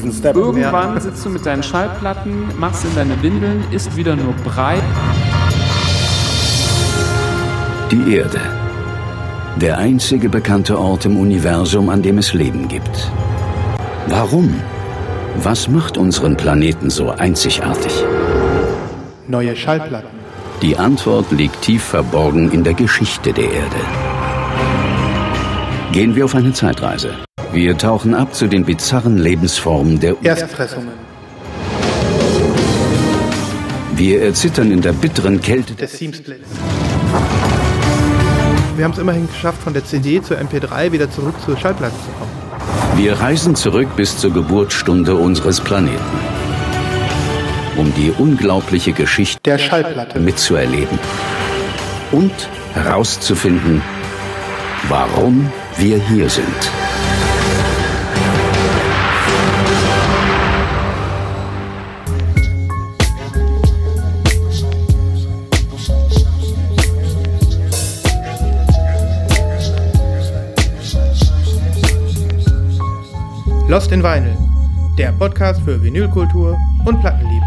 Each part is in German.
nächsten Step. Irgendwann sitzt du mit deinen Schallplatten, machst in deine Windeln, isst wieder nur Brei. Die Erde. Der einzige bekannte Ort im Universum, an dem es Leben gibt. Warum? Was macht unseren Planeten so einzigartig? Neue Schallplatten. Die Antwort liegt tief verborgen in der Geschichte der Erde. Gehen wir auf eine Zeitreise. Wir tauchen ab zu den bizarren Lebensformen der Erstpressungen. Wir erzittern in der bitteren Kälte Der Seamsplits. Wir haben es immerhin geschafft, von der CD zur MP3 wieder zurück zur Schallplatte zu kommen. Wir reisen zurück bis zur Geburtsstunde unseres Planeten, um die unglaubliche Geschichte Der Schallplatte mitzuerleben und herauszufinden, warum wir hier sind. Lost in Vinyl, der Podcast für Vinylkultur und Plattenliebe.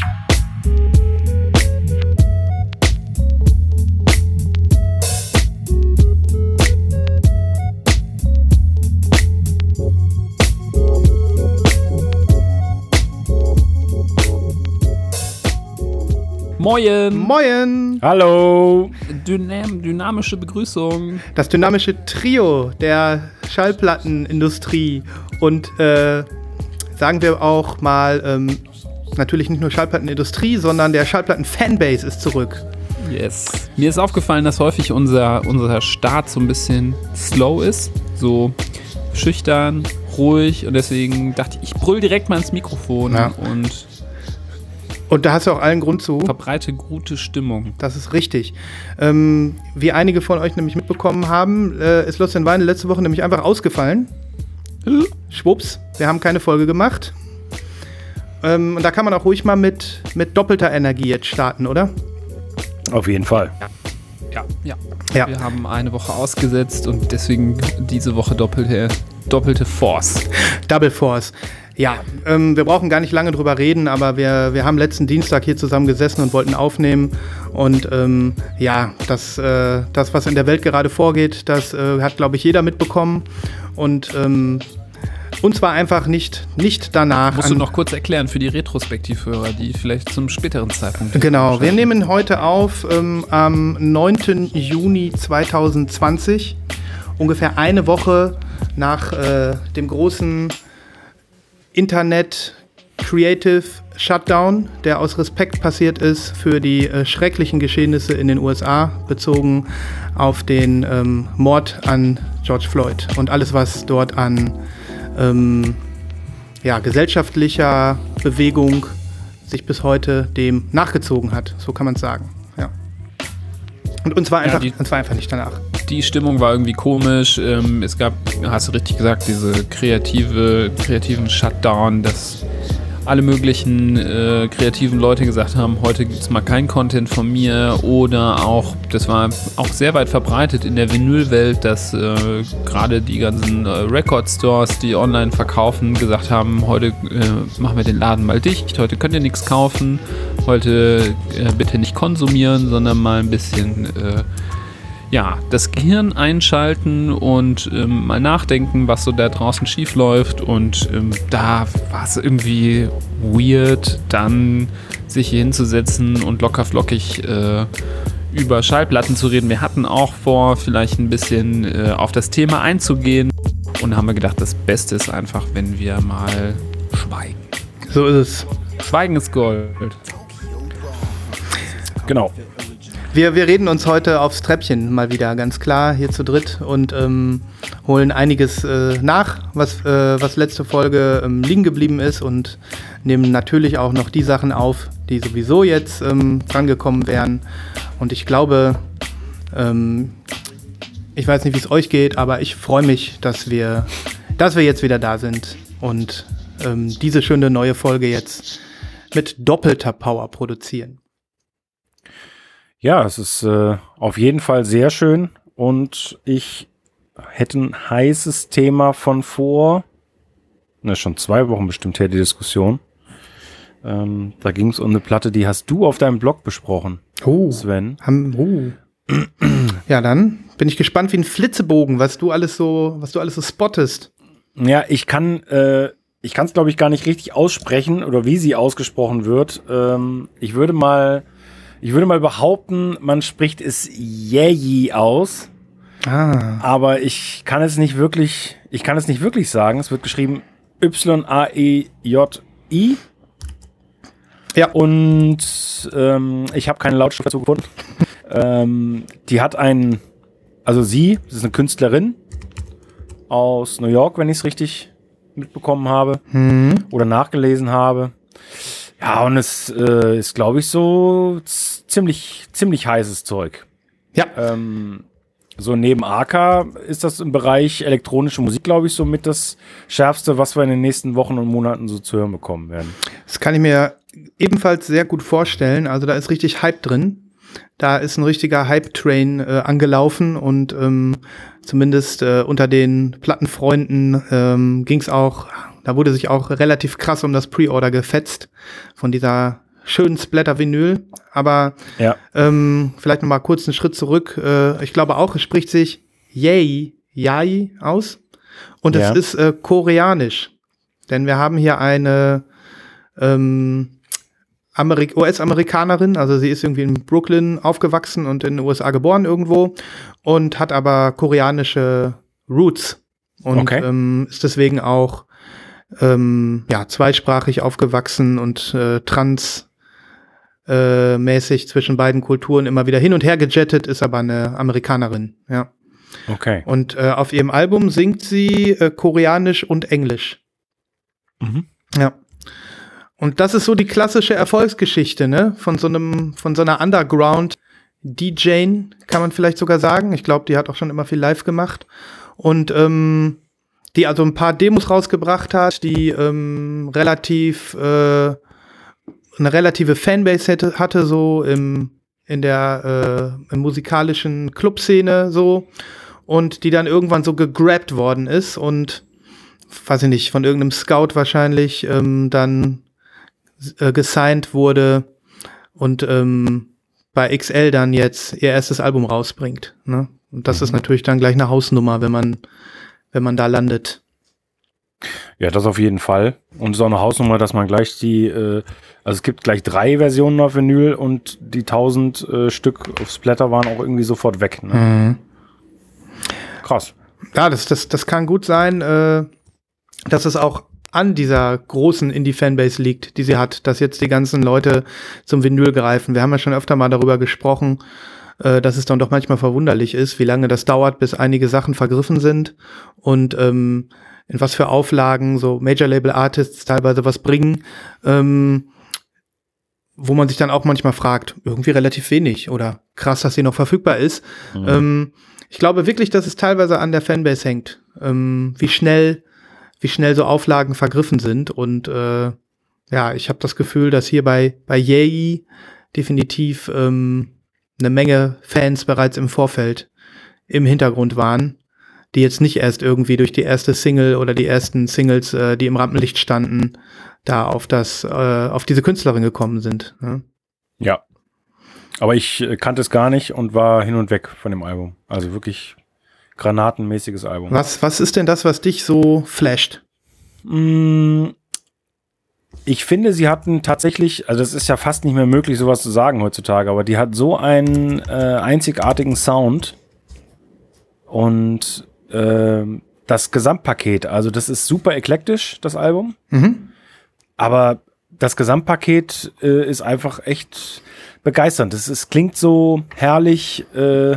Moin! Moin! Hallo! Dynamische Begrüßung. Das dynamische Trio der Schallplattenindustrie und sagen wir auch mal, natürlich nicht nur Schallplattenindustrie, sondern der Schallplatten-Fanbase ist zurück. Yes. Mir ist aufgefallen, dass häufig unser Start so ein bisschen slow ist, so schüchtern, ruhig, und deswegen dachte ich brüll direkt mal ins Mikrofon Und da hast du auch allen Grund zu. verbreite gute Stimmung. Das ist richtig. Wie einige von euch nämlich mitbekommen haben, ist Lost in Vinyl letzte Woche nämlich einfach ausgefallen. Schwupps, wir haben keine Folge gemacht. Und da kann man auch ruhig mal mit doppelter Energie jetzt starten, oder? Auf jeden Fall. Ja. Ja. Wir haben eine Woche ausgesetzt und deswegen diese Woche doppelte Force. Double Force. Ja, wir brauchen gar nicht lange drüber reden, aber wir haben letzten Dienstag hier zusammen gesessen und wollten aufnehmen. Und das, was in der Welt gerade vorgeht, das hat, glaube ich, jeder mitbekommen. Und uns war einfach nicht danach. Musst du noch kurz erklären für die Retrospektivhörer, die vielleicht zum späteren Zeitpunkt. Genau, wir nehmen heute auf am 9. Juni 2020, ungefähr eine Woche nach dem großen Internet Creative Shutdown, der aus Respekt passiert ist für die schrecklichen Geschehnisse in den USA, bezogen auf den Mord an George Floyd und alles, was dort an gesellschaftlicher Bewegung sich bis heute dem nachgezogen hat, so kann man es sagen. Ja. Und uns war einfach nicht danach. Die Stimmung war irgendwie komisch. Es gab, hast du richtig gesagt, diese kreativen Shutdown, dass alle möglichen kreativen Leute gesagt haben, heute gibt es mal keinen Content von mir, oder auch, das war auch sehr weit verbreitet in der Vinylwelt, dass gerade die ganzen Record-Stores, die online verkaufen, gesagt haben, heute machen wir den Laden mal dicht, heute könnt ihr nichts kaufen, heute bitte nicht konsumieren, sondern mal ein bisschen das Gehirn einschalten und mal nachdenken, was so da draußen schief läuft. Und da war es irgendwie weird, dann sich hier hinzusetzen und lockerflockig über Schallplatten zu reden. Wir hatten auch vor, vielleicht ein bisschen auf das Thema einzugehen, und haben wir gedacht, das Beste ist einfach, wenn wir mal schweigen. So ist es. Schweigen ist Gold. Genau. Wir reden uns heute aufs Treppchen mal wieder, ganz klar, hier zu dritt, und holen einiges nach, was letzte Folge liegen geblieben ist, und nehmen natürlich auch noch die Sachen auf, die sowieso jetzt drangekommen wären. Und ich glaube, ich weiß nicht, wie es euch geht, aber ich freue mich, dass wir jetzt wieder da sind und diese schöne neue Folge jetzt mit doppelter Power produzieren. Ja, es ist auf jeden Fall sehr schön, und ich hätte ein heißes Thema von vor schon 2 Wochen bestimmt her, die Diskussion. Da ging es um eine Platte, die hast du auf deinem Blog besprochen, Sven. Ja, dann bin ich gespannt wie ein Flitzebogen, was du alles so spottest. Ja, ich kann es, glaube ich, gar nicht richtig aussprechen oder wie sie ausgesprochen wird. Ich würde mal behaupten, man spricht es Yeezy aus. Aber ich kann es nicht wirklich sagen. Es wird geschrieben Y-A-E-J-I. Ja. Und ich habe keine Lautschrift dazu gefunden. Die hat sie ist eine Künstlerin aus New York, wenn ich es richtig mitbekommen habe oder nachgelesen habe. Ja, und es ist, glaube ich, so ziemlich heißes Zeug. Ja. So neben Arca ist das im Bereich elektronische Musik, glaube ich, so mit das Schärfste, was wir in den nächsten Wochen und Monaten so zu hören bekommen werden. Das kann ich mir ebenfalls sehr gut vorstellen. Also da ist richtig Hype drin. Da ist ein richtiger Hype-Train angelaufen und zumindest unter den Plattenfreunden ging's auch, da wurde sich auch relativ krass um das Pre-Order gefetzt von dieser schönen Splatter-Vinyl. Aber vielleicht noch mal kurz einen Schritt zurück. Ich glaube auch, es spricht sich Yai aus und es ist koreanisch. Denn wir haben hier eine US-Amerikanerin, also sie ist irgendwie in Brooklyn aufgewachsen und in den USA geboren irgendwo und hat aber koreanische Roots und ist deswegen auch zweisprachig aufgewachsen und mäßig zwischen beiden Kulturen immer wieder hin und her gejettet, ist aber eine Amerikanerin, ja. Okay. Und auf ihrem Album singt sie Koreanisch und Englisch. Mhm. Ja. Und das ist so die klassische Erfolgsgeschichte, ne? Von so einer Underground-DJ, kann man vielleicht sogar sagen. Ich glaube, die hat auch schon immer viel live gemacht. Und die also ein paar Demos rausgebracht hat, die eine relative Fanbase hatte, so in der musikalischen Clubszene so. Und die dann irgendwann so gegrabt worden ist und, weiß ich nicht, von irgendeinem Scout wahrscheinlich dann gesigned wurde und bei XL dann jetzt ihr erstes Album rausbringt. Ne? Und das ist natürlich dann gleich eine Hausnummer, wenn man da landet. Ja, das auf jeden Fall. Und es ist auch eine Hausnummer, dass man gleich also es gibt gleich 3 Versionen auf Vinyl und die 1000 Stück auf Splatter waren auch irgendwie sofort weg. Ne? Mhm. Krass. Ja, das kann gut sein, dass es auch an dieser großen Indie-Fanbase liegt, die sie hat, dass jetzt die ganzen Leute zum Vinyl greifen. Wir haben ja schon öfter mal darüber gesprochen, dass es dann doch manchmal verwunderlich ist, wie lange das dauert, bis einige Sachen vergriffen sind und in was für Auflagen so Major-Label-Artists teilweise was bringen, wo man sich dann auch manchmal fragt, irgendwie relativ wenig oder krass, dass sie noch verfügbar ist. Mhm. Ich glaube wirklich, dass es teilweise an der Fanbase hängt, wie schnell so Auflagen vergriffen sind. Und ich habe das Gefühl, dass hier bei Yeezy definitiv eine Menge Fans bereits im Vorfeld im Hintergrund waren, die jetzt nicht erst irgendwie durch die erste Single oder die ersten Singles, die im Rampenlicht standen, da auf diese Künstlerin gekommen sind. Ne? Ja. Aber ich kannte es gar nicht und war hin und weg von dem Album. Also wirklich granatenmäßiges Album. Was ist denn das, was dich so flasht? Ich finde, sie hatten tatsächlich, also es ist ja fast nicht mehr möglich, sowas zu sagen heutzutage, aber die hat so einen einzigartigen Sound und das Gesamtpaket, also das ist super eklektisch, das Album, aber das Gesamtpaket ist einfach echt begeisternd. Es klingt so herrlich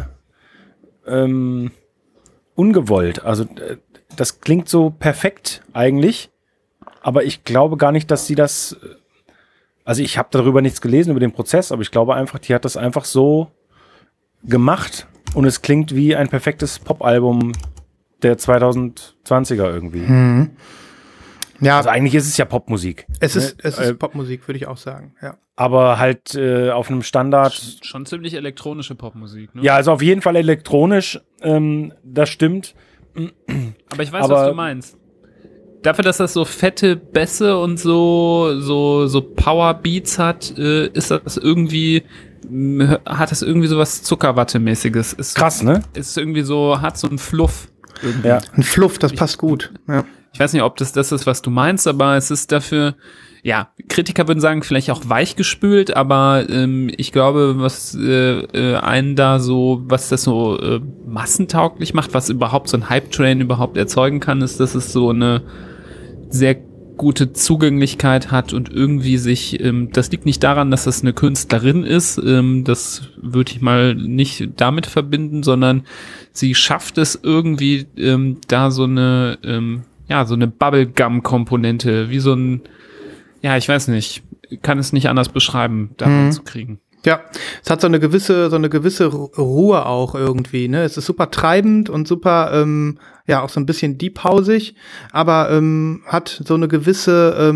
ungewollt, also das klingt so perfekt eigentlich, aber ich glaube gar nicht, dass sie das, also ich habe darüber nichts gelesen, über den Prozess, aber ich glaube einfach, die hat das einfach so gemacht und es klingt wie ein perfektes Popalbum der 2020er irgendwie. Mhm. Ja, Also eigentlich ist es ja Popmusik. Es ist Popmusik, würde ich auch sagen, ja. Aber halt auf einem Standard. Schon ziemlich elektronische Popmusik, ne? Ja, also auf jeden Fall elektronisch, das stimmt. Aber ich weiß, was du meinst. Dafür, dass das so fette Bässe und so Power-Beats hat, ist das irgendwie, hat das irgendwie so was Zuckerwatte-mäßiges. Krass, ne? Ist irgendwie so, hat so einen Fluff. Irgendwie. Ja. Ein Fluff, das passt gut. Ja. Ich weiß nicht, ob das ist, was du meinst, aber es ist dafür, ja, Kritiker würden sagen, vielleicht auch weichgespült, aber ich glaube, was einen da so, was das so massentauglich macht, was überhaupt so ein Hype-Train überhaupt erzeugen kann, ist, dass es so eine sehr gute Zugänglichkeit hat und irgendwie sich, das liegt nicht daran, dass das eine Künstlerin ist, das würde ich mal nicht damit verbinden, sondern sie schafft es irgendwie, da so eine, so eine Bubblegum-Komponente, wie so ein, ja, ich weiß nicht, kann es nicht anders beschreiben, da zu kriegen. Ja, es hat so eine gewisse Ruhe auch irgendwie, ne? Es ist super treibend und super, auch so ein bisschen deep-hausig, aber hat so eine gewisse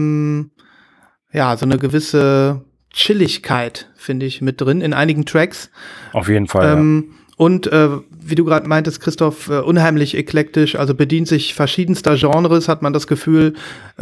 Chilligkeit, finde ich, mit drin in einigen Tracks. Auf jeden Fall, Und wie du gerade meintest, Christoph, unheimlich eklektisch, also bedient sich verschiedenster Genres, hat man das Gefühl,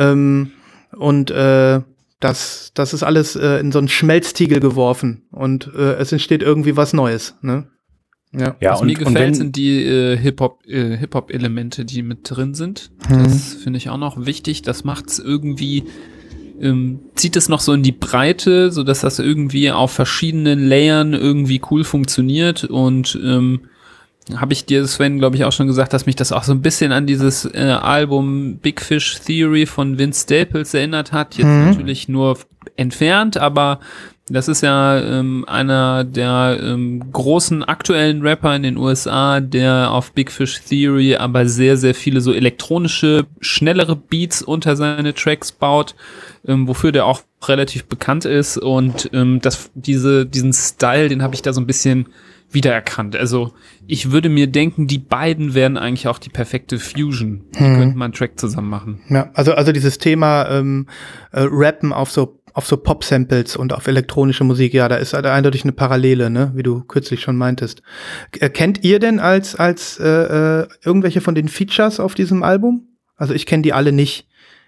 das ist alles in so einen Schmelztiegel geworfen und es entsteht irgendwie was Neues, ne? Ja, was mir gefällt, sind die Hip-Hop-Elemente, die mit drin sind. Das finde ich auch noch wichtig. Das macht's irgendwie, zieht es noch so in die Breite, so dass das irgendwie auf verschiedenen Layern irgendwie cool funktioniert und habe ich dir, Sven, glaube ich, auch schon gesagt, dass mich das auch so ein bisschen an dieses Album Big Fish Theory von Vince Staples erinnert hat. Jetzt natürlich nur entfernt, aber das ist ja einer der großen aktuellen Rapper in den USA, der auf Big Fish Theory aber sehr, sehr viele so elektronische, schnellere Beats unter seine Tracks baut, wofür der auch relativ bekannt ist. Und diesen Style, den habe ich da so ein bisschen wiedererkannt. Also ich würde mir denken, die beiden wären eigentlich auch die perfekte Fusion. Die könnten mal einen Track zusammen machen. Ja, also dieses Thema Rappen auf so Pop-Samples und auf elektronische Musik, ja, da ist eindeutig eine Parallele, ne, wie du kürzlich schon meintest. Kennt ihr denn als irgendwelche von den Features auf diesem Album? Also ich kenne die alle nicht.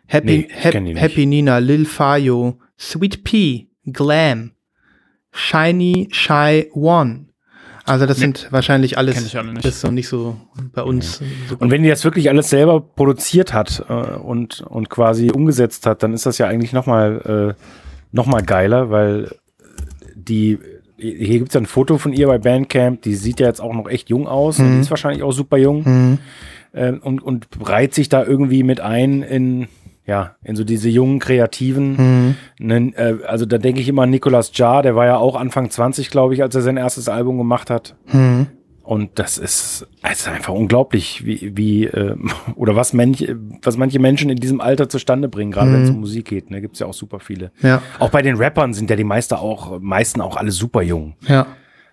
Happy Nina, Lil Fayo, Sweet Pea, Glam, Shiny Shy One. Also das sind wahrscheinlich alles, das ist noch nicht so bei uns. Und wenn die das wirklich alles selber produziert hat und quasi umgesetzt hat, dann ist das ja eigentlich noch mal geiler, weil hier gibt's ja ein Foto von ihr bei Bandcamp, die sieht ja jetzt auch noch echt jung aus, und die ist wahrscheinlich auch super jung und reiht sich da irgendwie mit ein in so diese jungen Kreativen. Also da denke ich immer an Nicolas Jaar, der war ja auch Anfang 20, glaube ich, als er sein erstes Album gemacht hat. Und das ist einfach unglaublich, oder was manche Menschen in diesem Alter zustande bringen, gerade wenn es um Musik geht. Ne, gibt's ja auch super viele. Ja. Auch bei den Rappern sind ja die meisten auch alle super jung. Ja.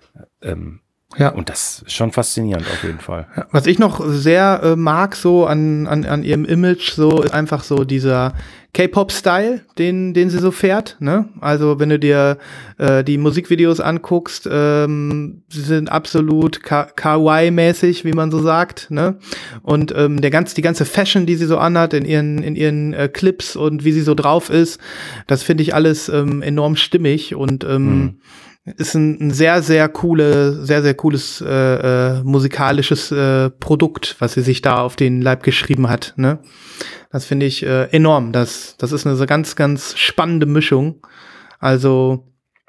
Ja. Und das ist schon faszinierend auf jeden Fall. Was ich noch sehr mag so an ihrem Image, so ist einfach so dieser K-Pop-Style, den sie so fährt, ne? Also wenn du dir die Musikvideos anguckst, sie sind absolut Kawaii-mäßig, wie man so sagt, ne? Und die ganze Fashion, die sie so anhat in ihren Clips und wie sie so drauf ist, das finde ich alles enorm stimmig und ist ein sehr, sehr cooles musikalisches Produkt, was sie sich da auf den Leib geschrieben hat, ne? Das finde ich enorm. Das ist eine so ganz, ganz spannende Mischung. Also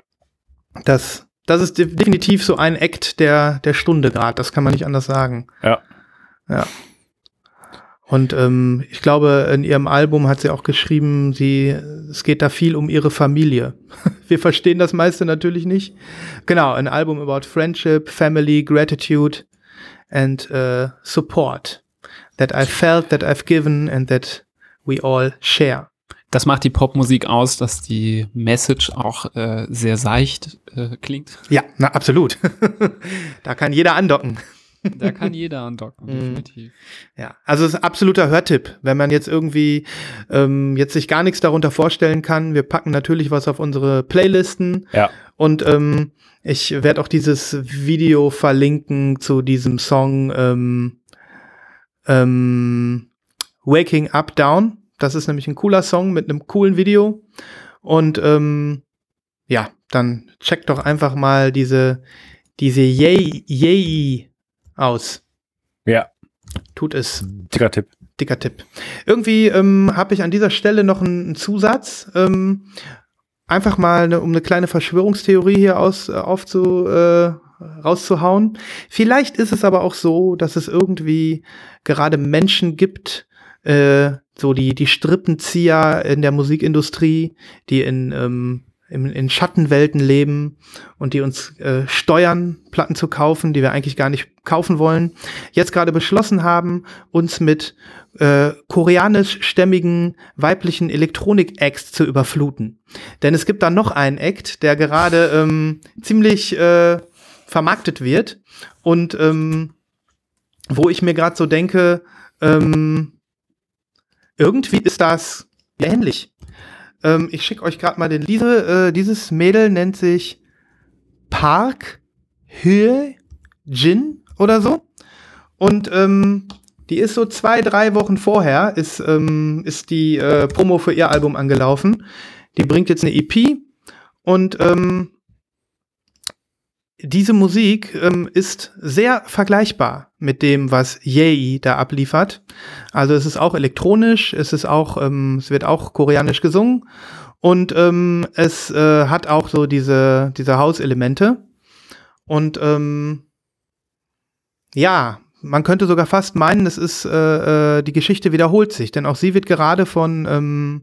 das ist definitiv so ein Act der Stunde gerade. Das kann man nicht anders sagen. Ja. Und ich glaube, in ihrem Album hat sie auch geschrieben, es geht da viel um ihre Familie. Wir verstehen das meiste natürlich nicht. Genau, ein Album about friendship, family, gratitude and support. That I felt, that I've given and that we all share. Das macht die Popmusik aus, dass die Message auch sehr seicht klingt. Ja, absolut. Da kann jeder andocken. Da kann jeder andocken, definitiv. Ja, also es ist ein absoluter Hörtipp, wenn man jetzt irgendwie jetzt sich gar nichts darunter vorstellen kann. Wir packen natürlich was auf unsere Playlisten. Ja. Und ich werde auch dieses Video verlinken zu diesem Song Waking Up Down. Das ist nämlich ein cooler Song mit einem coolen Video. Und ja, dann checkt doch einfach mal diese Yay aus. Ja. Tut es. Dicker Tipp. Irgendwie habe ich an dieser Stelle noch einen Zusatz. Einfach mal, um eine kleine Verschwörungstheorie hier rauszuhauen. Vielleicht ist es aber auch so, dass es irgendwie gerade Menschen gibt, so die Strippenzieher in der Musikindustrie, die in Schattenwelten leben und die uns steuern, Platten zu kaufen, die wir eigentlich gar nicht kaufen wollen, jetzt gerade beschlossen haben, uns mit koreanischstämmigen weiblichen Elektronik-Acts zu überfluten. Denn es gibt da noch einen Act, der gerade ziemlich vermarktet wird und wo ich mir gerade so denke, irgendwie ist das ähnlich. Ich schicke euch gerade mal den Lied. Dieses Mädel nennt sich Park Hye-jin oder so. Und die ist so 2-3 Wochen vorher, ist die Promo für ihr Album angelaufen. Die bringt jetzt eine EP. Und diese Musik ist sehr vergleichbar mit dem, was Yay da abliefert. Also es ist auch elektronisch, es wird auch koreanisch gesungen und es hat auch so diese House-Elemente. Und ja, man könnte sogar fast meinen, es ist die Geschichte wiederholt sich, denn auch sie wird gerade von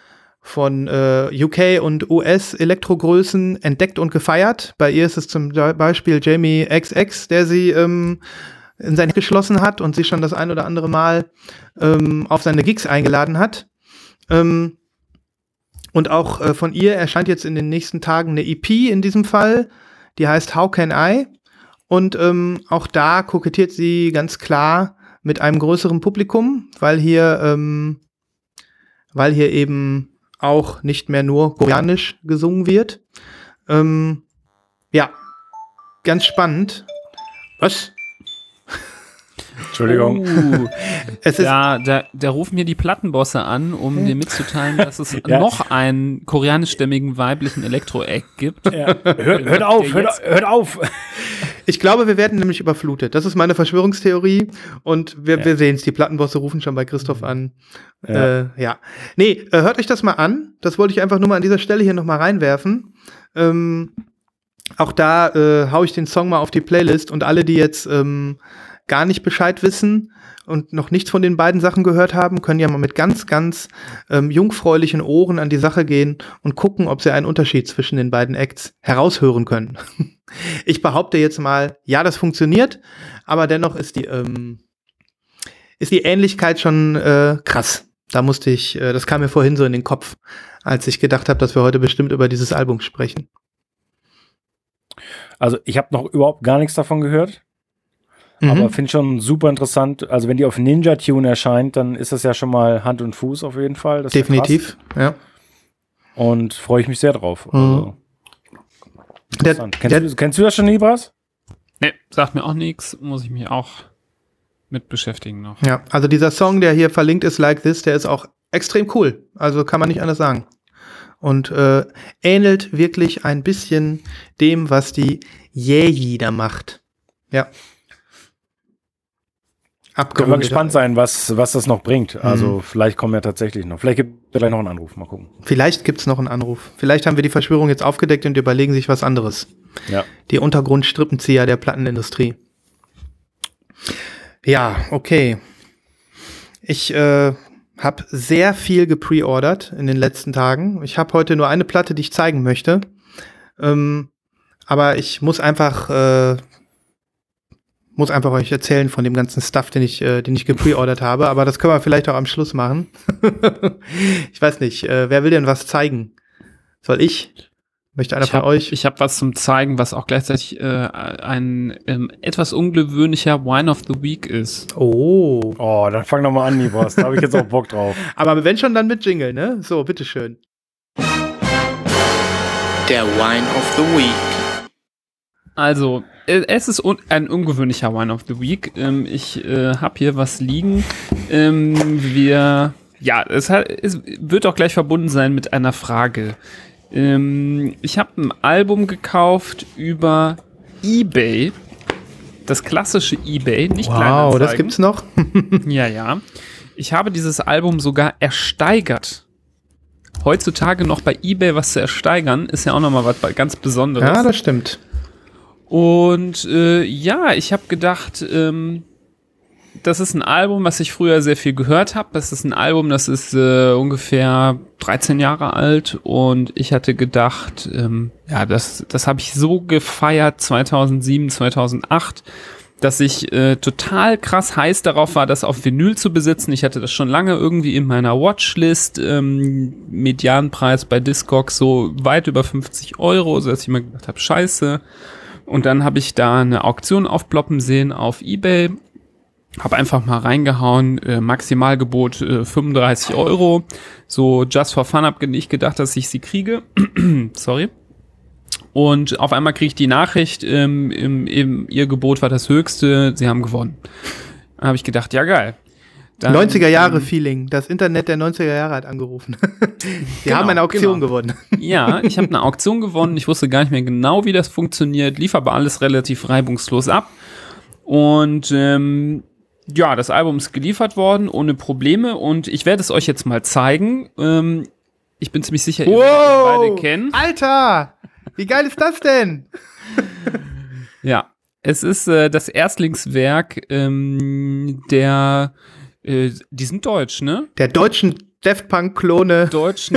UK und US Elektrogrößen entdeckt und gefeiert. Bei ihr ist es zum Beispiel Jamie XX, der sie in sein geschlossen hat und sie schon das ein oder andere Mal auf seine Gigs eingeladen hat. Und auch von ihr erscheint jetzt in den nächsten Tagen eine EP in diesem Fall, die heißt How Can I? Und auch da kokettiert sie ganz klar mit einem größeren Publikum, weil hier eben auch nicht mehr nur koreanisch gesungen wird. Ja, ganz spannend. Was? Entschuldigung. Es ist Da rufen mir die Plattenbosse an, um dir mitzuteilen, dass es noch einen koreanischstämmigen weiblichen Elektro-Act gibt. Ja. Hört auf! Ich glaube, wir werden nämlich überflutet. Das ist meine Verschwörungstheorie. Und wir sehen es, die Plattenbosse rufen schon bei Christoph an. Ja. Nee, hört euch das mal an. Das wollte ich einfach nur mal an dieser Stelle hier noch mal reinwerfen. Auch da hau ich den Song mal auf die Playlist. Und alle, die jetzt gar nicht Bescheid wissen und noch nichts von den beiden Sachen gehört haben, können ja mal mit ganz, ganz jungfräulichen Ohren an die Sache gehen und gucken, ob sie einen Unterschied zwischen den beiden Acts heraushören können. Ich behaupte jetzt mal, ja, das funktioniert, aber dennoch ist die Ähnlichkeit schon krass. Das kam mir vorhin so in den Kopf, als ich gedacht habe, dass wir heute bestimmt über dieses Album sprechen. Also ich habe noch überhaupt gar nichts davon gehört. Aber finde schon super interessant. Also wenn die auf Ninja Tune erscheint, dann ist das ja schon mal Hand und Fuß auf jeden Fall. Das definitiv, ja. Und freue ich mich sehr drauf. Also, kennst du das schon, Ibras? Nee, sagt mir auch nichts. Muss ich mich auch mit beschäftigen noch. Ja, also dieser Song, der hier verlinkt ist, Like This, der ist auch extrem cool. Also kann man nicht anders sagen. Und ähnelt wirklich ein bisschen dem, was die Yay da macht. Ja. Können wir gespannt sein, was das noch bringt. Also vielleicht kommen ja tatsächlich noch. Vielleicht gibt es gleich noch einen Anruf. Mal gucken. Vielleicht gibt es noch einen Anruf. Vielleicht haben wir die Verschwörung jetzt aufgedeckt und überlegen sich was anderes. Ja. Die Untergrundstrippenzieher der Plattenindustrie. Ja, okay. Ich habe sehr viel gepreordert in den letzten Tagen. Ich habe heute nur eine Platte, die ich zeigen möchte. Aber ich muss einfach euch erzählen von dem ganzen Stuff, den ich gepreordert habe. Aber das können wir vielleicht auch am Schluss machen. Ich weiß nicht, wer will denn was zeigen? Soll ich? Möchte einer von euch? Ich habe was zum Zeigen, was auch gleichzeitig ein etwas ungewöhnlicher Wine of the Week ist. Oh, dann fang doch mal an, Nibras. Da habe ich jetzt auch Bock drauf. Aber wenn schon, dann mit Jingle, ne? So, bitteschön. Der Wine of the Week. Also, es ist ein ungewöhnlicher Wine of the Week. Ich habe hier was liegen. Wir Ja, es wird auch gleich verbunden sein mit einer Frage. Ich habe ein Album gekauft über eBay. Das klassische eBay, nicht Kleinanzeigen. Wow, das gibt's noch? Ja. Ich habe dieses Album sogar ersteigert. Heutzutage noch bei eBay was zu ersteigern, ist ja auch nochmal was ganz Besonderes. Ja, das stimmt. Und ich habe gedacht, das ist ein Album, was ich früher sehr viel gehört habe. Das ist ein Album, das ist ungefähr 13 Jahre alt. Und ich hatte gedacht, das habe ich so gefeiert 2007, 2008, dass ich total krass heiß darauf war, das auf Vinyl zu besitzen. Ich hatte das schon lange irgendwie in meiner Watchlist. Medianpreis bei Discogs so weit über 50 €, sodass ich mir gedacht habe, scheiße. Und dann habe ich da eine Auktion aufploppen sehen auf eBay. Habe einfach mal reingehauen, Maximalgebot 35 €. So just for fun habe ich gedacht, dass ich sie kriege. Sorry. Und auf einmal kriege ich die Nachricht, ihr Gebot war das höchste, sie haben gewonnen. Da habe ich gedacht, ja geil. Dann, 90er-Jahre-Feeling. Das Internet der 90er Jahre hat angerufen. Die haben eine Auktion gewonnen. Ja, ich habe eine Auktion gewonnen. Ich wusste gar nicht mehr genau, wie das funktioniert. Lief aber alles relativ reibungslos ab. Und das Album ist geliefert worden, ohne Probleme. Und ich werde es euch jetzt mal zeigen. Ich bin ziemlich sicher, ihr werdet es beide kennen. Alter! Wie geil ist das denn? Ja, es ist das Erstlingswerk die sind deutsch, ne? Der deutschen Daft Punk-Klone.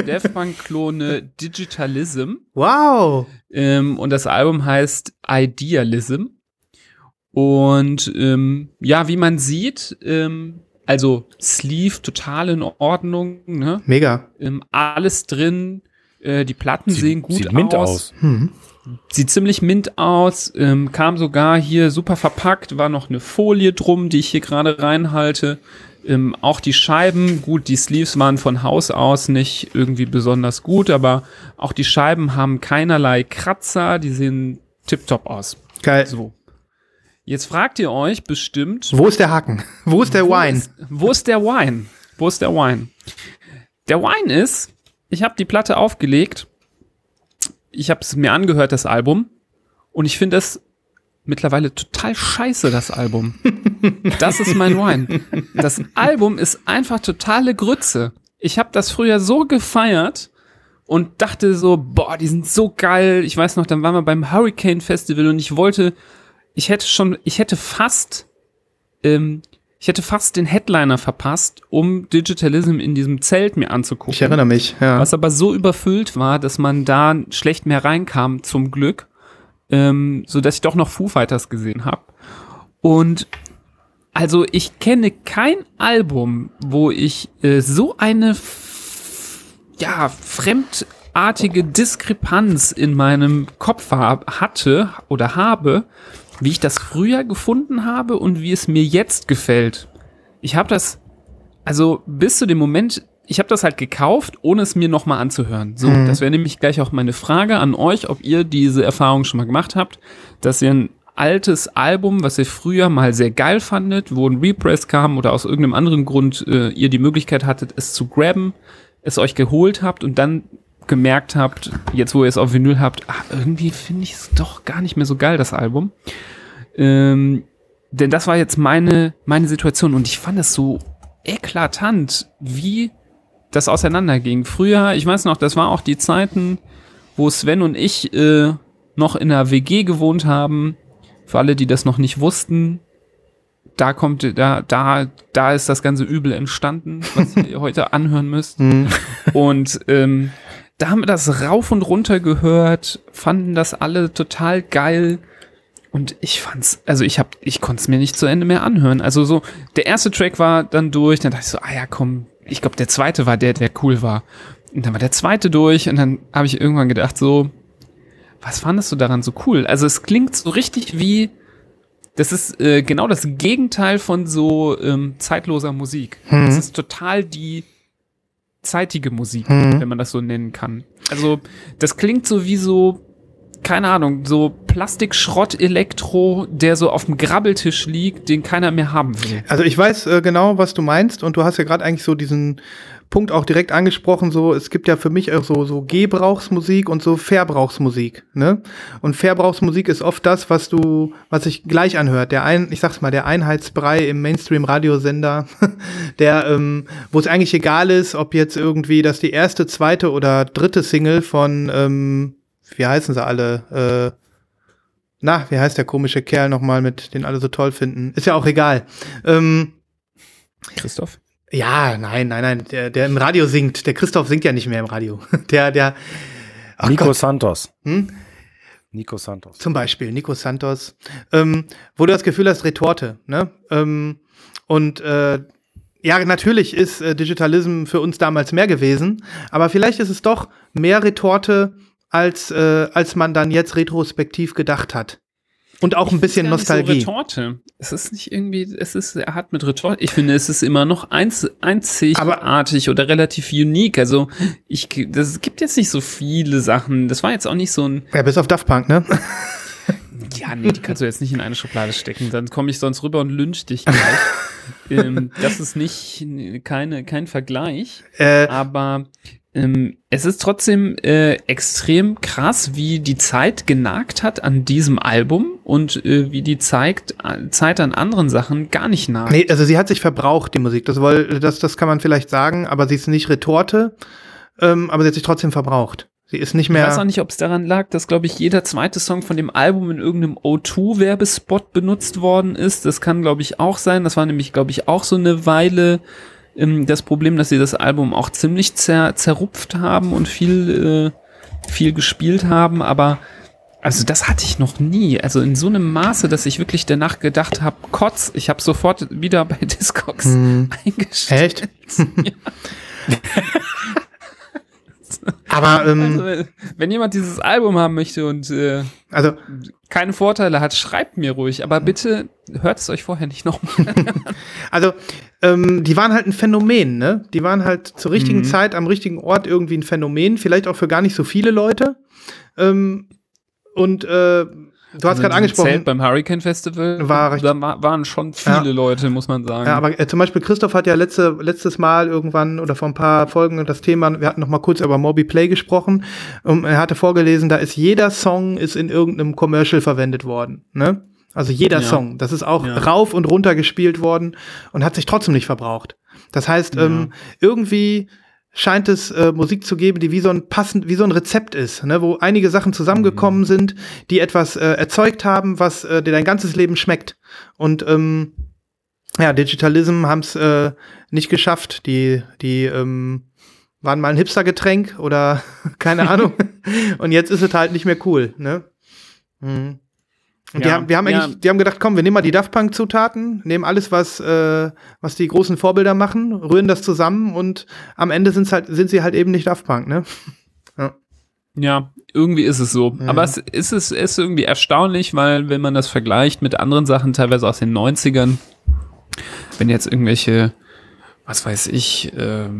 Digitalism. Wow. Und das Album heißt Idealism. Und wie man sieht, also Sleeve total in Ordnung, ne? Mega. Alles drin, die Platten sehen gut sieht mint aus. Sieht ziemlich mint aus, kam sogar hier super verpackt, war noch eine Folie drum, die ich hier gerade reinhalte. Auch die Scheiben, gut, die Sleeves waren von Haus aus nicht irgendwie besonders gut, aber auch die Scheiben haben keinerlei Kratzer, die sehen tipptopp aus. Geil. So. Jetzt fragt ihr euch bestimmt, Wo ist der Haken? Wo ist der Wine? Wo ist der Wine? Der Wine ist, ich habe die Platte aufgelegt, ich habe es mir angehört, das Album, und ich finde es mittlerweile total scheiße, das Album. Das ist mein Wine. Das Album ist einfach totale Grütze. Ich habe das früher so gefeiert und dachte so, boah, die sind so geil. Ich weiß noch, dann waren wir beim Hurricane Festival und ich hätte fast den Headliner verpasst, um Digitalism in diesem Zelt mir anzugucken. Ich erinnere mich, ja. Was aber so überfüllt war, dass man da schlecht mehr reinkam, zum Glück, so dass ich doch noch Foo Fighters gesehen habe. Und also ich kenne kein Album, wo ich so eine fremdartige Diskrepanz in meinem Kopf hatte oder habe, wie ich das früher gefunden habe und wie es mir jetzt gefällt. Ich habe das, also bis zu dem Moment, ich habe das halt gekauft, ohne es mir nochmal anzuhören. So, das wäre nämlich gleich auch meine Frage an euch, ob ihr diese Erfahrung schon mal gemacht habt, dass ihr ein altes Album, was ihr früher mal sehr geil fandet, wo ein Repress kam oder aus irgendeinem anderen Grund ihr die Möglichkeit hattet, es zu grabben, es euch geholt habt und dann gemerkt habt, jetzt wo ihr es auf Vinyl habt, irgendwie finde ich es doch gar nicht mehr so geil, das Album. Denn das war jetzt meine Situation und ich fand es so eklatant, wie das auseinanderging. Früher, ich weiß noch, das war auch die Zeiten, wo Sven und ich noch in einer WG gewohnt haben. Für alle, die das noch nicht wussten, da ist das ganze Übel entstanden, was ihr heute anhören müsst. Und da haben wir das rauf und runter gehört, fanden das alle total geil. Und ich konnte es mir nicht zu Ende mehr anhören. Also so, der erste Track war dann durch, dann dachte ich so, komm, ich glaube, der zweite war der cool war. Und dann war der zweite durch und dann habe ich irgendwann gedacht so, was fandest du daran so cool? Also es klingt so richtig wie, das ist genau das Gegenteil von so zeitloser Musik. Das ist total die zeitige Musik, wenn man das so nennen kann. Also das klingt so wie so, keine Ahnung, so Plastikschrott, Elektro, der so auf dem Grabbeltisch liegt, den keiner mehr haben will. Also ich weiß genau, was du meinst und du hast ja gerade eigentlich so diesen Punkt auch direkt angesprochen, so es gibt ja für mich auch so Gebrauchsmusik und so Verbrauchsmusik, ne? Und Verbrauchsmusik ist oft das, was sich gleich anhört. Der Einheitsbrei im Mainstream-Radiosender, der, wo es eigentlich egal ist, ob jetzt irgendwie das die erste, zweite oder dritte Single von, wie heißen sie alle, wie heißt der komische Kerl nochmal, den alle so toll finden? Ist ja auch egal. Christoph? Ja, nein, der im Radio singt. Der Christoph singt ja nicht mehr im Radio. Nico Santos. Nico Santos. Zum Beispiel, Nico Santos. Wo du das Gefühl hast, Retorte, ne? Ja, natürlich ist Digitalism für uns damals mehr gewesen, aber vielleicht ist es doch mehr Retorte, als man dann jetzt retrospektiv gedacht hat. Und auch ein bisschen Nostalgie. So Retorte. Es ist nicht irgendwie, er hat mit Retorte, ich finde, es ist immer noch einzigartig oder relativ unique. Also, es gibt jetzt nicht so viele Sachen. Das war jetzt auch nicht so ein. Ja, bis auf Daft Punk, ne? Ja, nee, die kannst du jetzt nicht in eine Schublade stecken. Dann komme ich sonst rüber und lynch dich gleich. Das ist kein Vergleich. Aber es ist trotzdem extrem krass, wie die Zeit genagt hat an diesem Album und wie die Zeit an anderen Sachen gar nicht nagt. Nee, also sie hat sich verbraucht, die Musik. Das kann man vielleicht sagen, aber sie ist nicht Retorte, aber sie hat sich trotzdem verbraucht. Sie ist nicht mehr. Ich weiß auch nicht, ob es daran lag, dass, glaube ich, jeder zweite Song von dem Album in irgendeinem O2-Werbespot benutzt worden ist. Das kann, glaube ich, auch sein. Das war nämlich, glaube ich, auch so eine Weile das Problem, dass sie das Album auch ziemlich zerrupft haben und viel gespielt haben, aber also das hatte ich noch nie. Also in so einem Maße, dass ich wirklich danach gedacht habe, Kotz, ich habe sofort wieder bei Discogs eingestellt. Echt? Ja. Aber also, wenn jemand dieses Album haben möchte und keine Vorteile hat, schreibt mir ruhig, aber bitte hört es euch vorher nicht nochmal. Also die waren halt ein Phänomen, ne? Die waren halt zur richtigen Zeit am richtigen Ort irgendwie ein Phänomen, vielleicht auch für gar nicht so viele Leute. Du hast gerade angesprochen. Zelt beim Hurricane Festival waren schon viele Leute, muss man sagen. Ja, aber zum Beispiel Christoph hat ja letztes Mal irgendwann oder vor ein paar Folgen das Thema, wir hatten noch mal kurz über Moby Play gesprochen, und er hatte vorgelesen, da ist jeder Song in irgendeinem Commercial verwendet worden, ne? Also jeder Song, das ist auch rauf und runter gespielt worden und hat sich trotzdem nicht verbraucht. Das heißt, irgendwie scheint es Musik zu geben, die wie so ein Rezept ist, ne, wo einige Sachen zusammengekommen sind, die etwas erzeugt haben, was dir dein ganzes Leben schmeckt. Und Digitalism haben es nicht geschafft. Die waren mal ein Hipster-Getränk oder keine Ahnung. Und jetzt ist es halt nicht mehr cool, ne? Mhm. Und die haben gedacht, komm, wir nehmen mal die Daft Punk Zutaten, nehmen alles, was die großen Vorbilder machen, rühren das zusammen und am Ende sind sie halt eben nicht Daft Punk, ne? Ja, irgendwie ist es so. Aber es ist irgendwie erstaunlich, weil wenn man das vergleicht mit anderen Sachen, teilweise aus den 90ern, wenn jetzt irgendwelche, was weiß ich,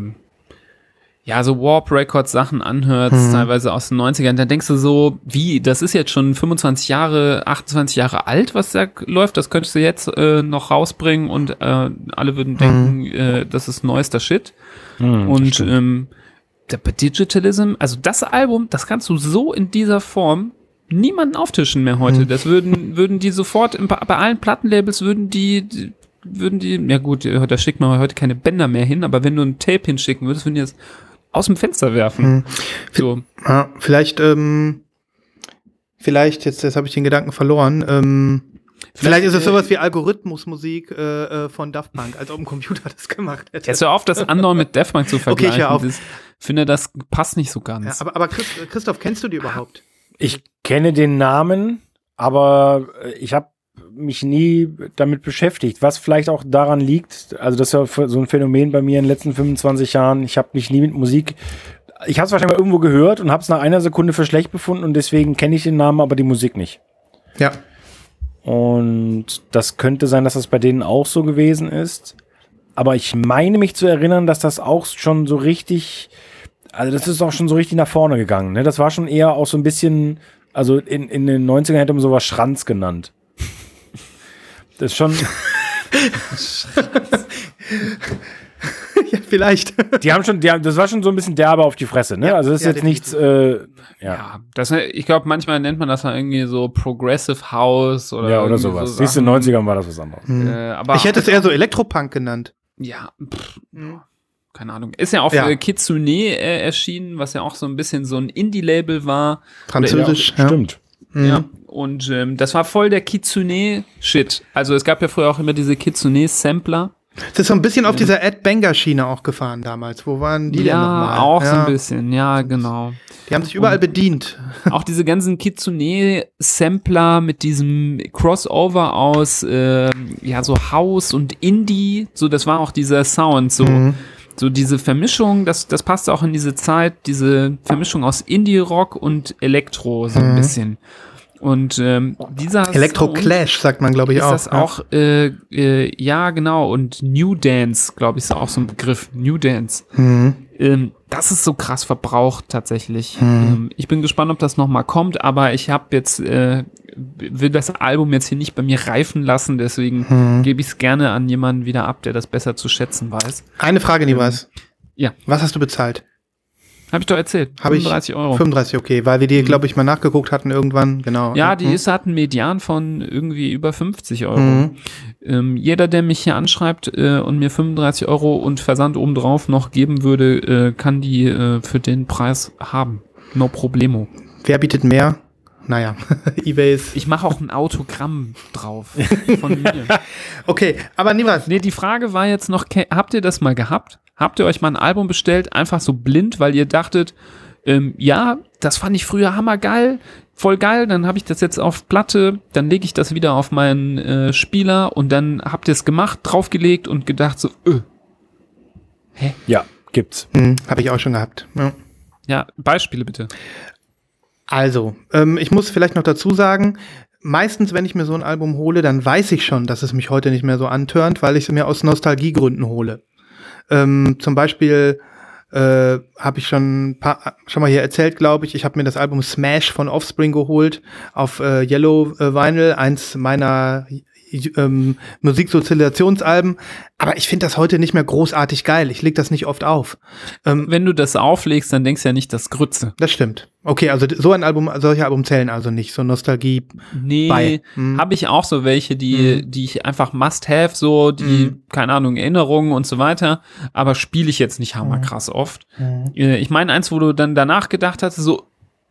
so Warp Records Sachen anhörst, teilweise aus den 90ern, dann denkst du so, das ist jetzt schon 25 Jahre, 28 Jahre alt, was da läuft, das könntest du jetzt noch rausbringen und alle würden denken, das ist neuester Shit. Und bei Digitalism, also das Album, das kannst du so in dieser Form niemanden auftischen mehr heute. Das würden die sofort, bei allen Plattenlabels würden die, ja gut, da schickt man heute keine Bänder mehr hin, aber wenn du ein Tape hinschicken würdest, würden die das aus dem Fenster werfen. So. Ja, vielleicht, jetzt habe ich den Gedanken verloren, vielleicht ist es sowas wie Algorithmusmusik von Daft Punk, als ob ein Computer das gemacht hätte. Jetzt hör auf, das andauernd mit Daft Punk zu vergleichen. Okay, ich hör auf. Ich finde, das passt nicht so ganz. Ja, aber Christoph, kennst du die überhaupt? Ich kenne den Namen, aber ich habe mich nie damit beschäftigt, was vielleicht auch daran liegt, also das ist ja so ein Phänomen bei mir in den letzten 25 Jahren, ich habe mich nie mit Musik, ich habe es wahrscheinlich mal irgendwo gehört und habe es nach einer Sekunde für schlecht befunden und deswegen kenne ich den Namen, aber die Musik nicht. Ja. Und das könnte sein, dass das bei denen auch so gewesen ist, aber ich meine mich zu erinnern, dass das auch schon so richtig, also das ist auch schon so richtig nach vorne gegangen, ne? Das war schon eher auch so ein bisschen Also in den 90ern hätte man sowas Schranz genannt. Das ist schon... Ja, vielleicht. Das war schon so ein bisschen derbe auf die Fresse, ne? Ja, also das ist ja, jetzt nichts, Ja, ich glaube, manchmal nennt man das dann irgendwie so Progressive House oder ja, oder irgendwie sowas. so Siehst du, in den 90ern war das was anderes. aber Ich hätte es eher so Elektropunk genannt. ja, keine Ahnung. Ist ja auf Kitsune erschienen, was ja auch so ein bisschen so ein Indie-Label war. Französisch. Ja, stimmt. Ja, und das war voll der Kitsune-Shit. Also es gab ja früher auch immer diese Kitsune-Sampler. Das ist so ein bisschen auf dieser Ed Banger-Schiene auch gefahren damals. Wo waren die denn nochmal? Ja, auch so ein bisschen. Ja, genau. Die haben sich überall bedient. Auch diese ganzen Kitsune-Sampler mit diesem Crossover aus so House und Indie. So, das war auch dieser Sound. So diese Vermischung, das passt auch in diese Zeit, diese Vermischung aus Indie-Rock und Elektro so ein bisschen. Und dieser Elektro-Clash, sagt man, glaube ich, ist auch. das auch, ja, genau. Und New Dance, glaube ich, ist auch so ein Begriff. New Dance. Das ist so krass verbraucht tatsächlich. Ich bin gespannt, ob das nochmal kommt, aber ich habe jetzt, will das Album jetzt hier nicht bei mir reifen lassen, deswegen gebe ich es gerne an jemanden wieder ab, der das besser zu schätzen weiß. Eine Frage, Nibas. Ja. Was hast du bezahlt? Habe ich doch erzählt. 35 Euro. 35, okay, weil wir die, glaube ich, mal nachgeguckt hatten irgendwann, genau. Ja, die hat einen Median von irgendwie über 50 Euro. Jeder, der mich hier anschreibt und mir 35 Euro und Versand obendrauf noch geben würde, kann die für den Preis haben. No problemo. Wer bietet mehr? Naja, eBay ist... Ich mache auch ein Autogramm drauf von mir. Okay, aber Nibas. Nee, die Frage war jetzt noch, habt ihr das mal gehabt? Habt ihr euch mal ein Album bestellt, einfach so blind, weil ihr dachtet, ja, das fand ich früher hammergeil, voll geil, dann habe ich das jetzt auf Platte, dann lege ich das wieder auf meinen Spieler und dann habt ihr es gemacht, draufgelegt und gedacht so, hä? Ja, gibt's. Habe ich auch schon gehabt. Ja, Beispiele bitte. Also, ich muss vielleicht noch dazu sagen, meistens, wenn ich mir so ein Album hole, dann weiß ich schon, dass es mich heute nicht mehr so antörnt, weil ich es mir aus Nostalgiegründen hole. Zum Beispiel habe ich schon mal hier erzählt, glaube ich. Ich habe mir das Album Smash von Offspring geholt auf Yellow Vinyl, eins meiner Musiksozialisationsalben. Aber ich finde das heute nicht mehr großartig geil. Ich leg das nicht oft auf. Wenn du das auflegst, dann denkst du ja nicht, das Grütze. Das stimmt. Okay, also so ein Album, solche Alben zählen also nicht, so Nostalgie. Nee, habe ich auch so welche, die ich einfach must have, so, die, keine Ahnung, Erinnerungen und so weiter, aber spiele ich jetzt nicht hammerkrass oft. Ich meine, eins, wo du dann danach gedacht hast, so,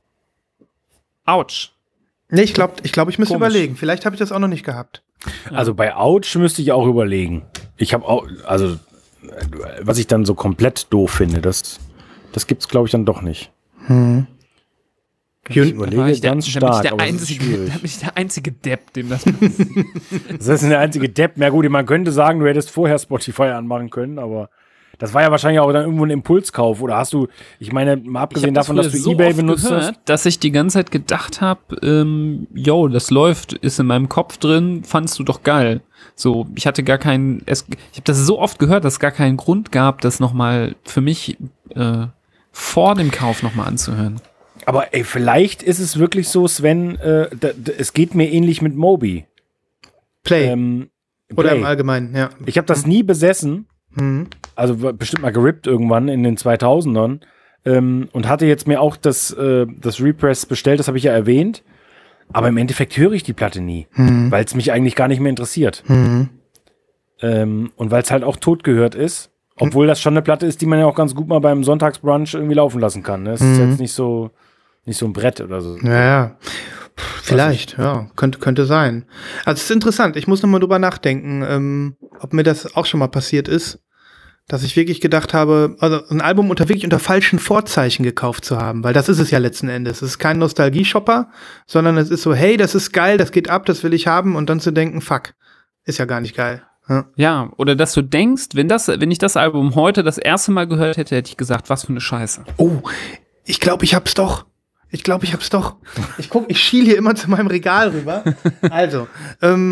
ouch. Nee, ich glaube, ich müsste Komisch. überlegen. Vielleicht habe ich das auch noch nicht gehabt. Also bei Ouch müsste ich auch überlegen. Ich habe auch, also was ich dann so komplett doof finde, das gibt's, glaube ich, dann doch nicht. Ich überlege ganz stark. Da bin ich der einzige Depp, dem das passiert. Das ist der einzige Depp. Na gut, man könnte sagen, du hättest vorher Spotify anmachen können, aber das war ja wahrscheinlich auch dann irgendwo ein Impulskauf. Oder hast du, ich meine, mal abgesehen davon, dass du so eBay oft benutzt gehört, hast. dass ich die ganze Zeit gedacht habe, das läuft, ist in meinem Kopf drin, fandst du doch geil. So, ich hatte gar keinen, ich habe das so oft gehört, dass es gar keinen Grund gab, das nochmal für mich vor dem Kauf nochmal anzuhören. Aber ey, vielleicht ist es wirklich so, Sven, es geht mir ähnlich mit Moby. Play. Oder Play. im Allgemeinen, ja. Ich habe das nie besessen. Also bestimmt mal gerippt irgendwann in den 2000ern und hatte jetzt mir auch das Repress bestellt, das habe ich ja erwähnt, aber im Endeffekt höre ich die Platte nie, weil es mich eigentlich gar nicht mehr interessiert und weil es halt auch tot gehört ist, obwohl das schon eine Platte ist, die man ja auch ganz gut mal beim Sonntagsbrunch irgendwie laufen lassen kann, ne? Das ist jetzt nicht so ein Brett oder so. Ja. Vielleicht, ja, könnte sein. Also es ist interessant, ich muss nochmal drüber nachdenken, ob mir das auch schon mal passiert ist, dass ich wirklich gedacht habe, also ein Album wirklich unter falschen Vorzeichen gekauft zu haben, weil das ist es ja letzten Endes. Es ist kein Nostalgie-Shopper, sondern es ist so, hey, das ist geil, das geht ab, das will ich haben und dann zu denken, fuck, ist ja gar nicht geil. Ja, oder dass du denkst, wenn ich das Album heute das erste Mal gehört hätte, hätte ich gesagt, was für eine Scheiße. Oh, ich glaube, ich hab's doch. Ich schiel hier immer zu meinem Regal rüber. Also,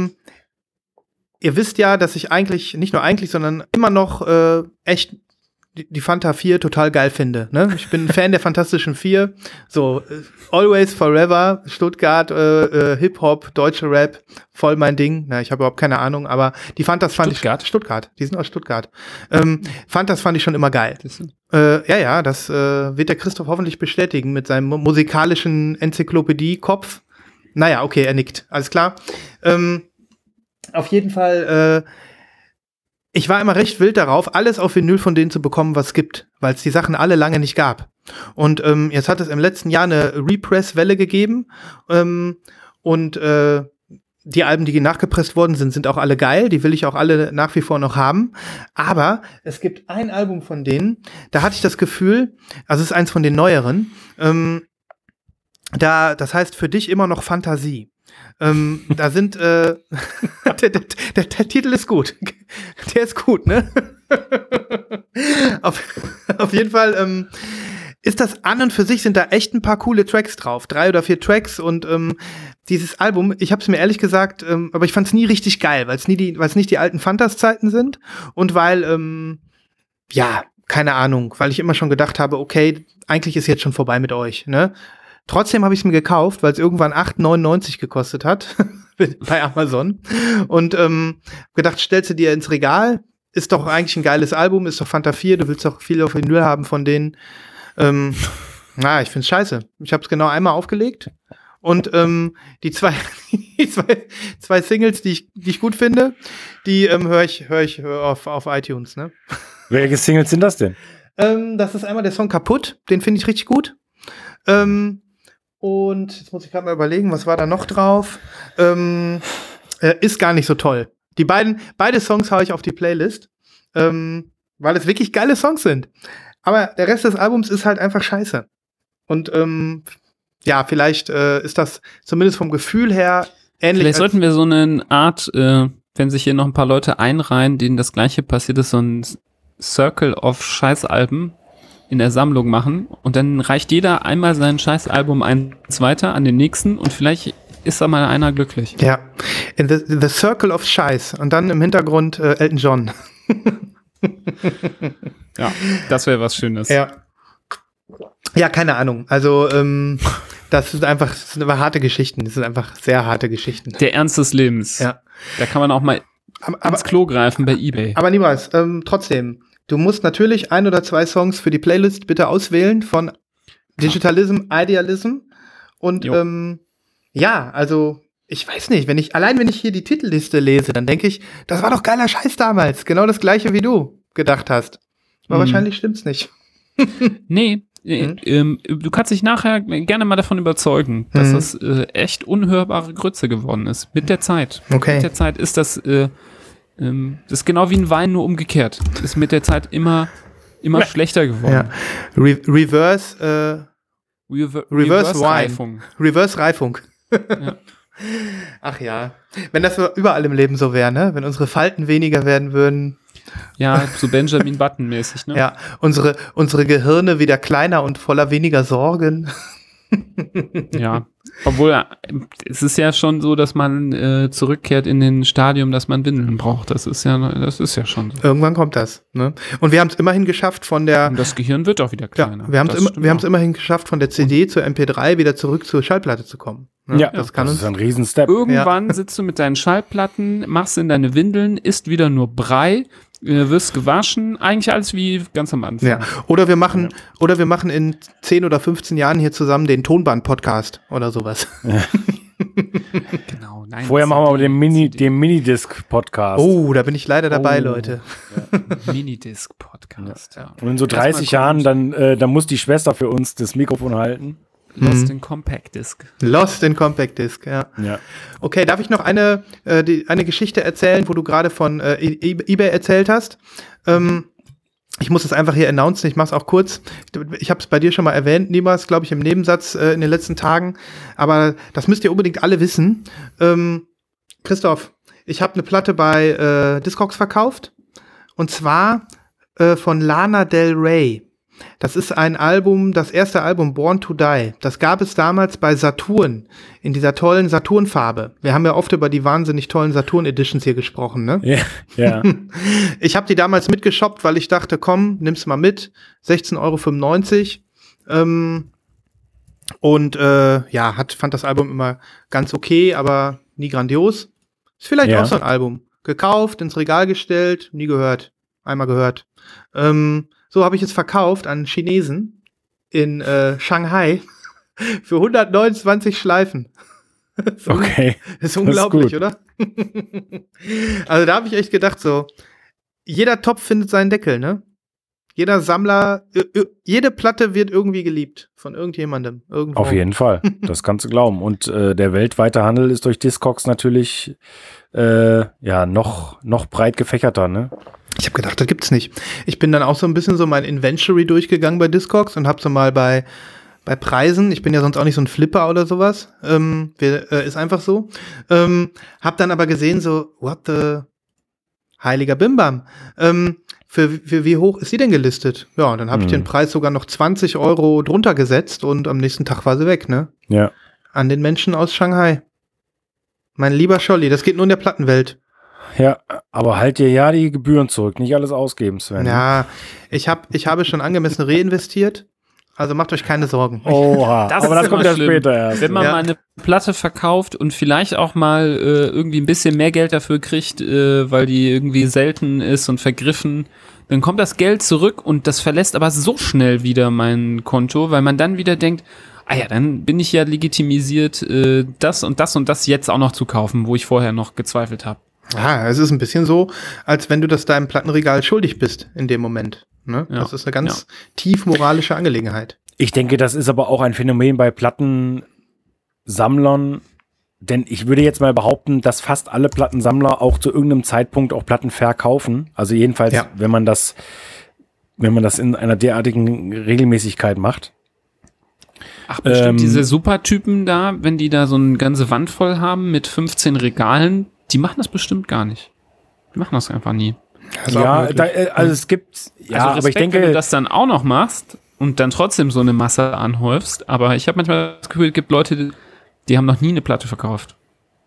ihr wisst ja, dass ich eigentlich, nicht nur eigentlich, sondern immer noch echt die Fanta 4 total geil finde. Ne? Ich bin ein Fan der Fantastischen Vier. So, Always, Forever, Stuttgart, Hip-Hop, deutsche Rap, voll mein Ding. Na, ich habe überhaupt keine Ahnung, aber die Fantas fand ich... Stuttgart, die sind aus Stuttgart. Fantas fand ich schon immer geil. Ja, das wird der Christoph hoffentlich bestätigen mit seinem musikalischen Enzyklopädie-Kopf. Naja, okay, er nickt. Alles klar. Auf jeden Fall... Ich war immer recht wild darauf, alles auf Vinyl von denen zu bekommen, was es gibt, weil es die Sachen alle lange nicht gab. Und jetzt hat es im letzten Jahr eine Repress-Welle gegeben und die Alben, die nachgepresst worden sind, sind auch alle geil. Die will ich auch alle nach wie vor noch haben. Aber es gibt ein Album von denen, da hatte ich das Gefühl, also es ist eins von den neueren, das heißt für dich immer noch Fantasie. Da sind der Titel ist gut. Der ist gut, ne? auf jeden Fall ist das an und für sich sind da echt ein paar coole Tracks drauf. 3 oder 4 Tracks und dieses Album, ich habe es mir ehrlich gesagt, aber ich fand es nie richtig geil, weil es nicht die alten Fantas-Zeiten sind und weil, ja, keine Ahnung, weil ich immer schon gedacht habe, okay, eigentlich ist jetzt schon vorbei mit euch, ne? Trotzdem habe ich es mir gekauft, weil es irgendwann 8,99 gekostet hat bei Amazon. Und gedacht, stellst du dir ins Regal, ist doch eigentlich ein geiles Album, ist doch Fanta 4, du willst doch viel auf Vinyl haben von denen. Ich find's scheiße. Ich habe es genau einmal aufgelegt. Und die zwei Singles, die ich gut finde, die höre ich auf iTunes. Ne? Welche Singles sind das denn? Das ist einmal der Song Kaputt, den finde ich richtig gut. Und jetzt muss ich gerade mal überlegen, was war da noch drauf? Ist gar nicht so toll. Beide Songs habe ich auf die Playlist, weil es wirklich geile Songs sind. Aber der Rest des Albums ist halt einfach scheiße. Und ja, vielleicht ist das zumindest vom Gefühl her ähnlich. Vielleicht sollten wir so eine Art, wenn sich hier noch ein paar Leute einreihen, denen das Gleiche passiert ist, so ein Circle of Scheißalben in der Sammlung machen und dann reicht jeder einmal sein Scheißalbum eins weiter an den nächsten und vielleicht ist da mal einer glücklich. Ja, in the Circle of Scheiß und dann im Hintergrund Elton John. Ja, das wäre was Schönes. Ja, keine Ahnung. Also das sind aber harte Geschichten. Das sind einfach sehr harte Geschichten. Der Ernst des Lebens. Ja. Da kann man auch mal ins Klo greifen bei eBay. Aber niemals, trotzdem. Du musst natürlich 1 oder 2 Songs für die Playlist bitte auswählen von Digitalism, Idealism. Und ja, also ich weiß nicht, wenn ich hier die Titelliste lese, dann denke ich, das war doch geiler Scheiß damals. Genau das gleiche, wie du gedacht hast. Aber wahrscheinlich stimmt's nicht. Nee, du kannst dich nachher gerne mal davon überzeugen, dass das echt unhörbare Grütze geworden ist. Mit der Zeit. Okay. Mit der Zeit ist das ist genau wie ein Wein, nur umgekehrt. Ist mit der Zeit immer schlechter geworden. Ja. Reverse Reifung. Reverse Reifung. Ja. Ach ja. Wenn das überall im Leben so wäre, ne? Wenn unsere Falten weniger werden würden. Ja, so Benjamin Button-mäßig, ne? Ja, unsere Gehirne wieder kleiner und voller weniger Sorgen. Ja, obwohl es ist ja schon so, dass man zurückkehrt in den Stadium, dass man Windeln braucht. Das ist ja schon so. Irgendwann kommt das. Ne? Und wir haben es immerhin geschafft von der... Und das Gehirn wird auch wieder kleiner. Ja, wir haben es immerhin geschafft, von der CD zur MP3 wieder zurück zur Schallplatte zu kommen. Ne? Ja, das ist ein Riesenstep. Irgendwann sitzt du mit deinen Schallplatten, machst in deine Windeln, isst wieder nur Brei, wirst gewaschen, eigentlich alles wie ganz am Anfang. Ja. Oder wir machen in 10 oder 15 Jahren hier zusammen den Tonband-Podcast oder sowas. Ja. Genau, nein, vorher machen wir aber den Minidisc-Podcast. Oh, da bin ich leider dabei, Leute. Ja. Minidisc-Podcast, ja. Und in so 30 Jahren, dann muss die Schwester für uns das Mikrofon halten. Lost in Compact Disc. Lost in Compact Disc, ja. Okay, darf ich noch eine Geschichte erzählen, wo du gerade von eBay erzählt hast? Ich muss das einfach hier announcen, ich mach's auch kurz. Ich habe es bei dir schon mal erwähnt, niemals, glaube ich, im Nebensatz in den letzten Tagen. Aber das müsst ihr unbedingt alle wissen. Christoph, ich habe eine Platte bei Discogs verkauft. Und zwar von Lana Del Rey. Das ist ein Album, das erste Album, Born to Die. Das gab es damals bei Saturn, in dieser tollen Saturn-Farbe. Wir haben ja oft über die wahnsinnig tollen Saturn-Editions hier gesprochen, ne? Ja. Ja. Ich habe die damals mitgeshoppt, weil ich dachte, komm, nimm's mal mit. 16,95 €. Fand das Album immer ganz okay, aber nie grandios. Ist vielleicht auch so ein Album. Gekauft, ins Regal gestellt, nie gehört. Einmal gehört. So habe ich es verkauft an Chinesen in Shanghai für 129 Schleifen. Okay. Ist unglaublich, oder? Also da habe ich echt gedacht so, jeder Topf findet seinen Deckel, ne? Jeder Sammler, jede Platte wird irgendwie geliebt von irgendjemandem. Irgendwo. Auf jeden Fall, das kannst du glauben. Und der weltweite Handel ist durch Discogs natürlich noch breit gefächerter, ne? Ich habe gedacht, das gibt's nicht. Ich bin dann auch so ein bisschen so mein Inventory durchgegangen bei Discogs und habe so mal bei Preisen, ich bin ja sonst auch nicht so ein Flipper oder sowas, ist einfach so, hab dann aber gesehen so, what the heiliger Bimbam, für wie hoch ist sie denn gelistet? Ja, und dann habe ich den Preis sogar noch 20 € drunter gesetzt und am nächsten Tag war sie weg, ne? Ja. An den Menschen aus Shanghai. Mein lieber Scholli, das geht nur in der Plattenwelt. Ja, aber halt dir ja die Gebühren zurück, nicht alles ausgeben, Sven. Ja, ich habe schon angemessen reinvestiert, also macht euch keine Sorgen. Oha, aber das kommt ja später erst. Wenn man mal eine Platte verkauft und vielleicht auch mal irgendwie ein bisschen mehr Geld dafür kriegt, weil die irgendwie selten ist und vergriffen, dann kommt das Geld zurück und das verlässt aber so schnell wieder mein Konto, weil man dann wieder denkt, dann bin ich ja legitimisiert, das und das und das jetzt auch noch zu kaufen, wo ich vorher noch gezweifelt habe. Ja, es ist ein bisschen so, als wenn du das deinem Plattenregal schuldig bist in dem Moment. Ne? Ja. Das ist eine ganz tief moralische Angelegenheit. Ich denke, das ist aber auch ein Phänomen bei Plattensammlern, denn ich würde jetzt mal behaupten, dass fast alle Plattensammler auch zu irgendeinem Zeitpunkt auch Platten verkaufen. Also jedenfalls, wenn man das in einer derartigen Regelmäßigkeit macht. Ach, bestimmt diese Supertypen da, wenn die da so eine ganze Wand voll haben mit 15 Regalen, die machen das bestimmt gar nicht. Die machen das einfach nie. Also es gibt, aber ich denke, wenn du das dann auch noch machst und dann trotzdem so eine Masse anhäufst, aber ich habe manchmal das Gefühl, es gibt Leute, die haben noch nie eine Platte verkauft.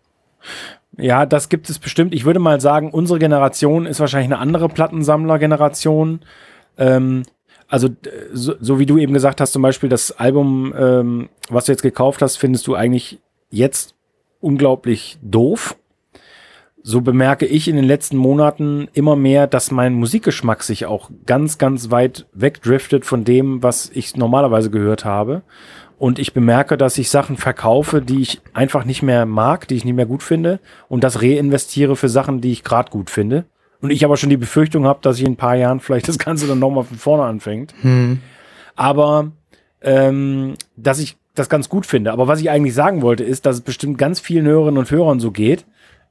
Ja, das gibt es bestimmt. Ich würde mal sagen, unsere Generation ist wahrscheinlich eine andere Plattensammler-Generation. Also so wie du eben gesagt hast, zum Beispiel das Album, was du jetzt gekauft hast, findest du eigentlich jetzt unglaublich doof. So bemerke ich in den letzten Monaten immer mehr, dass mein Musikgeschmack sich auch ganz, ganz weit wegdriftet von dem, was ich normalerweise gehört habe. Und ich bemerke, dass ich Sachen verkaufe, die ich einfach nicht mehr mag, die ich nicht mehr gut finde und das reinvestiere für Sachen, die ich gerade gut finde. Und ich aber schon die Befürchtung habe, dass ich in ein paar Jahren vielleicht das Ganze dann nochmal von vorne anfängt. Aber dass ich das ganz gut finde. Aber was ich eigentlich sagen wollte, ist, dass es bestimmt ganz vielen Hörerinnen und Hörern so geht,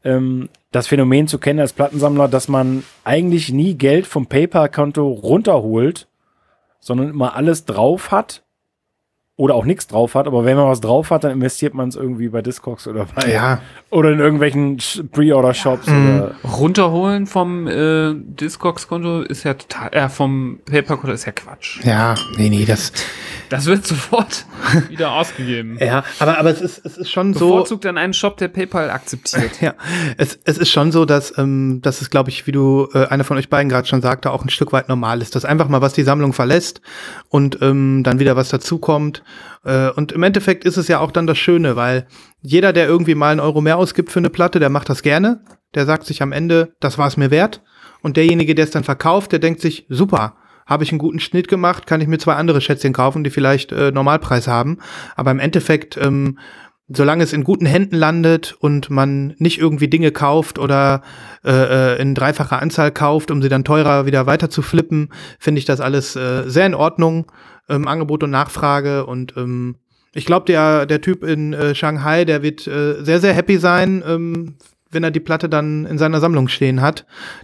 das Phänomen zu kennen als Plattensammler, dass man eigentlich nie Geld vom PayPal-Konto runterholt, sondern immer alles drauf hat oder auch nichts drauf hat. Aber wenn man was drauf hat, dann investiert man es irgendwie bei Discogs oder oder in irgendwelchen Pre-Order-Shops. Oder Runterholen vom Discogs-Konto ist ja total, vom PayPal-Konto ist ja Quatsch. Ja, nee, das wird sofort wieder ausgegeben. Ja, aber es ist schon so. Bevorzugt dann einen Shop, der PayPal akzeptiert. Ja, es ist schon so, dass es, glaube ich, wie du einer von euch beiden gerade schon sagte, auch ein Stück weit normal ist, dass einfach mal was die Sammlung verlässt und dann wieder was dazukommt. Und im Endeffekt ist es ja auch dann das Schöne, weil jeder, der irgendwie mal einen Euro mehr ausgibt für eine Platte, der macht das gerne. Der sagt sich am Ende, das war es mir wert. Und derjenige, der es dann verkauft, der denkt sich, super, habe ich einen guten Schnitt gemacht, kann ich mir 2 andere Schätzchen kaufen, die vielleicht Normalpreis haben. Aber im Endeffekt, solange es in guten Händen landet und man nicht irgendwie Dinge kauft oder in dreifacher Anzahl kauft, um sie dann teurer wieder weiter zu flippen, finde ich das alles sehr in Ordnung. Angebot und Nachfrage. Und ich glaube, der Typ in Shanghai, der wird sehr, sehr happy sein, wenn er die Platte dann in seiner Sammlung stehen hat.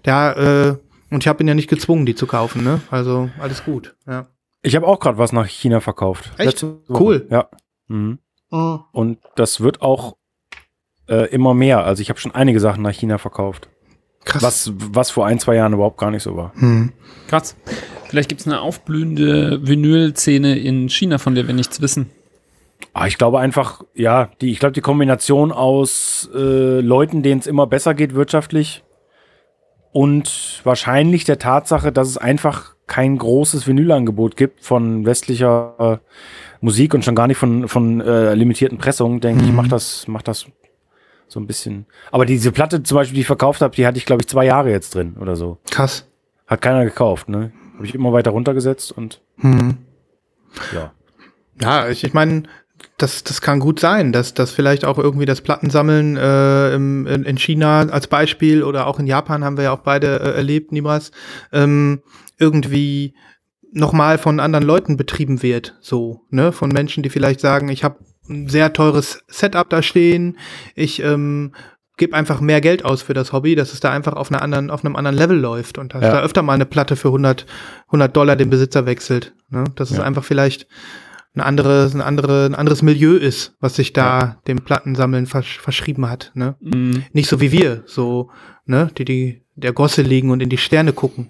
Und ich habe ihn ja nicht gezwungen, die zu kaufen, ne? Also alles gut, ja. Ich habe auch gerade was nach China verkauft. Echt? Cool. Ja. Mhm. Und das wird auch immer mehr. Also ich habe schon einige Sachen nach China verkauft. Krass. Was vor 1-2 Jahren überhaupt gar nicht so war. Krass. Vielleicht gibt es eine aufblühende Vinyl-Szene in China, von der wir nichts wissen. Ich glaube einfach, ja, die Kombination aus Leuten, denen es immer besser geht wirtschaftlich und wahrscheinlich der Tatsache, dass es einfach kein großes Vinylangebot gibt von westlicher Musik und schon gar nicht von limitierten Pressungen, denke ich, macht das so ein bisschen. Aber diese Platte zum Beispiel, die ich verkauft habe, die hatte ich, glaube ich, 2 Jahre jetzt drin oder so. Krass. Hat keiner gekauft, ne? Habe ich immer weiter runtergesetzt und ja. Ja, ich meine, das kann gut sein, dass vielleicht auch irgendwie das Plattensammeln in China als Beispiel oder auch in Japan haben wir ja auch beide erlebt, Nibras, irgendwie nochmal von anderen Leuten betrieben wird, so, ne, von Menschen, die vielleicht sagen, ich habe ein sehr teures Setup da stehen, ich gebe einfach mehr Geld aus für das Hobby, dass es da einfach auf einem anderen Level läuft und dass da öfter mal eine Platte für $100 den Besitzer wechselt, ne, dass es einfach vielleicht ein anderes Milieu ist, was sich da dem Plattensammeln verschrieben hat, ne? Nicht so wie wir, so, ne, die der Gosse liegen und in die Sterne gucken.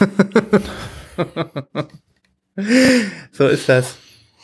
So ist das.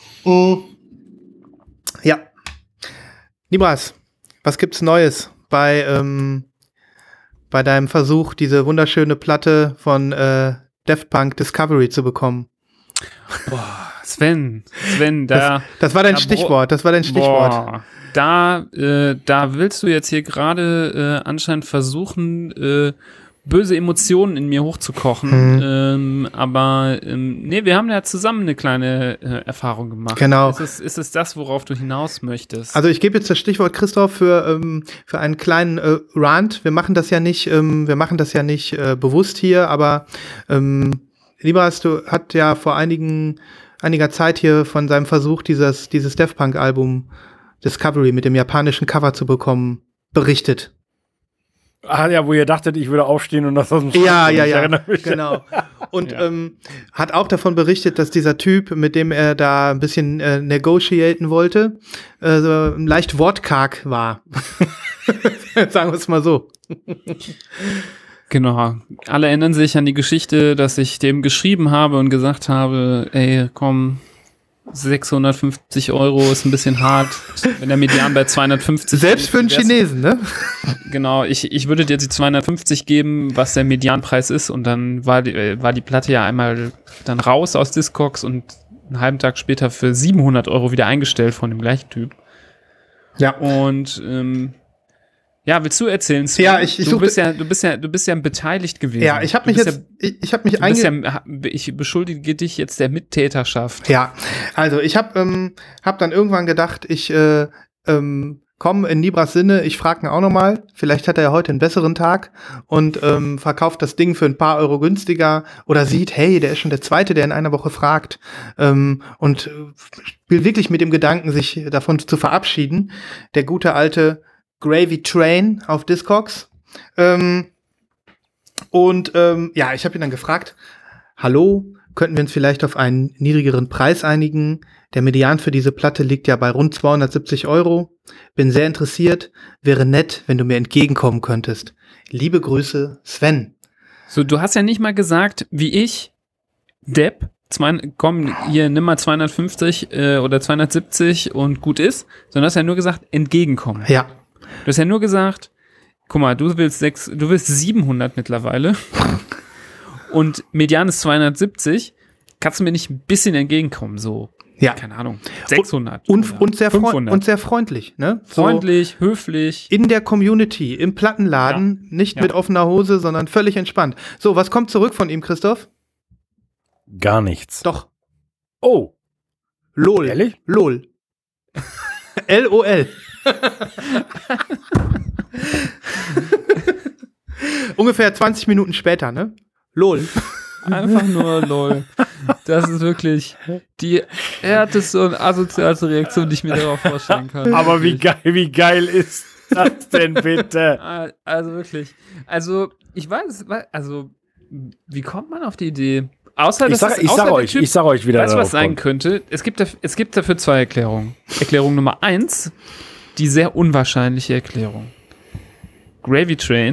Ja. Nibras, was gibt's Neues bei deinem Versuch, diese wunderschöne Platte von Daft Punk Discovery zu bekommen? Boah, Sven, das war dein Stichwort, Boah, da willst du jetzt hier gerade anscheinend versuchen, böse Emotionen in mir hochzukochen, aber nee, wir haben ja zusammen eine kleine Erfahrung gemacht. Genau. Ist es das, worauf du hinaus möchtest? Also ich gebe jetzt das Stichwort, Christoph, für einen kleinen Rant. Wir machen das ja nicht bewusst hier, aber Nibras, hat ja vor einiger Zeit hier von seinem Versuch, dieses Daft Punk Album Discovery mit dem japanischen Cover zu bekommen, berichtet. Ah ja, wo ihr dachtet, ich würde aufstehen und das aus dem Schrank. Ja, genau. Und hat auch davon berichtet, dass dieser Typ, mit dem er da ein bisschen negotiaten wollte, so leicht wortkarg war. Sagen wir es mal so. Genau. Alle erinnern sich an die Geschichte, dass ich dem geschrieben habe und gesagt habe, ey, komm, 650 € ist ein bisschen hart, wenn der Median bei 250 selbst für einen Chinesen, ne? Genau, ich würde dir die 250 geben, was der Medianpreis ist, und dann war die Platte ja einmal dann raus aus Discogs und einen halben Tag später für 700 € wieder eingestellt von dem gleichen Typ. Ja. Und ja, willst du erzählen? Ja, du bist ja beteiligt gewesen. Ja, ich beschuldige dich jetzt der Mittäterschaft. Ja, also ich hab dann irgendwann gedacht, ich komm in Nibras Sinne, ich frage ihn auch nochmal, vielleicht hat er ja heute einen besseren Tag und verkauft das Ding für ein paar Euro günstiger oder sieht, hey, der ist schon der Zweite, der in einer Woche fragt, und will wirklich mit dem Gedanken, sich davon zu verabschieden. Der gute alte Gravy Train auf Discogs. Ja, ich habe ihn dann gefragt, hallo, könnten wir uns vielleicht auf einen niedrigeren Preis einigen? Der Median für diese Platte liegt ja bei rund 270 €. Bin sehr interessiert. Wäre nett, wenn du mir entgegenkommen könntest. Liebe Grüße, Sven. So, du hast ja nicht mal gesagt, wie ich, Depp, komm, hier, nimm mal 250 oder 270 und gut ist, sondern hast ja nur gesagt, entgegenkommen. Ja. Du hast ja nur gesagt, guck mal, du willst 700 mittlerweile und Median ist 270, kannst du mir nicht ein bisschen entgegenkommen, so, ja, keine Ahnung, 600 und sehr freundlich, ne? Freundlich, so, höflich. In der Community, im Plattenladen, nicht mit offener Hose, sondern völlig entspannt. So, was kommt zurück von ihm, Christoph? Gar nichts. Doch. Oh. LOL. Ehrlich? LOL. LOL. Ungefähr 20 Minuten später, ne? LOL. Einfach nur LOL. Das ist wirklich die härteste und asozialste Reaktion, die ich mir darauf vorstellen kann. Aber wie geil ist das denn bitte? Also wirklich. Also, ich weiß, wie kommt man auf die Idee? Außer, ich sag euch wieder. Weißt du, was sein könnte? Es gibt dafür 2 Erklärungen. Erklärung Nummer 1, die sehr unwahrscheinliche Erklärung. Gravy Train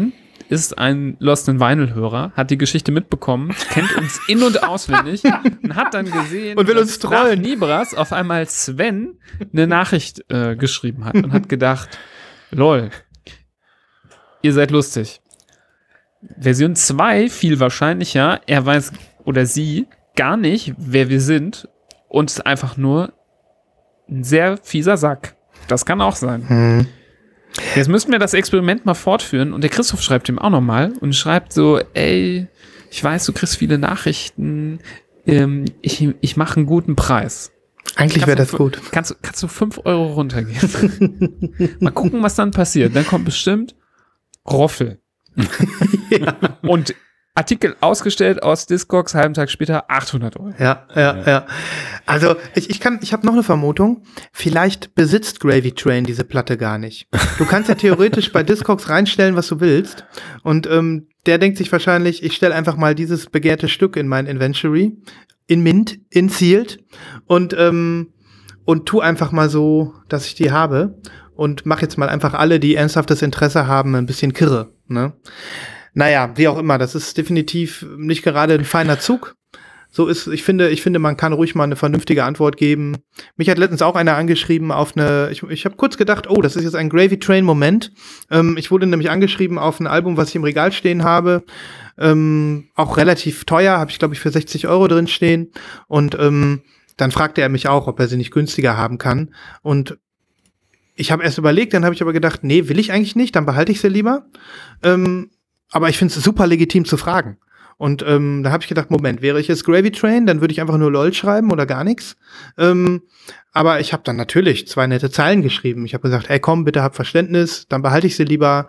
ist ein Lost in Vinyl-Hörer, hat die Geschichte mitbekommen, kennt uns in- und auswendig und hat dann gesehen, Und will uns dass trollen. nach Nibras auf einmal Sven eine Nachricht geschrieben hat und hat gedacht, lol, ihr seid lustig. Version 2 viel wahrscheinlicher, er weiß oder sie gar nicht, wer wir sind und ist einfach nur ein sehr fieser Sack. Das kann auch sein. Jetzt müssten wir das Experiment mal fortführen und der Christoph schreibt ihm auch nochmal und schreibt so, ey, ich weiß, du kriegst viele Nachrichten, ich mache einen guten Preis. Eigentlich wäre das gut. Kannst du 5 Euro runtergehen? Mal gucken, was dann passiert. Dann kommt bestimmt Roffel. Und Artikel ausgestellt aus Discogs, halben Tag später 800 Euro. Ja. Also ich habe noch eine Vermutung. Vielleicht besitzt Gravy Train diese Platte gar nicht. Du kannst ja theoretisch bei Discogs reinstellen, was du willst. Und der denkt sich wahrscheinlich, ich stelle einfach mal dieses begehrte Stück in mein Inventory, in Mint, in Sealed und tu einfach mal so, dass ich die habe. Und mach jetzt mal einfach alle, die ernsthaftes Interesse haben, ein bisschen kirre. Ne? Naja, wie auch immer, das ist definitiv nicht gerade ein feiner Zug. So ist, ich finde, man kann ruhig mal eine vernünftige Antwort geben. Mich hat letztens auch einer angeschrieben auf ich habe kurz gedacht, oh, das ist jetzt ein Gravy Train Moment. Ich wurde nämlich angeschrieben auf ein Album, was ich im Regal stehen habe. Auch relativ teuer, habe ich glaube ich für 60 Euro drin stehen. Und dann fragte er mich auch, ob er sie nicht günstiger haben kann. Und ich habe erst überlegt, dann habe ich aber gedacht, nee, will ich eigentlich nicht, dann behalte ich sie lieber. Aber ich finde es super legitim zu fragen. Und da habe ich gedacht, Moment, wäre ich jetzt Gravy Train, dann würde ich einfach nur LOL schreiben oder gar nichts. Aber ich habe dann natürlich 2 nette Zeilen geschrieben. Ich habe gesagt, ey, komm, bitte hab Verständnis, dann behalte ich sie lieber.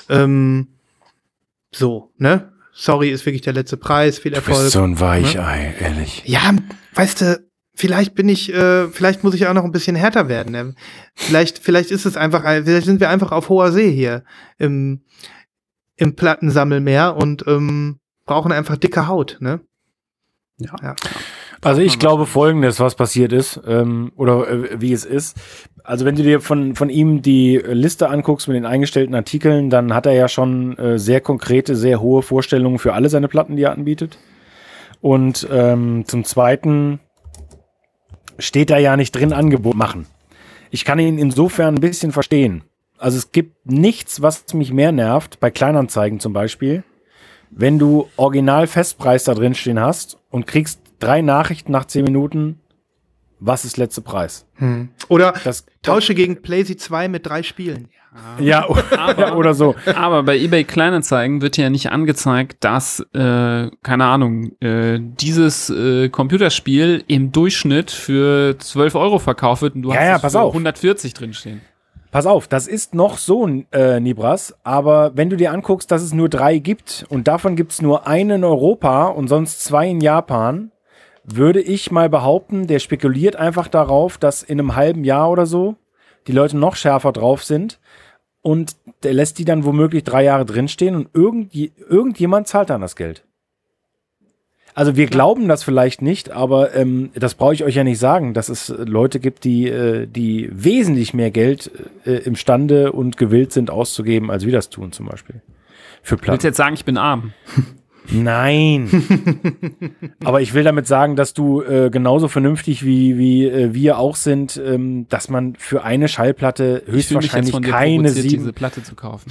So, ne? Sorry, ist wirklich der letzte Preis, viel Erfolg. Du bist so ein Weichei, ehrlich. Ja, weißt du, vielleicht muss ich auch noch ein bisschen härter werden. Ne? Vielleicht vielleicht sind wir einfach auf hoher See hier im Plattensammelmeer und brauchen einfach dicke Haut, ne? Ja. Also ich glaube Folgendes, was passiert ist, wie es ist. Also wenn du dir von ihm die Liste anguckst mit den eingestellten Artikeln, dann hat er ja schon sehr konkrete, sehr hohe Vorstellungen für alle seine Platten, die er anbietet. Und zum Zweiten steht da ja nicht drin, Angebot machen. Ich kann ihn insofern ein bisschen verstehen. Also es gibt nichts, was mich mehr nervt, bei Kleinanzeigen zum Beispiel, wenn du Original-Festpreis da drin stehen hast und kriegst 3 Nachrichten nach 10 Minuten, was ist letzter Preis? Oder tausche gegen PlayStation 2 mit 3 Spielen. Ja, oder so. Aber bei eBay Kleinanzeigen wird ja nicht angezeigt, dass, keine Ahnung, dieses Computerspiel im Durchschnitt für 12 Euro verkauft wird und du hast es für 140 drinstehen. Pass auf, das ist noch so, Nibras, aber wenn du dir anguckst, dass es nur 3 gibt und davon gibt es nur einen in Europa und sonst 2 in Japan, würde ich mal behaupten, der spekuliert einfach darauf, dass in einem halben Jahr oder so die Leute noch schärfer drauf sind und der lässt die dann womöglich 3 Jahre drinstehen und irgendjemand zahlt dann das Geld. Also wir glauben das vielleicht nicht, aber das brauche ich euch ja nicht sagen, dass es Leute gibt, die wesentlich mehr Geld imstande und gewillt sind auszugeben, als wir das tun zum Beispiel. Für Platten. Willst du jetzt sagen, ich bin arm? Nein. Aber ich will damit sagen, dass du genauso vernünftig wie wir auch sind, dass man für eine Schallplatte höchstwahrscheinlich keine 7... diese Platte zu kaufen.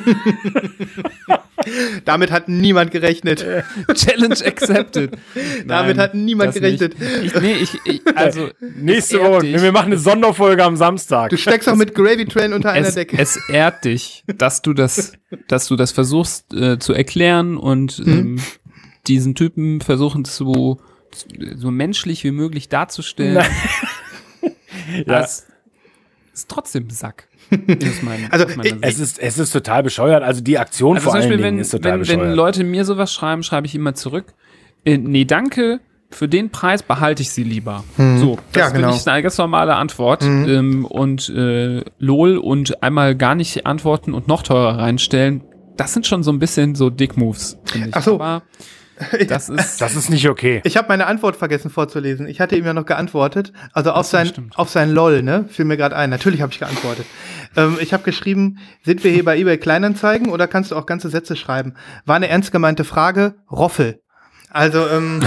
Damit hat niemand gerechnet. Challenge accepted. Damit hat niemand gerechnet. Also nächste Woche. Wir machen eine Sonderfolge am Samstag. Du steckst auch mit Gravy Train unter einer Decke. Es ehrt dich, dass du das versuchst zu erklären und diesen Typen versuchen so menschlich wie möglich darzustellen. Ja. Es ist trotzdem Sack. Es ist total bescheuert. Also die Aktion vor allen Dingen ist total bescheuert. Wenn Leute mir sowas schreiben, schreibe ich immer zurück. Nee, danke, für den Preis behalte ich sie lieber. So, das finde ich eine ganz normale Antwort. Und LOL und einmal gar nicht antworten und noch teurer reinstellen, das sind schon so ein bisschen so Dick-Moves, finde ich. Ach so. Aber das ist nicht okay. Ich habe meine Antwort vergessen vorzulesen. Ich hatte ihm ja noch geantwortet. Also auf sein LOL, ne? Fiel mir gerade ein. Natürlich habe ich geantwortet. Ich habe geschrieben, sind wir hier bei eBay Kleinanzeigen oder kannst du auch ganze Sätze schreiben? War eine ernst gemeinte Frage. Roffel. Also,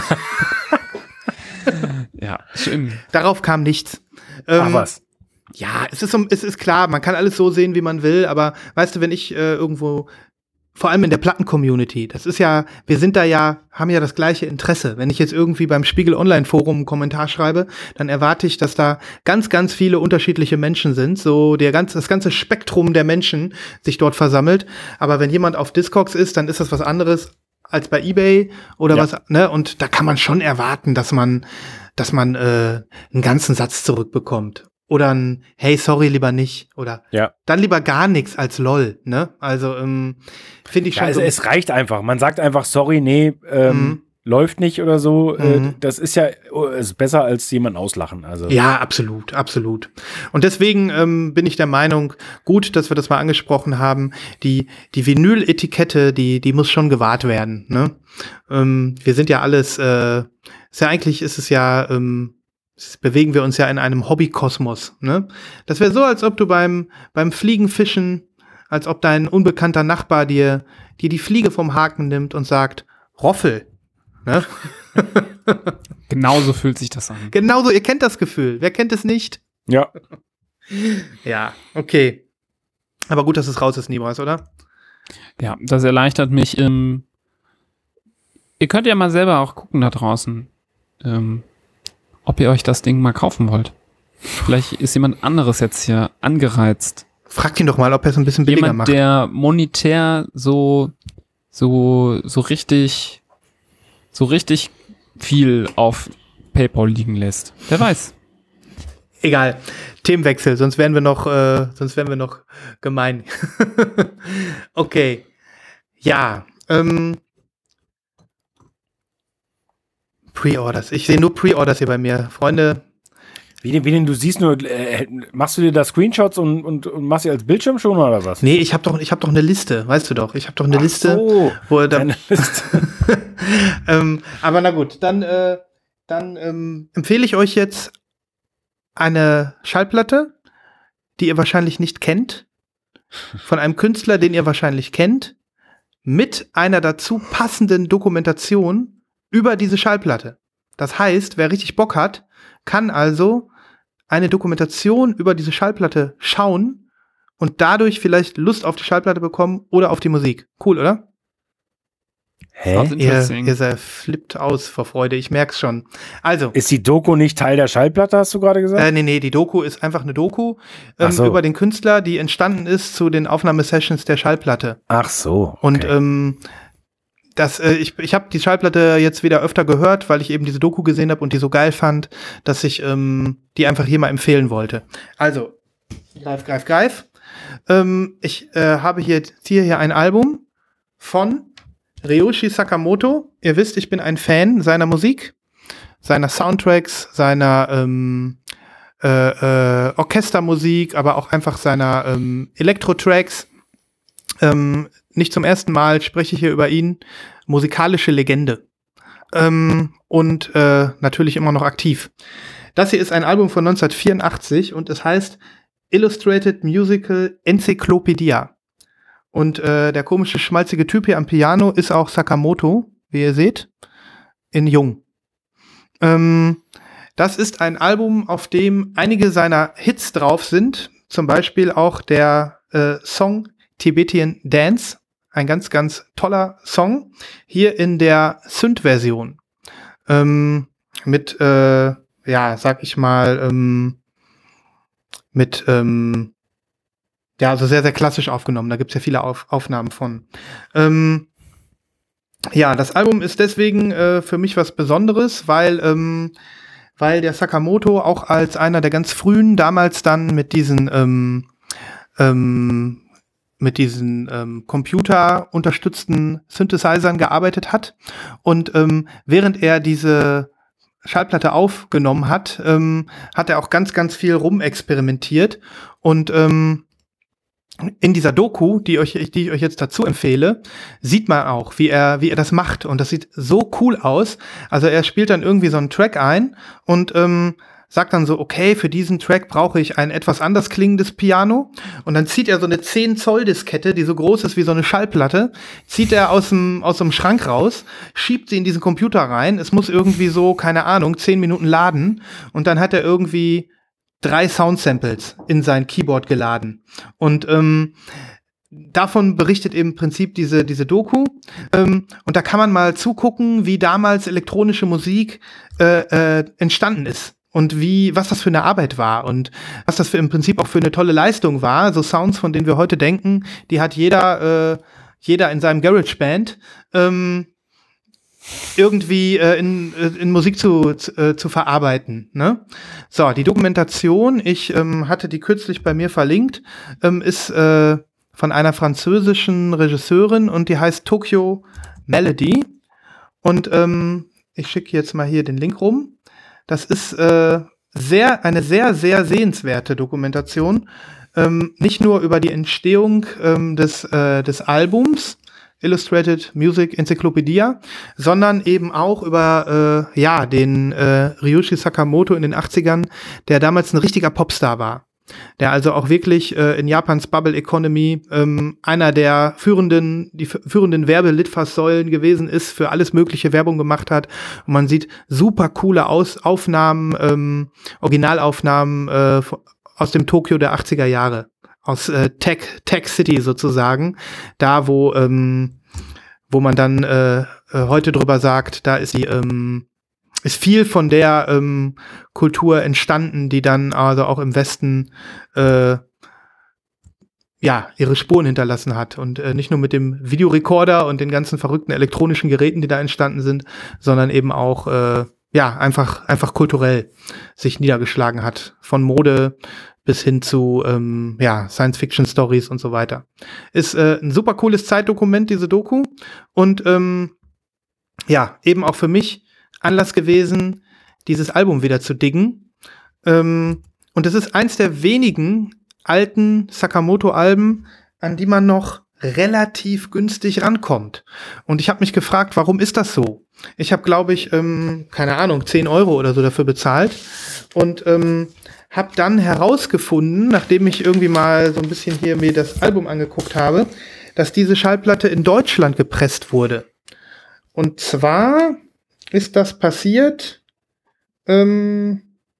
Ja, schön. darauf kam nichts. Ach was. Ja, es ist klar, man kann alles so sehen, wie man will, aber weißt du, wenn ich irgendwo, vor allem in der Platten-Community, das ist ja, wir sind da ja, haben ja das gleiche Interesse. Wenn ich jetzt irgendwie beim Spiegel Online-Forum einen Kommentar schreibe, dann erwarte ich, dass da ganz, ganz viele unterschiedliche Menschen sind, so das ganze Spektrum der Menschen sich dort versammelt. Aber wenn jemand auf Discogs ist, dann ist das was anderes als bei eBay oder Ja. was, ne? Und da kann man schon erwarten, dass man einen ganzen Satz zurückbekommt. Oder ein Hey, sorry, lieber nicht. Oder Ja. dann lieber gar nichts als LOL, ne? Also, finde ich schon Also so. es reicht einfach. Man sagt einfach, sorry, nee, läuft nicht oder so. Das ist ja ist besser als jemanden auslachen. Also. Ja, absolut, absolut. Und deswegen bin ich der Meinung, gut, dass wir das mal angesprochen haben, die Vinyl-Etikette, die muss schon gewahrt werden, ne? Wir sind ja alles, bewegen wir uns ja in einem Hobbykosmos, ne? Das wäre so, als ob du beim Fliegenfischen, als ob dein unbekannter Nachbar dir die Fliege vom Haken nimmt und sagt, Roffel, ne? Genauso fühlt sich das an. Genauso, ihr kennt das Gefühl. Wer kennt es nicht? Ja. Ja, okay. Aber gut, dass es raus ist, Nibras, oder? Ja, das erleichtert mich. Ihr könnt ja mal selber auch gucken da draußen, ob ihr euch das Ding mal kaufen wollt. Vielleicht ist jemand anderes jetzt hier angereizt. Fragt ihn doch mal, ob er es ein bisschen billiger Jemand, macht. der monetär so richtig viel auf PayPal liegen lässt. Wer weiß. Egal. Themenwechsel, sonst wären wir noch gemein. Okay. Ja, Pre-Orders. Ich sehe nur Pre-Orders hier bei mir. Freunde, Wie denn, du siehst nur, machst du dir da Screenshots und machst sie als Bildschirmschoner oder was? nee, ich hab doch eine Liste, weißt du doch. Ich habe doch eine Liste, So, wo da, deine Liste. aber na gut, dann empfehle ich euch jetzt eine Schallplatte, die ihr wahrscheinlich nicht kennt, von einem Künstler, den ihr wahrscheinlich kennt, mit einer dazu passenden Dokumentation über diese Schallplatte. Das heißt, wer richtig Bock hat, kann also eine Dokumentation über diese Schallplatte schauen und dadurch vielleicht Lust auf die Schallplatte bekommen oder auf die Musik. Cool, oder? Sounds interesting. Ihr seid flippt aus vor Freude, ich merk's schon. Also, Ist die Doku nicht Teil der Schallplatte, hast du gerade gesagt? nee, die Doku ist einfach eine Doku Ach so. über den Künstler, die entstanden ist zu den Aufnahmesessions der Schallplatte. Ach so. Und Okay. ich habe die Schallplatte jetzt wieder öfter gehört, weil ich eben diese Doku gesehen habe und die so geil fand, dass ich die einfach hier mal empfehlen wollte. Also, greif. Ich habe hier ein Album von Ryoshi Sakamoto. Ihr wisst, ich bin ein Fan seiner Musik, seiner Soundtracks, seiner Orchestermusik, aber auch einfach seiner Elektro-Tracks. Nicht zum ersten Mal spreche ich hier über ihn. Musikalische Legende. Und natürlich immer noch aktiv. Das hier ist ein Album von 1984 und es heißt Illustrated Musical Encyclopedia. Und der komische, schmalzige Typ hier am Piano ist auch Sakamoto, wie ihr seht, in Jung. Das ist ein Album, auf dem einige seiner Hits drauf sind. Zum Beispiel auch der Song Tibetan Dance. Ein ganz, ganz toller Song. Hier in der Synth-Version. Also sehr, sehr klassisch aufgenommen. Da gibt's ja viele Aufnahmen von. Das Album ist deswegen für mich was Besonderes, weil der Sakamoto auch als einer der ganz frühen damals dann mit diesen computerunterstützten Synthesizern gearbeitet hat. Und während er diese Schallplatte aufgenommen hat, hat er auch ganz, ganz viel rumexperimentiert. Und in dieser Doku, die ich euch jetzt dazu empfehle, sieht man auch, wie er das macht. Und das sieht so cool aus. Also er spielt dann irgendwie so einen Track ein und sagt dann so, okay, für diesen Track brauche ich ein etwas anders klingendes Piano. Und dann zieht er so eine 10-Zoll-Diskette, die so groß ist wie so eine Schallplatte, zieht er aus dem Schrank raus, schiebt sie in diesen Computer rein. Es muss irgendwie so, keine Ahnung, 10 Minuten laden. Und dann hat er irgendwie 3 Sound-Samples in sein Keyboard geladen. Und davon berichtet im Prinzip diese Doku. Und da kann man mal zugucken, wie damals elektronische Musik entstanden ist. Und was das für eine Arbeit war und was das im Prinzip auch für eine tolle Leistung war. So Sounds, von denen wir heute denken, die hat jeder in seinem GarageBand irgendwie in Musik zu verarbeiten. Ne? So, die Dokumentation, ich hatte die kürzlich bei mir verlinkt, ist von einer französischen Regisseurin und die heißt Tokyo Melody. Und ich schicke jetzt mal hier den Link rum. Das ist eine sehr, sehr sehenswerte Dokumentation. Nicht nur über die Entstehung des Albums Illustrated Music Encyclopedia, sondern eben auch über den Ryuichi Sakamoto in den 80ern, der damals ein richtiger Popstar war. Der also auch wirklich in Japans Bubble Economy einer der führenden Werbelitfaßsäulen gewesen ist, für alles mögliche Werbung gemacht hat. Und man sieht super coole Aufnahmen, Originalaufnahmen aus dem Tokio der 80er Jahre. Aus Tech City sozusagen. Da, wo man dann heute drüber sagt, da ist ist viel von der Kultur entstanden, die dann also auch im Westen ihre Spuren hinterlassen hat. Und nicht nur mit dem Videorekorder und den ganzen verrückten elektronischen Geräten, die da entstanden sind, sondern eben auch einfach kulturell sich niedergeschlagen hat. Von Mode bis hin zu Science-Fiction-Stories und so weiter. Ist ein super cooles Zeitdokument, diese Doku. Und eben auch für mich Anlass gewesen, dieses Album wieder zu diggen. Und es ist eins der wenigen alten Sakamoto-Alben, an die man noch relativ günstig rankommt. Und ich habe mich gefragt, warum ist das so? Ich habe, glaube ich, 10 Euro oder so dafür bezahlt. Und habe dann herausgefunden, nachdem ich irgendwie mal so ein bisschen hier mir das Album angeguckt habe, dass diese Schallplatte in Deutschland gepresst wurde. Und zwar ist das passiert also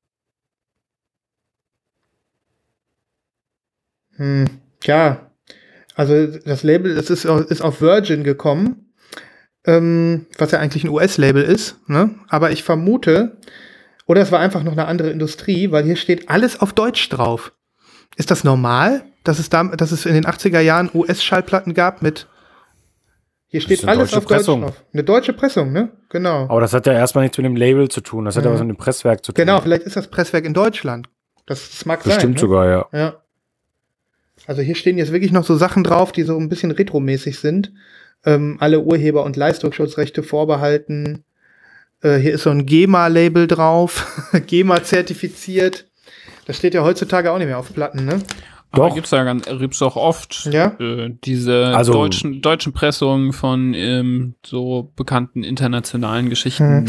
das Label, das ist auf Virgin gekommen, was ja eigentlich ein US-Label ist, ne? Aber ich vermute, oder es war einfach noch eine andere Industrie, weil hier steht alles auf Deutsch drauf. Ist das normal, dass es in den 80er Jahren US-Schallplatten gab mit hier steht alles auf Deutsch drauf. Eine deutsche Pressung, ne? Genau. Aber das hat ja erstmal nichts mit dem Label zu tun. Das hat ja was mit dem Presswerk zu tun. Genau, vielleicht ist das Presswerk in Deutschland. Das mag sein. Bestimmt sogar, ja. Also hier stehen jetzt wirklich noch so Sachen drauf, die so ein bisschen retromäßig sind. Alle Urheber- und Leistungsschutzrechte vorbehalten. Hier ist so ein GEMA-Label drauf. GEMA zertifiziert. Das steht ja heutzutage auch nicht mehr auf Platten, ne? Aber gibt's auch oft diese deutschen Pressungen von so bekannten internationalen Geschichten,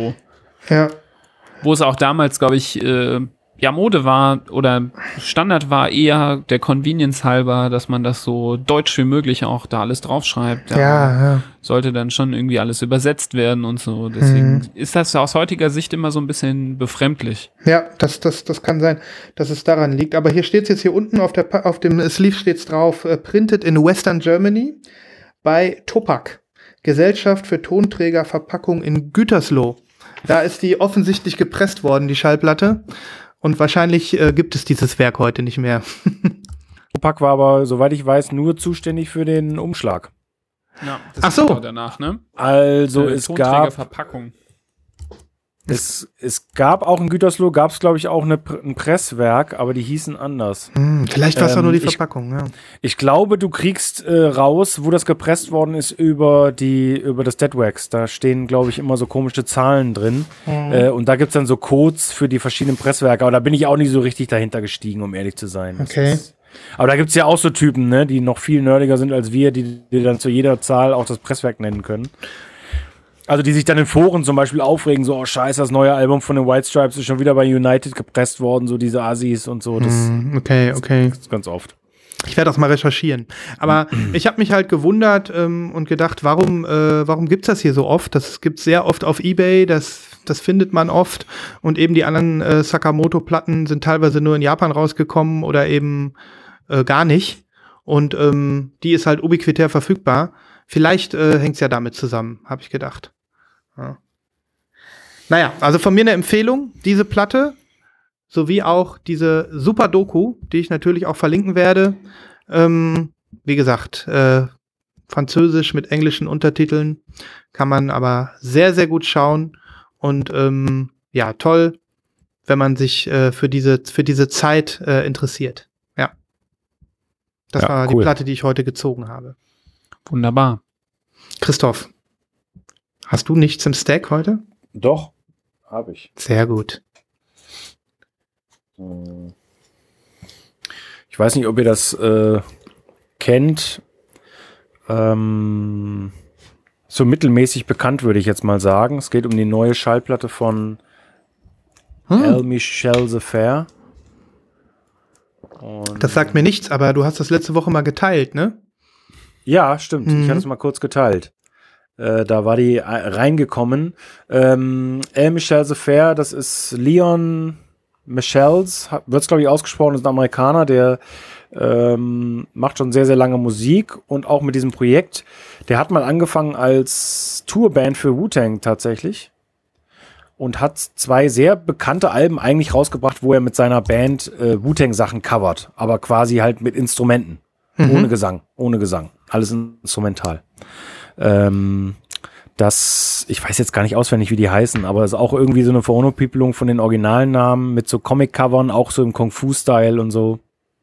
wo es auch damals, glaube ich, Mode war oder Standard war eher der Convenience halber, dass man das so deutsch wie möglich auch da alles draufschreibt. Sollte dann schon irgendwie alles übersetzt werden und so. Deswegen ist das aus heutiger Sicht immer so ein bisschen befremdlich. Ja, das kann sein, dass es daran liegt. Aber hier steht es jetzt hier unten auf dem Sleeve steht's drauf, printed in Western Germany bei Topak, Gesellschaft für Tonträgerverpackung in Gütersloh. Da ist die offensichtlich gepresst worden, die Schallplatte. Und wahrscheinlich gibt es dieses Werk heute nicht mehr. Topak war aber, soweit ich weiß, nur zuständig für den Umschlag. Ja, das ist danach, ne? Also es gab Verpackung. Es gab auch in Gütersloh, gab es glaube ich auch ein Presswerk, aber die hießen anders. Vielleicht war es auch nur die Verpackung, ja. Ich glaube, du kriegst raus, wo das gepresst worden ist über das Deadwax. Da stehen, glaube ich, immer so komische Zahlen drin. Und da gibt es dann so Codes für die verschiedenen Presswerke. Aber da bin ich auch nicht so richtig dahinter gestiegen, um ehrlich zu sein. Okay. Aber da gibt es ja auch so Typen, ne, die noch viel nerdiger sind als wir, die dann zu jeder Zahl auch das Presswerk nennen können. Also die sich dann in Foren zum Beispiel aufregen, so, oh scheiße, das neue Album von den White Stripes ist schon wieder bei United gepresst worden, so diese Assis und so. Das Okay. Das ist ganz oft. Ich werde das mal recherchieren. Aber ich habe mich halt gewundert und gedacht, warum gibt's das hier so oft? Das gibt's sehr oft auf eBay, das findet man oft. Und eben die anderen Sakamoto-Platten sind teilweise nur in Japan rausgekommen oder eben gar nicht. Und die ist halt ubiquitär verfügbar. Vielleicht hängt's ja damit zusammen, habe ich gedacht. Ja. Naja, also von mir eine Empfehlung, diese Platte, sowie auch diese super Doku, die ich natürlich auch verlinken werde. Wie gesagt, Französisch mit englischen Untertiteln kann man aber sehr, sehr gut schauen. Und ja, toll, wenn man sich für diese Zeit interessiert. Ja. Das war cool. die Platte, die ich heute gezogen habe. Wunderbar. Christoph, hast du nichts im Stack heute? Doch, habe ich. Sehr gut. Ich weiß nicht, ob ihr das kennt. So mittelmäßig bekannt, würde ich jetzt mal sagen. Es geht um die neue Schallplatte von El Michel Zafer. Das sagt mir nichts, aber du hast das letzte Woche mal geteilt, ne? Ja, stimmt. Ich hatte es mal kurz geteilt. Da war die reingekommen. El Michel Zafer, das ist Leon Michels, wird es glaube ich ausgesprochen, ist ein Amerikaner, der macht schon sehr, sehr lange Musik und auch mit diesem Projekt. Der hat mal angefangen als Tourband für Wu-Tang tatsächlich und hat 2 sehr bekannte Alben eigentlich rausgebracht, wo er mit seiner Band Wu-Tang-Sachen covert, aber quasi halt mit Instrumenten. Ohne Gesang. Alles instrumental. Ich weiß jetzt gar nicht auswendig, wie die heißen, aber es ist auch irgendwie so eine Verunopipelung von den originalen Namen mit so Comic-Covern, auch so im Kung-Fu-Style und so.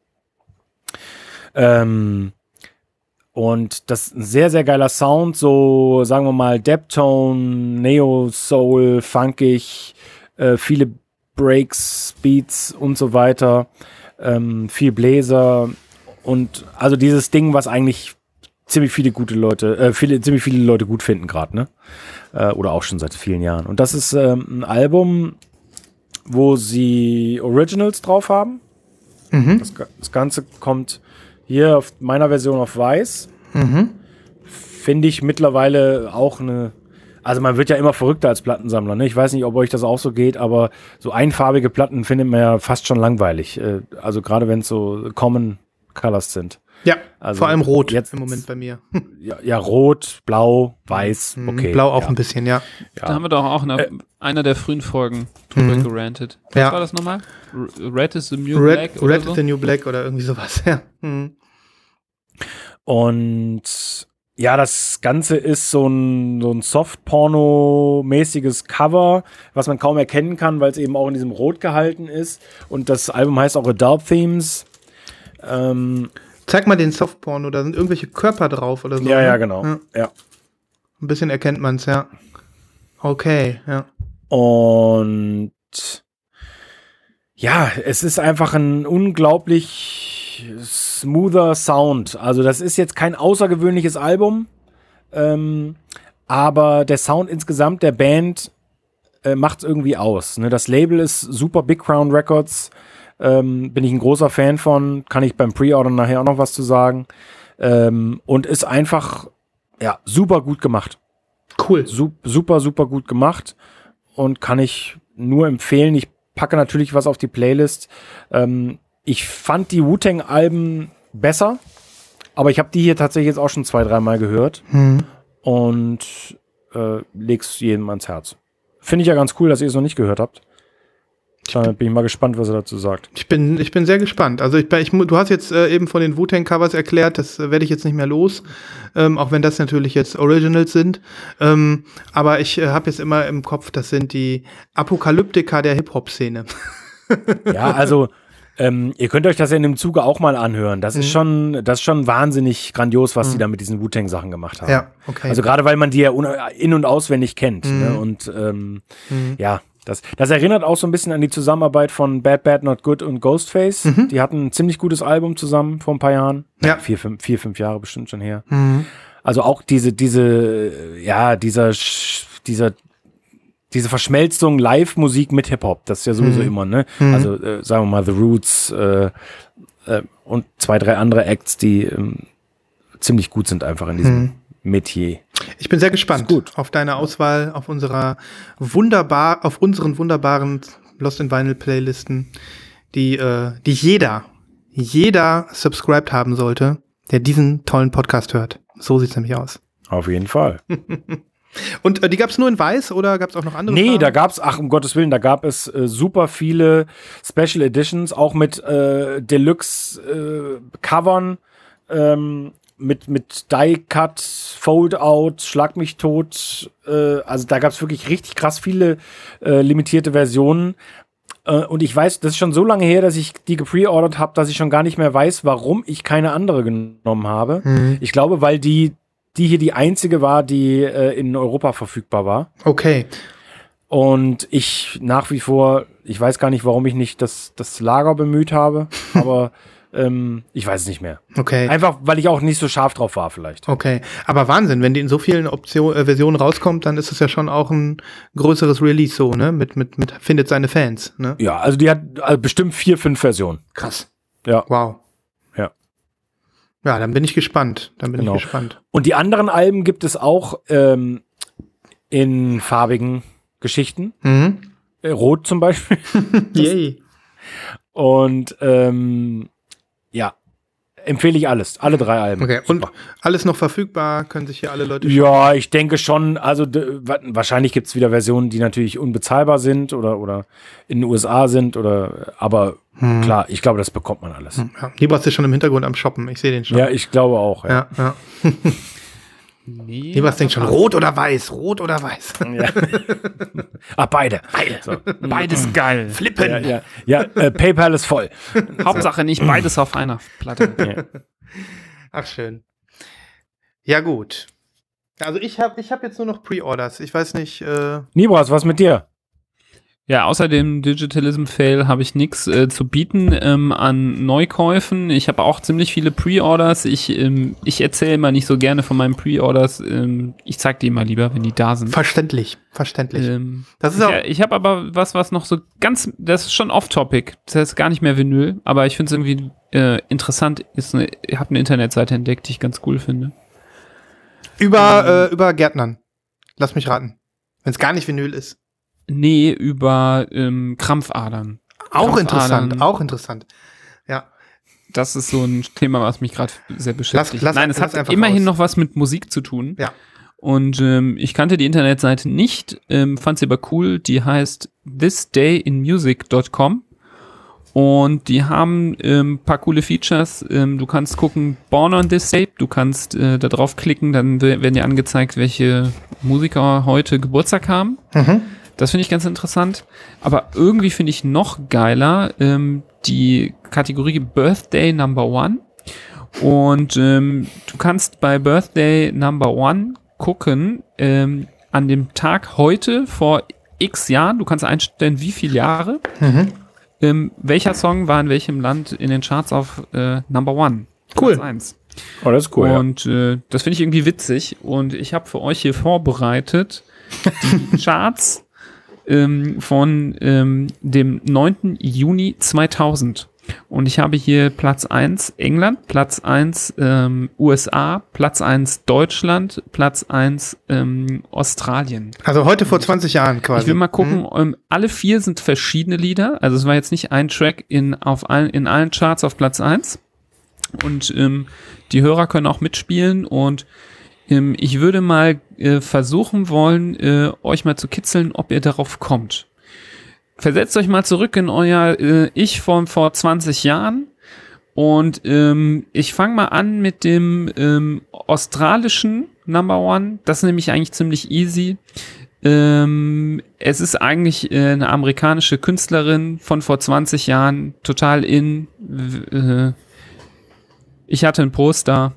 Und das ist ein sehr, sehr geiler Sound, so sagen wir mal Deptone, Neo-Soul, funkig, viele Breaks, Beats und so weiter, viel Bläser. Und also dieses Ding, was eigentlich ziemlich viele Leute gut finden gerade, ne? Oder auch schon seit vielen Jahren. Und das ist ein Album, wo sie Originals drauf haben. Das Ganze kommt hier auf meiner Version auf Weiß. Finde ich mittlerweile auch also man wird ja immer verrückter als Plattensammler, ne? Ich weiß nicht, ob euch das auch so geht, aber so einfarbige Platten findet man ja fast schon langweilig. Also gerade wenn es so Common Colors sind. Ja, also vor allem rot jetzt im Moment bei mir. Ja, rot, blau, weiß, okay. Blau auch ein bisschen, ja. Da haben wir doch auch in einer der frühen Folgen drüber gerantet. Was war das nochmal? Red is the New Black? Oder Red is the New Black oder irgendwie sowas, ja. Und ja, das Ganze ist so ein Soft-Porno-mäßiges Cover, was man kaum erkennen kann, weil es eben auch in diesem Rot gehalten ist. Und das Album heißt auch Adult Themes. Zeig mal den Softporno, da sind irgendwelche Körper drauf oder so. Ja, ne? ja, genau. Ja. Ein bisschen erkennt man es, ja. Okay, ja. Und ja, es ist einfach ein unglaublich smoother Sound. Also das ist jetzt kein außergewöhnliches Album, aber der Sound insgesamt der Band macht es irgendwie aus. Ne? Das Label ist super, Big Crown Records. Bin ich ein großer Fan von, kann ich beim Pre-Order nachher auch noch was zu sagen. Und ist einfach, ja, super gut gemacht. Cool. Super, super gut gemacht und kann ich nur empfehlen. Ich packe natürlich was auf die Playlist. Ich fand die Wu-Tang-Alben besser, aber ich habe die hier tatsächlich jetzt auch schon 2-3 Mal gehört und leg's jedem ans Herz. Finde ich ja ganz cool, dass ihr es noch nicht gehört habt. Da bin ich mal gespannt, was er dazu sagt. Ich bin sehr gespannt. Also du hast jetzt eben von den Wu-Tang-Covers erklärt, das werde ich jetzt nicht mehr los, auch wenn das natürlich jetzt Originals sind. Aber ich habe jetzt immer im Kopf, das sind die Apokalyptiker der Hip-Hop-Szene. Ja, also ihr könnt euch das ja in dem Zuge auch mal anhören. Das ist schon wahnsinnig grandios, was die da mit diesen Wu-Tang-Sachen gemacht haben. Ja, okay. Also gerade, weil man die ja in- und auswendig kennt. Ne? Und ja, das erinnert auch so ein bisschen an die Zusammenarbeit von Bad Bad Not Good und Ghostface. Die hatten ein ziemlich gutes Album zusammen vor ein paar Jahren. Ja. 4, 5 Jahre bestimmt schon her. Also auch diese Verschmelzung Live-Musik mit Hip-Hop, das ist ja sowieso immer, ne? Also sagen wir mal The Roots und 2, 3 andere Acts, die ziemlich gut sind einfach in diesem Metier. Ich bin sehr gespannt auf deine Auswahl, auf unseren wunderbaren Lost in Vinyl Playlisten, die jeder subscribed haben sollte, der diesen tollen Podcast hört. So sieht's nämlich aus. Auf jeden Fall. Und die gab's nur in weiß oder gab's auch noch andere? Nee, Farben? da gab's, um Gottes Willen, da gab es super viele Special Editions, auch mit Deluxe Covern, mit Die-Cut, Fold-Out, Schlag mich tot. Also da gab's wirklich richtig krass viele limitierte Versionen. Und ich weiß, das ist schon so lange her, dass ich die gepreordert habe, dass ich schon gar nicht mehr weiß, warum ich keine andere genommen habe. Ich glaube, weil die hier die einzige war, die in Europa verfügbar war. Okay. Und ich nach wie vor, ich weiß gar nicht, warum ich nicht das Lager bemüht habe, aber ich weiß es nicht mehr. Okay. Einfach, weil ich auch nicht so scharf drauf war vielleicht. Okay, aber Wahnsinn, wenn die in so vielen Versionen rauskommt, dann ist es ja schon auch ein größeres Release so, ne? Mit findet seine Fans, ne? Ja, also die hat bestimmt 4, 5 Versionen. Krass. Ja. Wow. Ja. Ja, dann bin ich gespannt. Genau. Und die anderen Alben gibt es auch in farbigen Geschichten. Rot zum Beispiel. Yay. Und ja, empfehle ich alles. Alle 3 Alben. Okay, und alles noch verfügbar? Können sich hier alle Leute Ja, ich denke schon. Also wahrscheinlich gibt es wieder Versionen, die natürlich unbezahlbar sind oder in den USA sind. Aber klar, ich glaube, das bekommt man alles. Ja, Nibras ist schon im Hintergrund am Shoppen. Ich sehe den schon. Ja, ich glaube auch. Ja. Nee, Nibras denkt schon, rot oder weiß? Rot oder weiß? Ja. Beide. So. beides geil. Flippen. Ja, PayPal ist voll. Hauptsache nicht beides auf einer Platte. Ja. Ach, schön. Ja, gut. Also ich hab jetzt nur noch Pre-Orders. Ich weiß nicht. Nibras, was mit dir? Ja, außer dem Digitalism-Fail habe ich nichts zu bieten an Neukäufen. Ich habe auch ziemlich viele Pre-Orders. Ich erzähle immer nicht so gerne von meinen Pre-Orders. Ich zeige die immer lieber, wenn die da sind. Verständlich. Das ist auch Ich habe aber was noch so ganz, das ist schon off-topic. Das ist gar nicht mehr Vinyl, aber ich finde es irgendwie interessant. Ich habe eine Internetseite entdeckt, die ich ganz cool finde. über Gärtnern. Lass mich raten. Wenn es gar nicht Vinyl ist. Nee, über Krampfadern. Auch interessant. Ja. Das ist so ein Thema, was mich gerade sehr beschäftigt. Nein, es hat immerhin noch was mit Musik zu tun. Ja. Und ich kannte die Internetseite nicht, fand sie aber cool. Die heißt thisdayinmusic.com und die haben ein paar coole Features. Du kannst gucken, Born on This Day. Du kannst da drauf klicken, dann werden dir angezeigt, welche Musiker heute Geburtstag haben. Das finde ich ganz interessant. Aber irgendwie finde ich noch geiler die Kategorie Birthday Number One. Und du kannst bei Birthday Number One gucken, an dem Tag heute vor x Jahren, du kannst einstellen, wie viele Jahre, welcher Song war in welchem Land in den Charts auf Number One. Cool. Platz 1. Oh, das ist cool. Und das finde ich irgendwie witzig. Und ich habe für euch hier vorbereitet die Charts von dem 9. Juni 2000. Und ich habe hier Platz 1 England, Platz 1 USA, Platz 1 Deutschland, Platz 1 Australien. Also heute vor 20 Jahren quasi. Ich will mal gucken, alle 4 sind verschiedene Lieder. Also es war jetzt nicht ein Track in allen Charts auf Platz 1. Und die Hörer können auch mitspielen und ich würde mal versuchen wollen, euch mal zu kitzeln, ob ihr darauf kommt. Versetzt euch mal zurück in euer Ich von vor 20 Jahren und ich fange mal an mit dem australischen Number One. Das ist nämlich eigentlich ziemlich easy. Es ist eigentlich eine amerikanische Künstlerin von vor 20 Jahren, total in. Ich hatte ein Poster.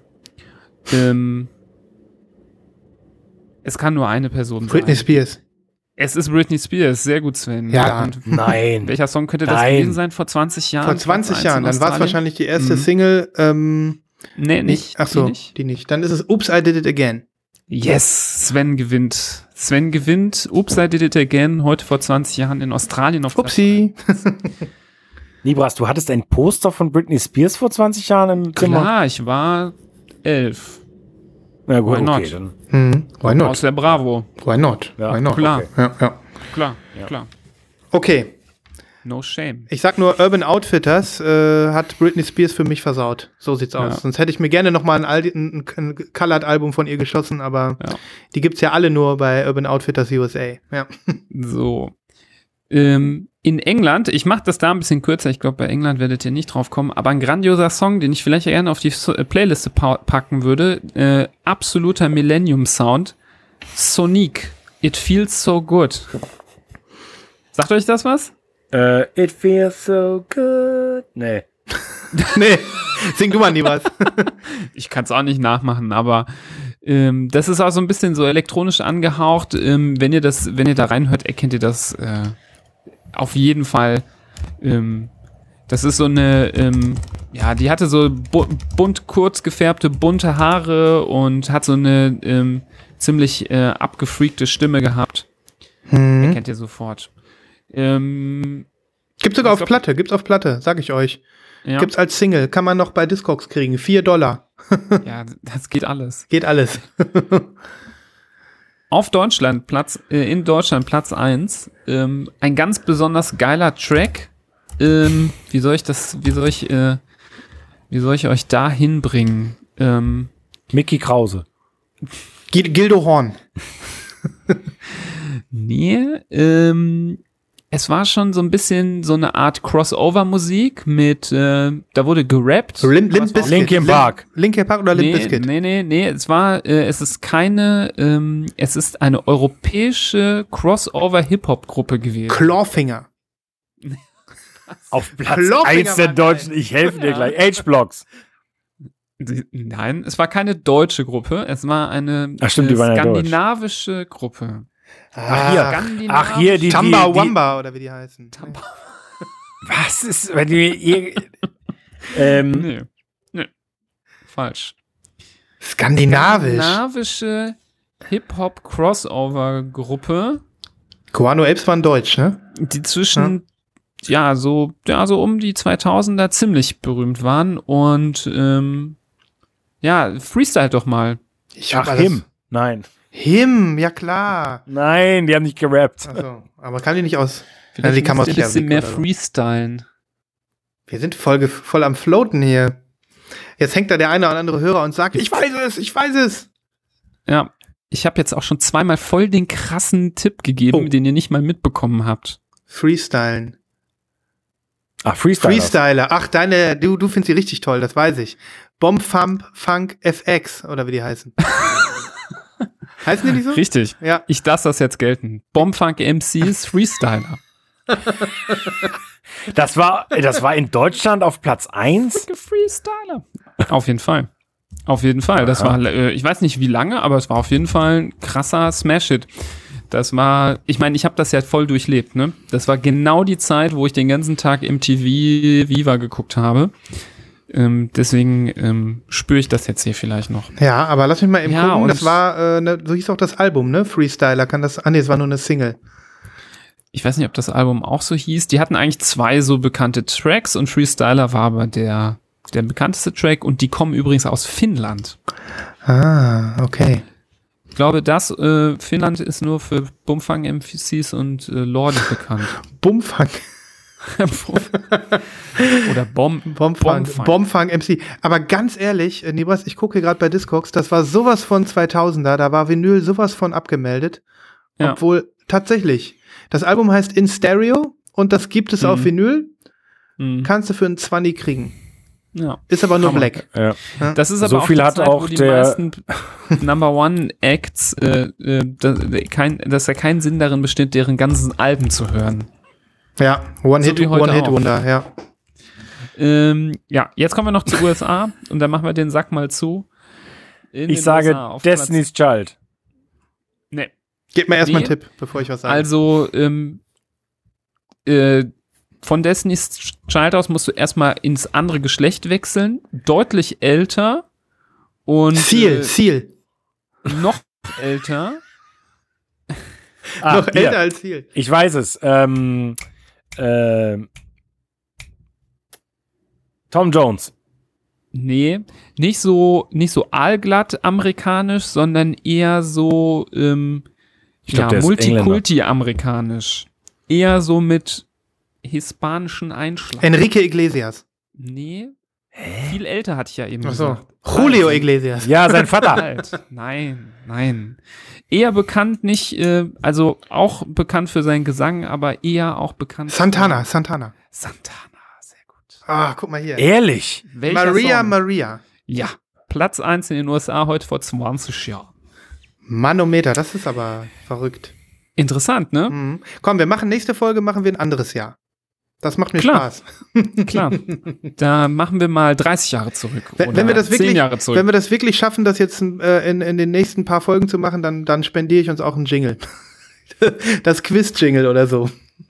Es kann nur eine Person sein. Britney Spears. Es ist Britney Spears, sehr gut, Sven. Ja, und nein. Welcher Song könnte das gewesen sein vor 20 Jahren? Vor 20 Platz 1 Jahren, in dann war es Australien? wahrscheinlich die erste Single. Nee, nicht. Ach so, die nicht. die nicht. Dann ist es Oops, I Did It Again. Yes, Sven gewinnt. Sven gewinnt. Oops, I Did It Again. Heute vor 20 Jahren in Australien auf Upsi. Nibras, du hattest ein Poster von Britney Spears vor 20 Jahren im Zimmer? Klar, ich war 11. Na gut, Why not? okay, dann. Why not? Aus der Bravo. Why not? Ja, Why not? klar. Okay. Ja. Klar, Ja. klar. Okay, No shame. ich sag nur, Urban Outfitters hat Britney Spears für mich versaut. So sieht's aus. Ja. Sonst hätte ich mir gerne noch mal ein Colored-Album von ihr geschossen, aber Ja. die gibt's ja alle nur bei Urban Outfitters USA. Ja. So. In England, ich mache das da ein bisschen kürzer, ich glaube, bei England werdet ihr nicht drauf kommen, aber ein grandioser Song, den ich vielleicht gerne auf die Playliste packen würde, absoluter Millennium-Sound, Sonic, It Feels So Good. Sagt euch das was? It feels so good. Nee. Nee, sing du mal nie was. Ich kann es auch nicht nachmachen, aber das ist auch so ein bisschen so elektronisch angehaucht. Wenn ihr da reinhört, erkennt ihr das auf jeden Fall. Das ist so eine, die hatte so bunt kurz gefärbte, bunte Haare und hat so eine ziemlich abgefreakte Stimme gehabt. Erkennt ihr sofort. Gibt's sogar auf Platte, sag ich euch. Ja, Gibt's als Single, kann man noch bei Discogs kriegen, $4. ja, das geht alles. Geht alles. In Deutschland Platz 1. Ein ganz besonders geiler Track. Wie soll ich euch da hinbringen? Mickey Krause. Gildo Horn. Nee, es war schon so ein bisschen so eine Art Crossover-Musik mit, da wurde gerappt. Limp Bizkit. Linkin Park. Linkin Park oder Limp Bizkit? Nee, es ist eine europäische Crossover-Hip-Hop-Gruppe gewesen. Clawfinger. Auf Platz Klopfinger 1 der Mann, Deutschen. Ich helfe dir gleich. H-Blocks. Nein, es war keine deutsche Gruppe, es war eine Ach stimmt, die waren ja skandinavische Gruppe. Ach, hier, die Tamba Wamba oder wie die heißen. Was ist, wenn die Nee. Falsch. Skandinavisch. Skandinavische Hip-Hop-Crossover-Gruppe, Guano Apes waren deutsch, ne? die zwischen so um die 2000er ziemlich berühmt waren und freestyle doch mal. Him. Nein. Him, ja klar. Nein, die haben nicht gerappt. Also, aber kann die nicht aus. Vielleicht die kam aus müsst ihr ein bisschen Lerwick mehr oder so. freestylen. Wir sind voll am Floaten hier. Jetzt hängt da der eine oder andere Hörer und sagt, ich weiß es. Ja, ich habe jetzt auch schon zweimal voll den krassen Tipp gegeben, den ihr nicht mal mitbekommen habt. Freestylen. Ach, Freestyler. Ach, du findest die richtig toll, das weiß ich. Bombfunk FX oder wie die heißen. Heißen die nicht so? Richtig. Ja. Ich lasse das jetzt gelten. Bombfunk MCs Freestyler. Das war in Deutschland auf Platz 1? Freestyler. Auf jeden Fall. Das war, ich weiß nicht wie lange, aber es war auf jeden Fall ein krasser Smash-Hit. Das war, ich meine, ich habe das ja voll durchlebt, ne? Das war genau die Zeit, wo ich den ganzen Tag MTV Viva geguckt habe. Deswegen spüre ich das jetzt hier vielleicht noch. Ja, aber lass mich mal eben gucken. und Das war, so hieß auch das Album, ne? Freestyler. Es war nur eine Single. ich weiß nicht, ob das Album auch so hieß. Die hatten eigentlich 2 so bekannte Tracks und Freestyler war aber der bekannteste Track und die kommen übrigens aus Finnland. Ah, okay. Ich glaube, Finnland ist nur für Bumfang MCs und Lordi bekannt. Bumfang. Oder Bombfang MC. Aber ganz ehrlich, Nibras, ich gucke gerade bei Discogs, das war sowas von 2000er, da war Vinyl sowas von abgemeldet. Ja. Obwohl, tatsächlich, das Album heißt In Stereo und das gibt es auf Vinyl. Kannst du für einen 20 kriegen. Ja. Ist aber nur Black. Ja. Das ist aber So auch viel die hat Zeit, auch wo die der- meisten Number One Acts, dass ja kein Sinn darin besteht, deren ganzen Alben zu hören. Ja, wie heute One-Hit-Wonder, ja. Jetzt kommen wir noch zu USA und dann machen wir den Sack mal zu. Ich sage Destiny's Child. Nee. Gebt mir erstmal Nee. einen Tipp, bevor ich was sage. Also, von Destiny's Child aus musst du erstmal ins andere Geschlecht wechseln, deutlich älter und Seal. noch älter. Noch hier. älter als Seal. Ich weiß es. Tom Jones. Nee, nicht so aalglatt amerikanisch, sondern eher so Ich glaub, der ist Multikulti-amerikanisch. Eher so mit hispanischen Einschlag. Enrique Iglesias. Nee. Viel älter hatte ich ja eben Achso. gesagt. Julio Iglesias. Ja, sein Vater. Alt. Nein. Eher bekannt nicht, also auch bekannt für seinen Gesang, aber eher auch bekannt Santana. Santana, sehr gut. Ah, guck mal hier. Ehrlich? Welcher Maria Song? Maria. Ja, Platz 1 in den USA heute vor 20 Jahren. Manometer, das ist aber verrückt. Interessant, ne? Mhm. Komm, nächste Folge machen wir ein anderes Jahr. Das macht mir Klar. Spaß. Klar. Da machen wir mal 30 Jahre zurück. Wenn wir das 10 Jahre zurück. Wenn wir das wirklich schaffen, das jetzt in den nächsten paar Folgen zu machen, dann spendiere ich uns auch einen Jingle. Das Quiz-Jingle oder so.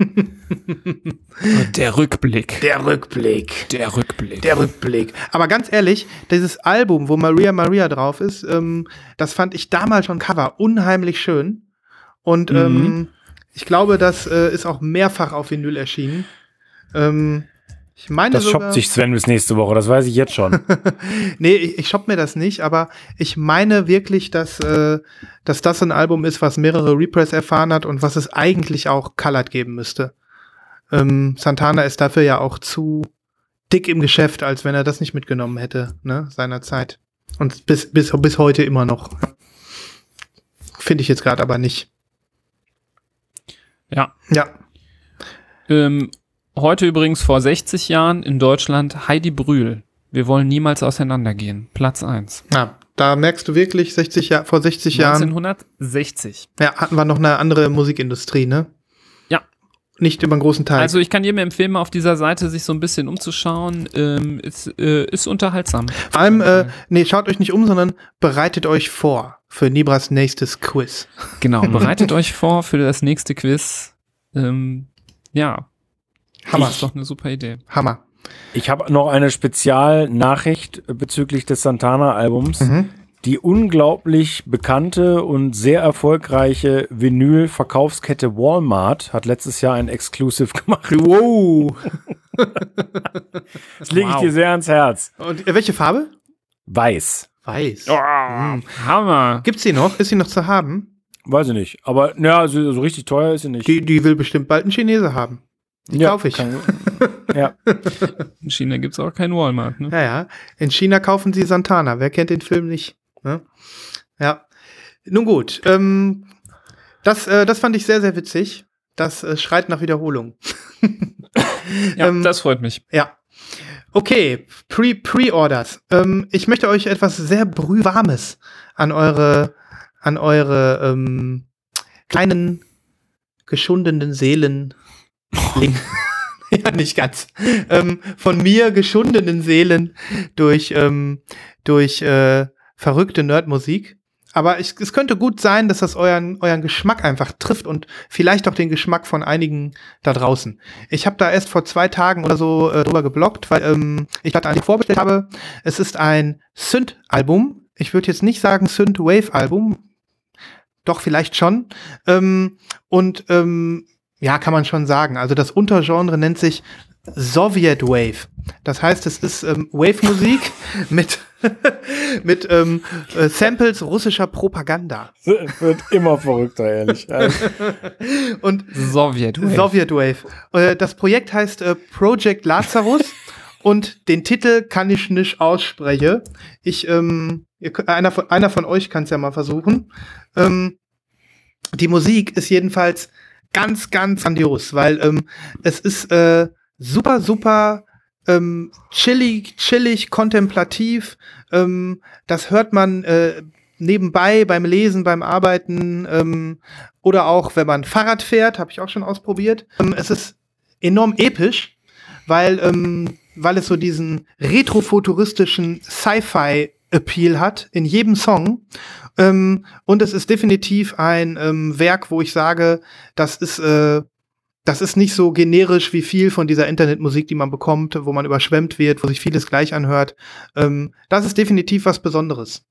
Der Rückblick. Der Rückblick. Der Rückblick. Der Rückblick. Aber ganz ehrlich, dieses Album, wo Maria Maria drauf ist, das fand ich damals schon Cover unheimlich schön. Und ich glaube, das ist auch mehrfach auf Vinyl erschienen. Ich meine Das shoppt sich Sven bis nächste Woche, das weiß ich jetzt schon. Nee, ich shopp mir das nicht, aber ich meine wirklich, dass das ein Album ist, was mehrere Repress erfahren hat und was es eigentlich auch colored geben müsste. Santana ist dafür ja auch zu dick im Geschäft, als wenn er das nicht mitgenommen hätte, ne, seinerzeit. Und bis heute immer noch. Finde ich jetzt gerade aber nicht. Ja. Ja. Heute übrigens vor 60 Jahren in Deutschland Heidi Brühl. Wir wollen niemals auseinandergehen. Platz 1. Ja, da merkst du wirklich, vor 60 Jahren 1960. ja, hatten wir noch eine andere Musikindustrie, ne? Ja. Nicht über einen großen Teil. Also ich kann jedem empfehlen, mal auf dieser Seite sich so ein bisschen umzuschauen. Ist unterhaltsam. Vor allem, schaut euch nicht um, sondern bereitet euch vor für Nibras nächstes Quiz. Genau, bereitet euch vor für das nächste Quiz. Ja. Hammer. Das ist doch eine super Idee. Hammer. Ich habe noch eine Spezialnachricht bezüglich des Santana-Albums. Mhm. Die unglaublich bekannte und sehr erfolgreiche Vinyl-Verkaufskette Walmart hat letztes Jahr ein Exclusive gemacht. Wow. Das lege ich dir sehr ans Herz. Und welche Farbe? Weiß. Weiß. Hammer. Gibt's die noch? Ist sie noch zu haben? Weiß ich nicht. Aber ja, so richtig teuer ist sie nicht. Die will bestimmt bald ein Chinese haben. Die kaufe ich. Ja. In China gibt es auch keinen Walmart, ne? Ja. In China kaufen sie Santana. Wer kennt den Film nicht? Ne? Ja. Nun gut. Das fand ich sehr, sehr witzig. Das schreit nach Wiederholung. Ja, das freut mich. Ja. Okay, Pre-Orders. Ich möchte euch etwas sehr Brühwarmes an eure kleinen, geschundenen Seelen ja, nicht ganz. Von mir geschundenen Seelen durch verrückte Nerdmusik. Aber es könnte gut sein, dass das euren Geschmack einfach trifft und vielleicht auch den Geschmack von einigen da draußen. Ich habe da erst vor 2 Tagen oder so drüber gebloggt, weil ich das eigentlich vorbestellt habe. Es ist ein Synth-Album. Ich würde jetzt nicht sagen Synth-Wave-Album. Doch, vielleicht schon. Ja, kann man schon sagen. Also das Untergenre nennt sich Soviet Wave. Das heißt, es ist Wave-Musik mit Samples russischer Propaganda. Wird immer verrückter, ehrlich. Und Soviet Wave. Soviet Wave. Das Projekt heißt Project Lazarus und den Titel kann ich nicht aussprechen. Einer von euch kann es ja mal versuchen. Die Musik ist jedenfalls ganz, ganz grandios, weil es ist super, super chillig, kontemplativ. Das hört man nebenbei beim Lesen, beim Arbeiten oder auch, wenn man Fahrrad fährt, habe ich auch schon ausprobiert. Es ist enorm episch, weil es so diesen retrofuturistischen Sci-Fi-Appeal hat in jedem Song. Und es ist definitiv ein Werk, wo ich sage, das ist das ist nicht so generisch wie viel von dieser Internetmusik, die man bekommt, wo man überschwemmt wird, wo sich vieles gleich anhört. Das ist definitiv was Besonderes.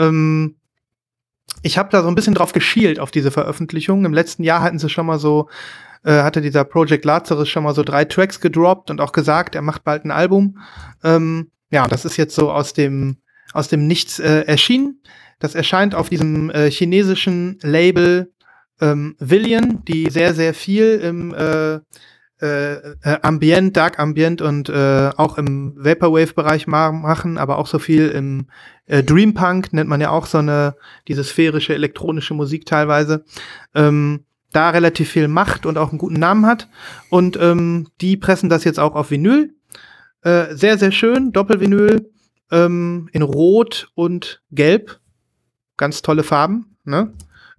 Ich habe da so ein bisschen drauf geschielt auf diese Veröffentlichung. Im letzten Jahr hatten sie schon mal so, hatte dieser Project Lazarus schon mal so 3 Tracks gedroppt und auch gesagt, er macht bald ein Album. Ja, das ist jetzt so aus dem Nichts erschienen. Das erscheint auf diesem chinesischen Label Villian, die sehr, sehr viel im Ambient, Dark Ambient und auch im Vaporwave-Bereich machen, aber auch so viel im Dream Punk, nennt man ja auch diese sphärische elektronische Musik teilweise, da relativ viel macht und auch einen guten Namen hat. Und die pressen das jetzt auch auf Vinyl. Sehr, sehr schön, Doppelvinyl, in Rot und Gelb. Ganz tolle Farben, ne?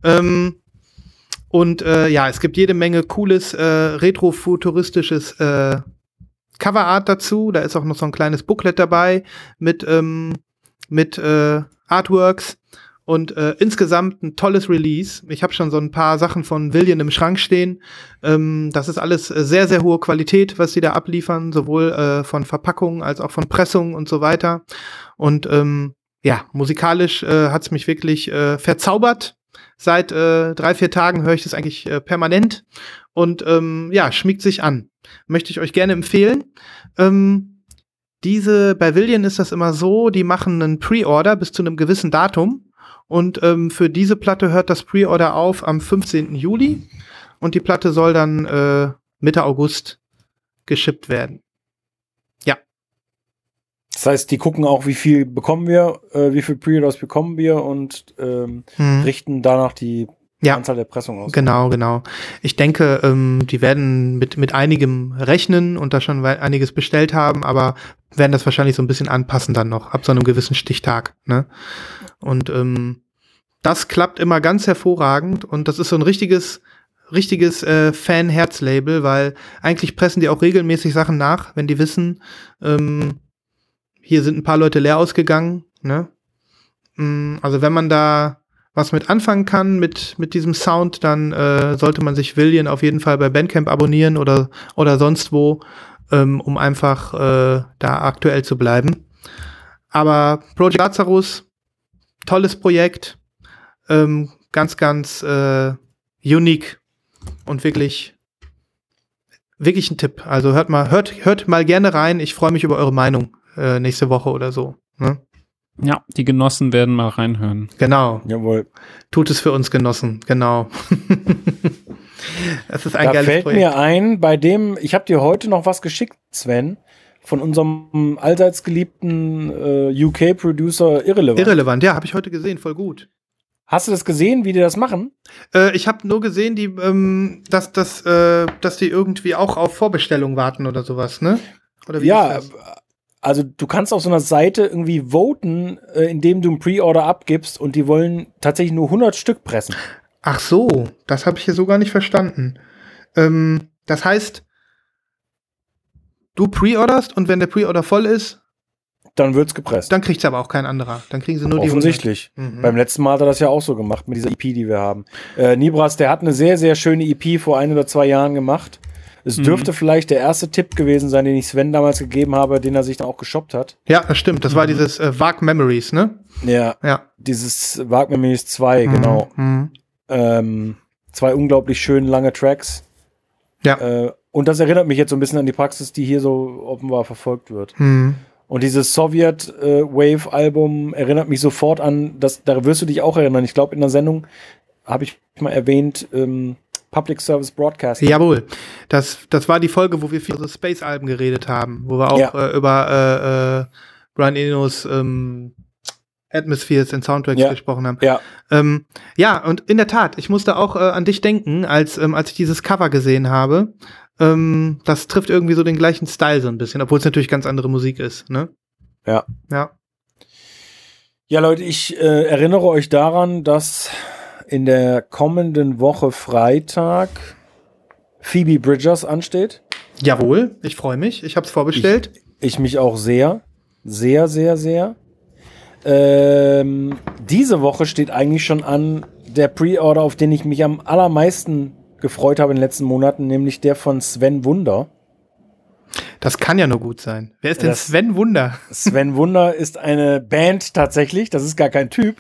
Und ja, es gibt jede Menge cooles, retrofuturistisches Coverart dazu. Da ist auch noch so ein kleines Booklet dabei mit Artworks und insgesamt ein tolles Release. Ich habe schon so ein paar Sachen von Villian im Schrank stehen. Das ist alles sehr, sehr hohe Qualität, was sie da abliefern, sowohl von Verpackungen als auch von Pressungen und so weiter. Und ja, musikalisch hat's mich wirklich verzaubert. Seit 3-4 Tagen höre ich das eigentlich permanent und ja, schmiegt sich an. Möchte ich euch gerne empfehlen. Bei Villian ist das immer so, die machen einen Pre-Order bis zu einem gewissen Datum und für diese Platte hört das Pre-Order auf am 15. Juli und die Platte soll dann Mitte August geshippt werden. Ja. Das heißt, die gucken auch, wie viel bekommen wir, wie viel Pre-Orders bekommen wir und richten danach die Anzahl der Pressungen aus. Genau. Ich denke, die werden mit einigem rechnen und da schon einiges bestellt haben, aber werden das wahrscheinlich so ein bisschen anpassen dann noch, ab so einem gewissen Stichtag. Ne? Und das klappt immer ganz hervorragend und das ist so ein richtiges Fan-Herz-Label, weil eigentlich pressen die auch regelmäßig Sachen nach, wenn die wissen, hier sind ein paar Leute leer ausgegangen. Ne? Also wenn man da was mit anfangen kann mit diesem Sound, dann sollte man sich Villian auf jeden Fall bei Bandcamp abonnieren oder sonst wo, um einfach da aktuell zu bleiben. Aber Project Lazarus, tolles Projekt, ganz, ganz unique und wirklich ein Tipp. Also hört mal gerne rein. Ich freue mich über eure Meinung nächste Woche oder so. Ne? Ja, die Genossen werden mal reinhören. Genau. Jawohl. Tut es für uns Genossen, genau. Das ist ein da geiles fällt Projekt. mir ein, ich habe dir heute noch was geschickt, Sven, von unserem allseits geliebten UK-Producer Irrelevant. Irrelevant, ja, habe ich heute gesehen, voll gut. Hast du das gesehen, wie die das machen? Ich habe nur gesehen, dass die irgendwie auch auf Vorbestellung warten oder sowas, ne? Oder wie Ja, ist das? also du kannst auf so einer Seite irgendwie voten, indem du ein Pre-Order abgibst und die wollen tatsächlich nur 100 Stück pressen. Ach so, das habe ich hier so gar nicht verstanden. Das heißt, du pre-orderst und wenn der Pre-Order voll ist, Dann wird's gepresst. dann kriegt's aber auch kein anderer. Dann kriegen sie nur die 100. Offensichtlich. Mhm. Beim letzten Mal hat er das ja auch so gemacht mit dieser EP, die wir haben. Nibras, der hat eine sehr, sehr schöne EP vor 1 oder 2 Jahren gemacht. Es dürfte vielleicht der erste Tipp gewesen sein, den ich Sven damals gegeben habe, den er sich dann auch geshoppt hat. Ja, das stimmt. Das war dieses Vague Memories, ne? Ja. Dieses Vague Memories 2, genau. Mhm. 2 unglaublich schön lange Tracks. Ja. Und das erinnert mich jetzt so ein bisschen an die Praxis, die hier so offenbar verfolgt wird. Mhm. Und dieses Soviet-Wave-Album erinnert mich sofort an, da wirst du dich auch erinnern. Ich glaube, in der Sendung habe ich mal erwähnt, Public Service Broadcasting. Jawohl. Das war die Folge, wo wir für unsere Space-Alben geredet haben, wo wir auch über Brian Enos Atmospheres and Soundtracks gesprochen haben. Ja. Ja, und in der Tat, ich musste auch an dich denken, als ich dieses Cover gesehen habe. Das trifft irgendwie so den gleichen Style so ein bisschen, obwohl es natürlich ganz andere Musik ist, ne? Ja. Ja. Ja, Leute, ich erinnere euch daran, dass in der kommenden Woche Freitag Phoebe Bridgers ansteht. Jawohl, ich freue mich. Ich habe es vorbestellt. Ich mich auch sehr. Sehr, sehr, sehr. Diese Woche steht eigentlich schon an der Pre-Order, auf den ich mich am allermeisten gefreut habe in den letzten Monaten, nämlich der von Sven Wunder. Das kann ja nur gut sein. Wer ist denn Sven Wunder? Sven Wunder ist eine Band tatsächlich, das ist gar kein Typ.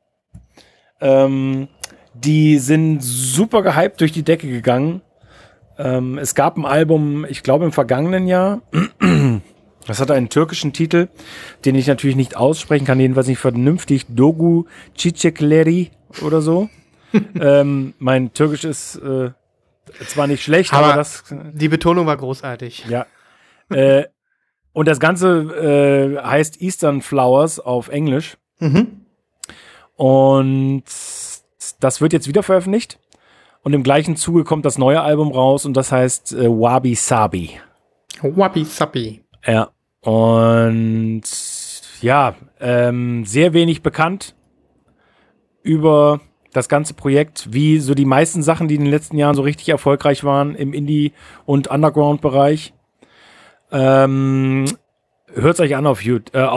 Die sind super gehypt durch die Decke gegangen. Es gab ein Album, ich glaube im vergangenen Jahr, das hatte einen türkischen Titel, den ich natürlich nicht aussprechen kann, jedenfalls nicht vernünftig, Dogu Çiçekleri oder so. Mein Türkisch ist zwar nicht schlecht, aber das... Die Betonung war großartig. Ja. Und das Ganze heißt Eastern Flowers auf Englisch. Mhm. Und das wird jetzt wieder veröffentlicht. Und im gleichen Zuge kommt das neue Album raus und das heißt Wabi Sabi. Wabi Sabi. Ja. Und ja, sehr wenig bekannt über das ganze Projekt, wie so die meisten Sachen, die in den letzten Jahren so richtig erfolgreich waren im Indie- und Underground-Bereich. Hört es euch an auf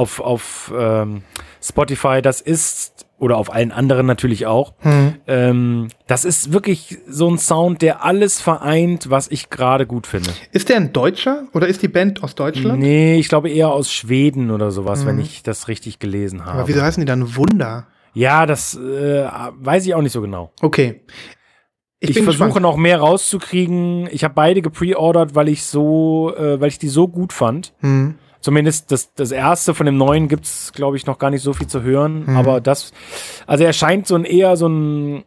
Spotify, das ist, oder auf allen anderen natürlich auch, das ist wirklich so ein Sound, der alles vereint, was ich gerade gut finde. Ist der ein Deutscher oder ist die Band aus Deutschland? Nee, ich glaube eher aus Schweden oder sowas, wenn ich das richtig gelesen habe. Aber wieso heißen die dann Wunder? Ja, das weiß ich auch nicht so genau. Okay. Ich versuche noch mehr rauszukriegen. Ich habe beide gepreordert, weil ich die so gut fand. Zumindest das erste von dem neuen gibt's, glaube ich, noch gar nicht so viel zu hören. Aber also er scheint eher so einen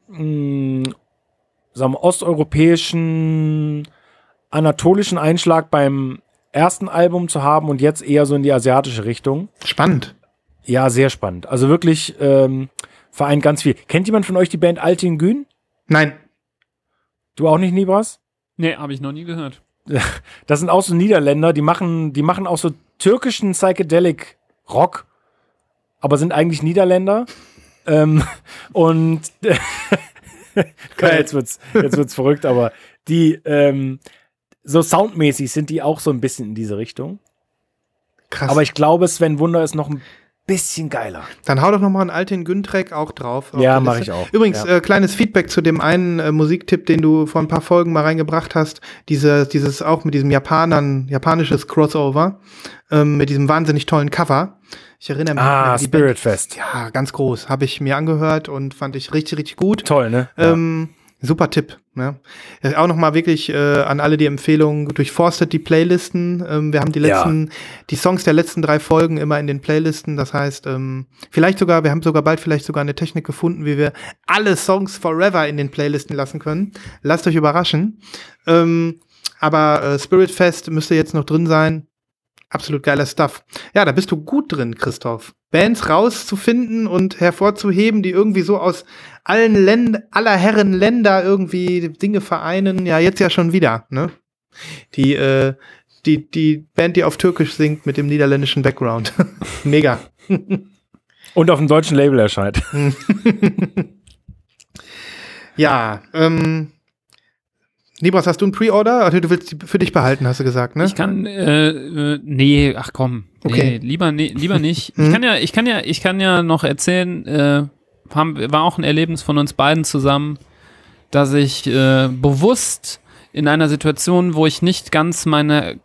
osteuropäischen, anatolischen Einschlag beim ersten Album zu haben und jetzt eher so in die asiatische Richtung. Spannend. Ja, sehr spannend. Also wirklich vereint ganz viel. Kennt jemand von euch die Band Altin Gün? Nein. Du auch nicht, Nibras? Nee, habe ich noch nie gehört. Das sind auch so Niederländer, die machen auch so türkischen Psychedelic Rock, aber sind eigentlich Niederländer. Und jetzt wird's verrückt, aber die so soundmäßig sind die auch so ein bisschen in diese Richtung. Krass. Aber ich glaube, Sven Wunder ist noch ein bisschen geiler. Dann hau doch noch mal einen alten Gün-Track auch drauf. Ja, mache ich auch. Übrigens, kleines Feedback zu dem einen Musiktipp, den du vor ein paar Folgen mal reingebracht hast. Dieses auch mit diesem japanisches Crossover, mit diesem wahnsinnig tollen Cover. Ich erinnere mich. Spirit Fest. Ja, ganz groß. Habe ich mir angehört und fand ich richtig, richtig gut. Toll, ne? Super Tipp. Ne? Auch nochmal wirklich an alle die Empfehlung, durchforstet die Playlisten. Wir haben die Songs der letzten 3 Folgen immer in den Playlisten. Das heißt, wir haben bald vielleicht sogar eine Technik gefunden, wie wir alle Songs forever in den Playlisten lassen können. Lasst euch überraschen. Aber Spirit Fest müsste jetzt noch drin sein. Absolut geiler Stuff. Ja, da bist du gut drin, Christoph. Bands rauszufinden und hervorzuheben, die irgendwie so aus aller Herren Länder irgendwie Dinge vereinen. Ja, jetzt ja schon wieder, ne? Die Band, die auf Türkisch singt mit dem niederländischen Background. Mega. Und auf dem deutschen Label erscheint. Ja, Nibras, hast du einen Pre-Order? Also, du willst die für dich behalten, hast du gesagt, ne? Ich kann, nee, ach komm. Okay. Nee, lieber nicht. Ich kann ja noch erzählen, war auch ein Erlebnis von uns beiden zusammen, dass ich bewusst in einer Situation, wo ich nicht ganz meine,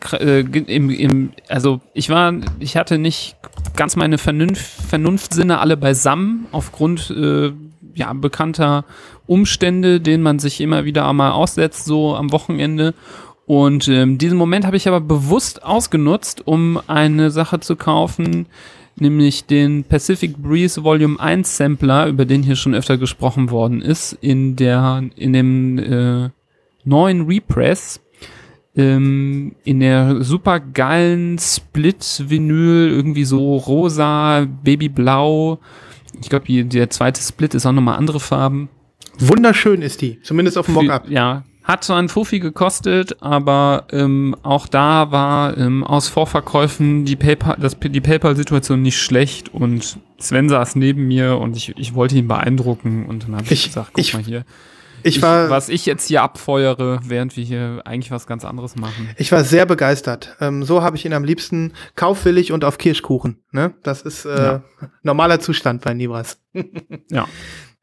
ich hatte nicht ganz meine Vernunftsinne alle beisammen, aufgrund bekannter Umstände, denen man sich immer wieder einmal aussetzt, so am Wochenende. Und diesen Moment habe ich aber bewusst ausgenutzt, um eine Sache zu kaufen, nämlich den Pacific Breeze Volume 1 Sampler, über den hier schon öfter gesprochen worden ist, in dem neuen Repress, in der super geilen Split-Vinyl, irgendwie so rosa, babyblau. Ich glaube, der zweite Split ist auch nochmal andere Farben. Wunderschön ist die, zumindest auf dem Mockup. Ja, hat zwar einen Fuffi gekostet, aber auch da war aus Vorverkäufen die PayPal-Situation nicht schlecht und Sven saß neben mir und ich wollte ihn beeindrucken und dann habe ich gesagt, guck mal hier. Was ich jetzt hier abfeuere, während wir hier eigentlich was ganz anderes machen. Ich war sehr begeistert. So habe ich ihn am liebsten kaufwillig und auf Kirschkuchen. Ne? Das ist normaler Zustand bei Nibras. Ja.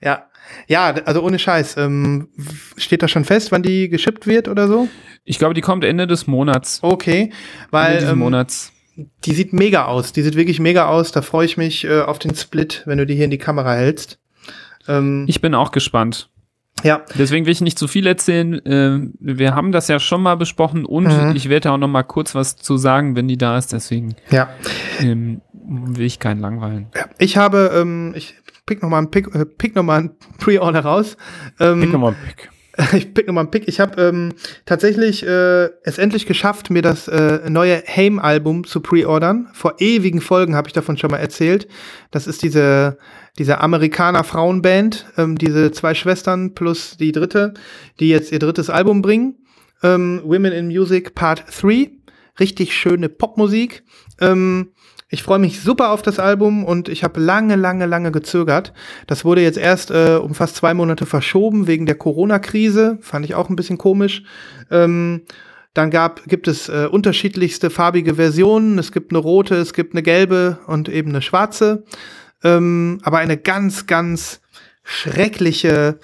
Ja. Ja, also ohne Scheiß. Steht da schon fest, wann die geshippt wird oder so? Ich glaube, die kommt Ende des Monats. Okay, weil Ende dieses Monats. die sieht mega aus. Die sieht wirklich mega aus. Da freue ich mich auf den Split, wenn du die hier in die Kamera hältst. Ich bin auch gespannt. Ja. Deswegen will ich nicht zu viel erzählen. Wir haben das ja schon mal besprochen und ich werde auch noch mal kurz was zu sagen, wenn die da ist. Deswegen Ja. will ich keinen langweilen. Ja. Ich habe, ich pick noch mal einen Pre-Order raus. Pick nochmal einen Pick. Ich pick nochmal einen Pick. Ich habe tatsächlich es endlich geschafft, mir das neue Haim-Album zu pre-ordern. Vor ewigen Folgen habe ich davon schon mal erzählt. Das ist diese Amerikaner-Frauenband, diese 2 Schwestern plus die dritte, die jetzt ihr drittes Album bringen. Women in Music Part 3. Richtig schöne Popmusik. Ich freue mich super auf das Album und ich habe lange gezögert. Das wurde jetzt erst um fast 2 Monate verschoben wegen der Corona-Krise. Fand ich auch ein bisschen komisch. Dann gibt es unterschiedlichste farbige Versionen. Es gibt eine rote, es gibt eine gelbe und eben eine schwarze. Aber eine ganz schreckliche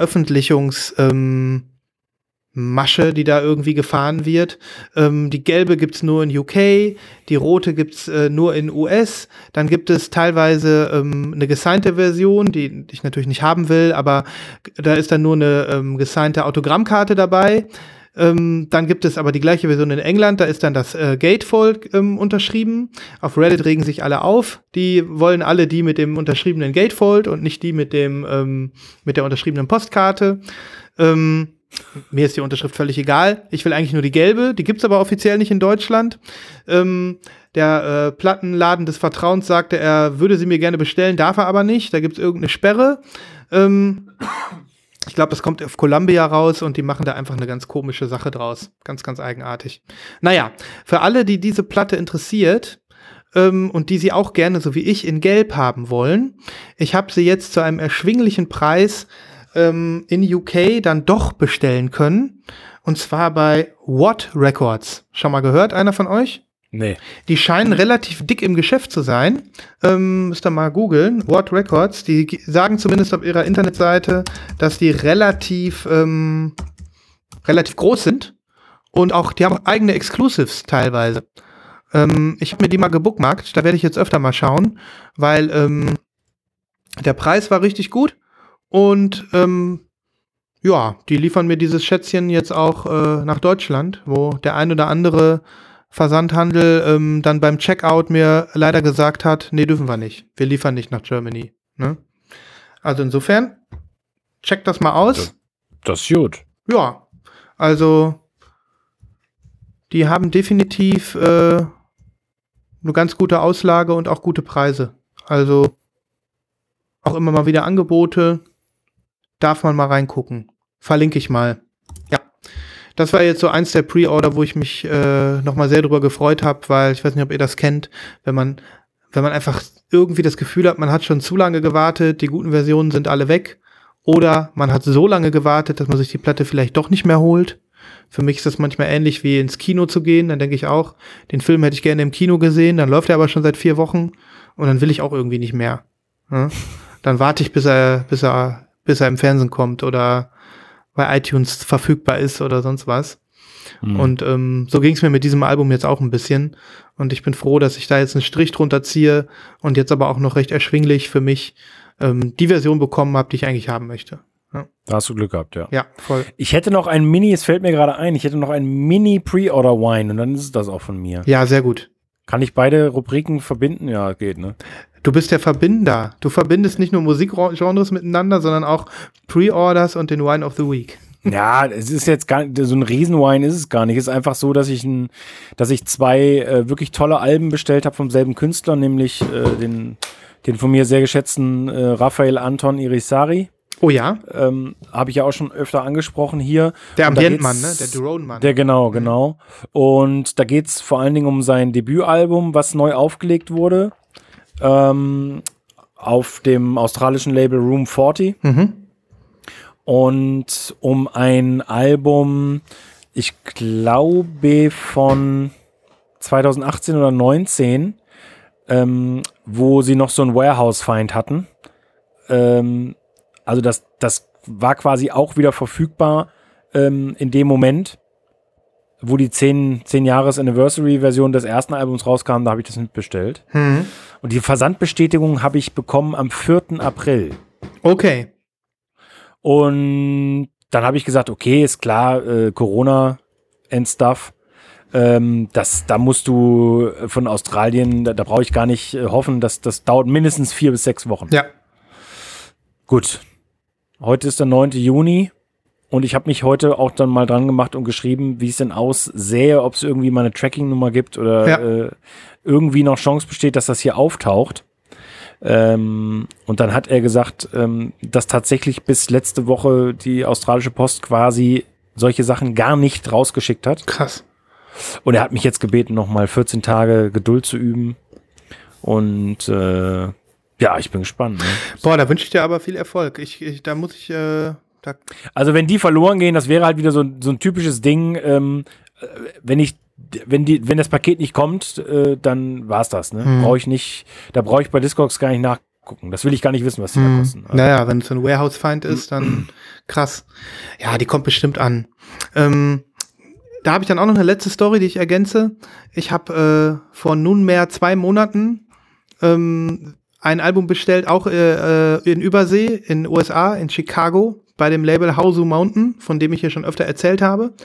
Masche, die da irgendwie gefahren wird. Die gelbe gibt's nur in UK, die rote gibt's nur in US. Dann gibt es teilweise eine gesignte Version, die ich natürlich nicht haben will, aber da ist dann nur eine gesignte Autogrammkarte dabei. Dann gibt es aber die gleiche Version in England, da ist dann das Gatefold unterschrieben. Auf Reddit regen sich alle auf. Die wollen alle die mit dem unterschriebenen Gatefold und nicht die mit der unterschriebenen Postkarte. Mir ist die Unterschrift völlig egal. Ich will eigentlich nur die gelbe. Die gibt's aber offiziell nicht in Deutschland. Der Plattenladen des Vertrauens sagte, er würde sie mir gerne bestellen, darf er aber nicht. Da gibt's irgendeine Sperre. Ich glaube, das kommt auf Columbia raus und die machen da einfach eine ganz komische Sache draus. Ganz eigenartig. Naja, für alle, die diese Platte interessiert und die sie auch gerne, so wie ich, in Gelb haben wollen, ich habe sie jetzt zu einem erschwinglichen Preis in UK dann doch bestellen können. Und zwar bei What Records. Schon mal gehört, einer von euch? Nee. Die scheinen relativ dick im Geschäft zu sein. Müsst ihr mal googeln. What Records. Die sagen zumindest auf ihrer Internetseite, dass die relativ groß sind. Und auch, die haben auch eigene Exclusives teilweise. Ich habe mir die mal gebookmarkt. Da werde ich jetzt öfter mal schauen, weil der Preis war richtig gut. Und ja, die liefern mir dieses Schätzchen jetzt auch nach Deutschland, wo der ein oder andere Versandhandel dann beim Checkout mir leider gesagt hat, nee, dürfen wir nicht. Wir liefern nicht nach Germany. Ne? Also insofern, checkt das mal aus. Das ist gut. Ja, also die haben definitiv eine ganz gute Auslage und auch gute Preise. Also auch immer mal wieder Angebote. Darf man mal reingucken. Verlinke ich mal. Ja. Das war jetzt so eins der Pre-Order, wo ich mich nochmal sehr drüber gefreut habe, weil ich weiß nicht, ob ihr das kennt, wenn man einfach irgendwie das Gefühl hat, man hat schon zu lange gewartet, die guten Versionen sind alle weg, oder man hat so lange gewartet, dass man sich die Platte vielleicht doch nicht mehr holt. Für mich ist das manchmal ähnlich wie ins Kino zu gehen, dann denke ich auch, den Film hätte ich gerne im Kino gesehen, dann läuft er aber schon seit 4 Wochen und dann will ich auch irgendwie nicht mehr. Ja? Dann warte ich, bis er im Fernsehen kommt oder bei iTunes verfügbar ist oder sonst was. Und so ging es mir mit diesem Album jetzt auch ein bisschen. Und ich bin froh, dass ich da jetzt einen Strich drunter ziehe und jetzt aber auch noch recht erschwinglich für mich die Version bekommen habe, die ich eigentlich haben möchte. Ja. Da hast du Glück gehabt, ja. Ja, voll. Ich hätte noch ein es fällt mir gerade ein, ich hätte noch ein Mini-Pre-Order-Wine und dann ist es das auch von mir. Ja, sehr gut. Kann ich beide Rubriken verbinden? Ja, geht, ne? Du bist der Verbinder. Du verbindest nicht nur Musikgenres miteinander, sondern auch Pre-Orders und den Wine of the Week. Ja, es ist jetzt gar nicht, so ein Riesenwine ist es gar nicht. Es ist einfach so, dass ich 2 wirklich tolle Alben bestellt habe vom selben Künstler, nämlich den von mir sehr geschätzten Raphael Anton Irisari. Oh ja? Habe ich ja auch schon öfter angesprochen hier. Der Ambientmann, ne? Der Drone-Mann. Der genau. Und da geht's vor allen Dingen um sein Debütalbum, was neu aufgelegt wurde. Auf dem australischen Label Room 40. Und um ein Album, ich glaube von 2018 oder 19, wo sie noch so einen Warehouse-Find hatten. Also das war quasi auch wieder verfügbar in dem Moment, wo die 10-Jahres-Anniversary-Version des ersten Albums rauskam, da habe ich das mitbestellt. Und die Versandbestätigung habe ich bekommen am 4. April. Okay. Und dann habe ich gesagt, okay, ist klar, Corona and stuff. Da musst du von Australien, da brauche ich gar nicht hoffen, das dauert mindestens 4 bis 6 Wochen. Ja. Gut. Heute ist der 9. Juni und ich habe mich heute auch dann mal dran gemacht und geschrieben, wie es denn aussähe, ob es irgendwie mal eine Tracking-Nummer gibt oder irgendwie noch Chance besteht, dass das hier auftaucht. Und dann hat er gesagt, dass tatsächlich bis letzte Woche die australische Post quasi solche Sachen gar nicht rausgeschickt hat. Krass. Und er hat mich jetzt gebeten, nochmal 14 Tage Geduld zu üben. Und ja, ich bin gespannt. Ne? Boah, da wünsche ich dir aber viel Erfolg. Also wenn die verloren gehen, das wäre halt wieder so ein typisches Ding. Wenn das Paket nicht kommt, dann war's das. Ne? Da brauche ich bei Discogs gar nicht nachgucken. Das will ich gar nicht wissen, was die da kosten. Also. Naja, wenn es so ein Warehouse-Find ist, dann krass. Ja, die kommt bestimmt an. Da habe ich dann auch noch eine letzte Story, die ich ergänze. Ich habe vor nunmehr 2 Monaten ein Album bestellt, auch in Übersee, in den USA, in Chicago, bei dem Label Hausu Mountain, von dem ich hier schon öfter erzählt habe.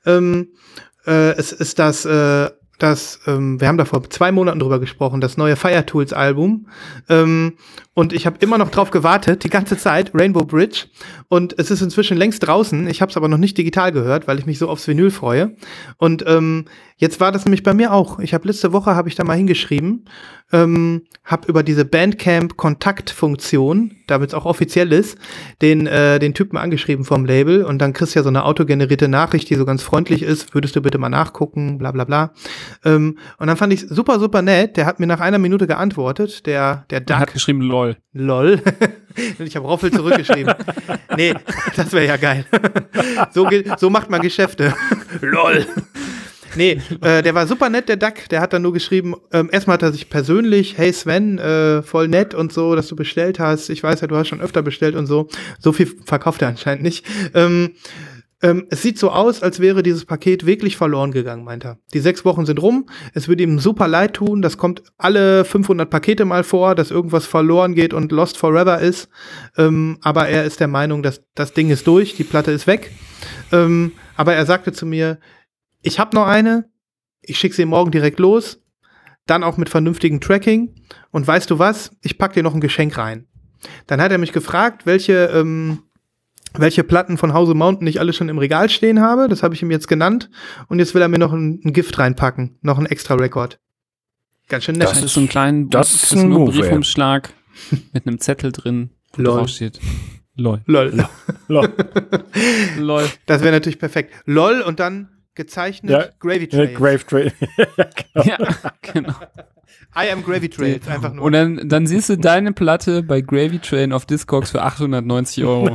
Es ist wir haben da vor 2 Monaten drüber gesprochen, das neue Fire Tools Album. Und ich habe immer noch drauf gewartet, die ganze Zeit, Rainbow Bridge. Und es ist inzwischen längst draußen. Ich habe es aber noch nicht digital gehört, weil ich mich so aufs Vinyl freue. Und jetzt war das nämlich bei mir auch. Letzte Woche habe ich da mal hingeschrieben, habe über diese Bandcamp-Kontaktfunktion, damit es auch offiziell ist, den Typen angeschrieben vom Label. Und dann kriegst du ja so eine autogenerierte Nachricht, die so ganz freundlich ist. Würdest du bitte mal nachgucken, bla bla bla. Und dann fand ich super, super nett. Der hat mir nach 1 Minute geantwortet, der Duck. Er hat geschrieben LOL. LOL. Ich habe Roffel zurückgeschrieben. Nee, das wäre ja geil. So macht man Geschäfte. LOL. Nee, der war super nett, der Duck. Der hat dann nur geschrieben, erstmal hat er sich persönlich, hey Sven, voll nett und so, dass du bestellt hast. Ich weiß ja, du hast schon öfter bestellt und so. So viel verkauft er anscheinend nicht. Es sieht so aus, als wäre dieses Paket wirklich verloren gegangen, meint er. Die 6 Wochen sind rum. Es würde ihm super leid tun. Das kommt alle 500 Pakete mal vor, dass irgendwas verloren geht und lost forever ist. Aber er ist der Meinung, dass das Ding ist durch, die Platte ist weg. Aber er sagte zu mir, ich habe noch eine, ich schicke sie morgen direkt los, dann auch mit vernünftigem Tracking und weißt du was, ich pack dir noch ein Geschenk rein. Dann hat er mich gefragt, welche Platten von Hausu Mountain ich alle schon im Regal stehen habe, das habe ich ihm jetzt genannt und jetzt will er mir noch ein Gift reinpacken, noch ein extra Rekord. Ganz schön nett. Das ist so ein kleiner Briefumschlag mit einem Zettel drin, wo drauf steht LOL. LOL. LOL. LOL. Das wäre natürlich perfekt. LOL und dann gezeichnet Gravy Trails. Grave Trail. Ja, genau. I am Gravy Trails, einfach nur. Und dann siehst du deine Platte bei Gravy Train auf Discogs für 890 €.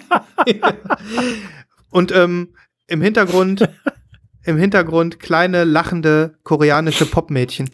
Und im Hintergrund kleine, lachende koreanische Popmädchen.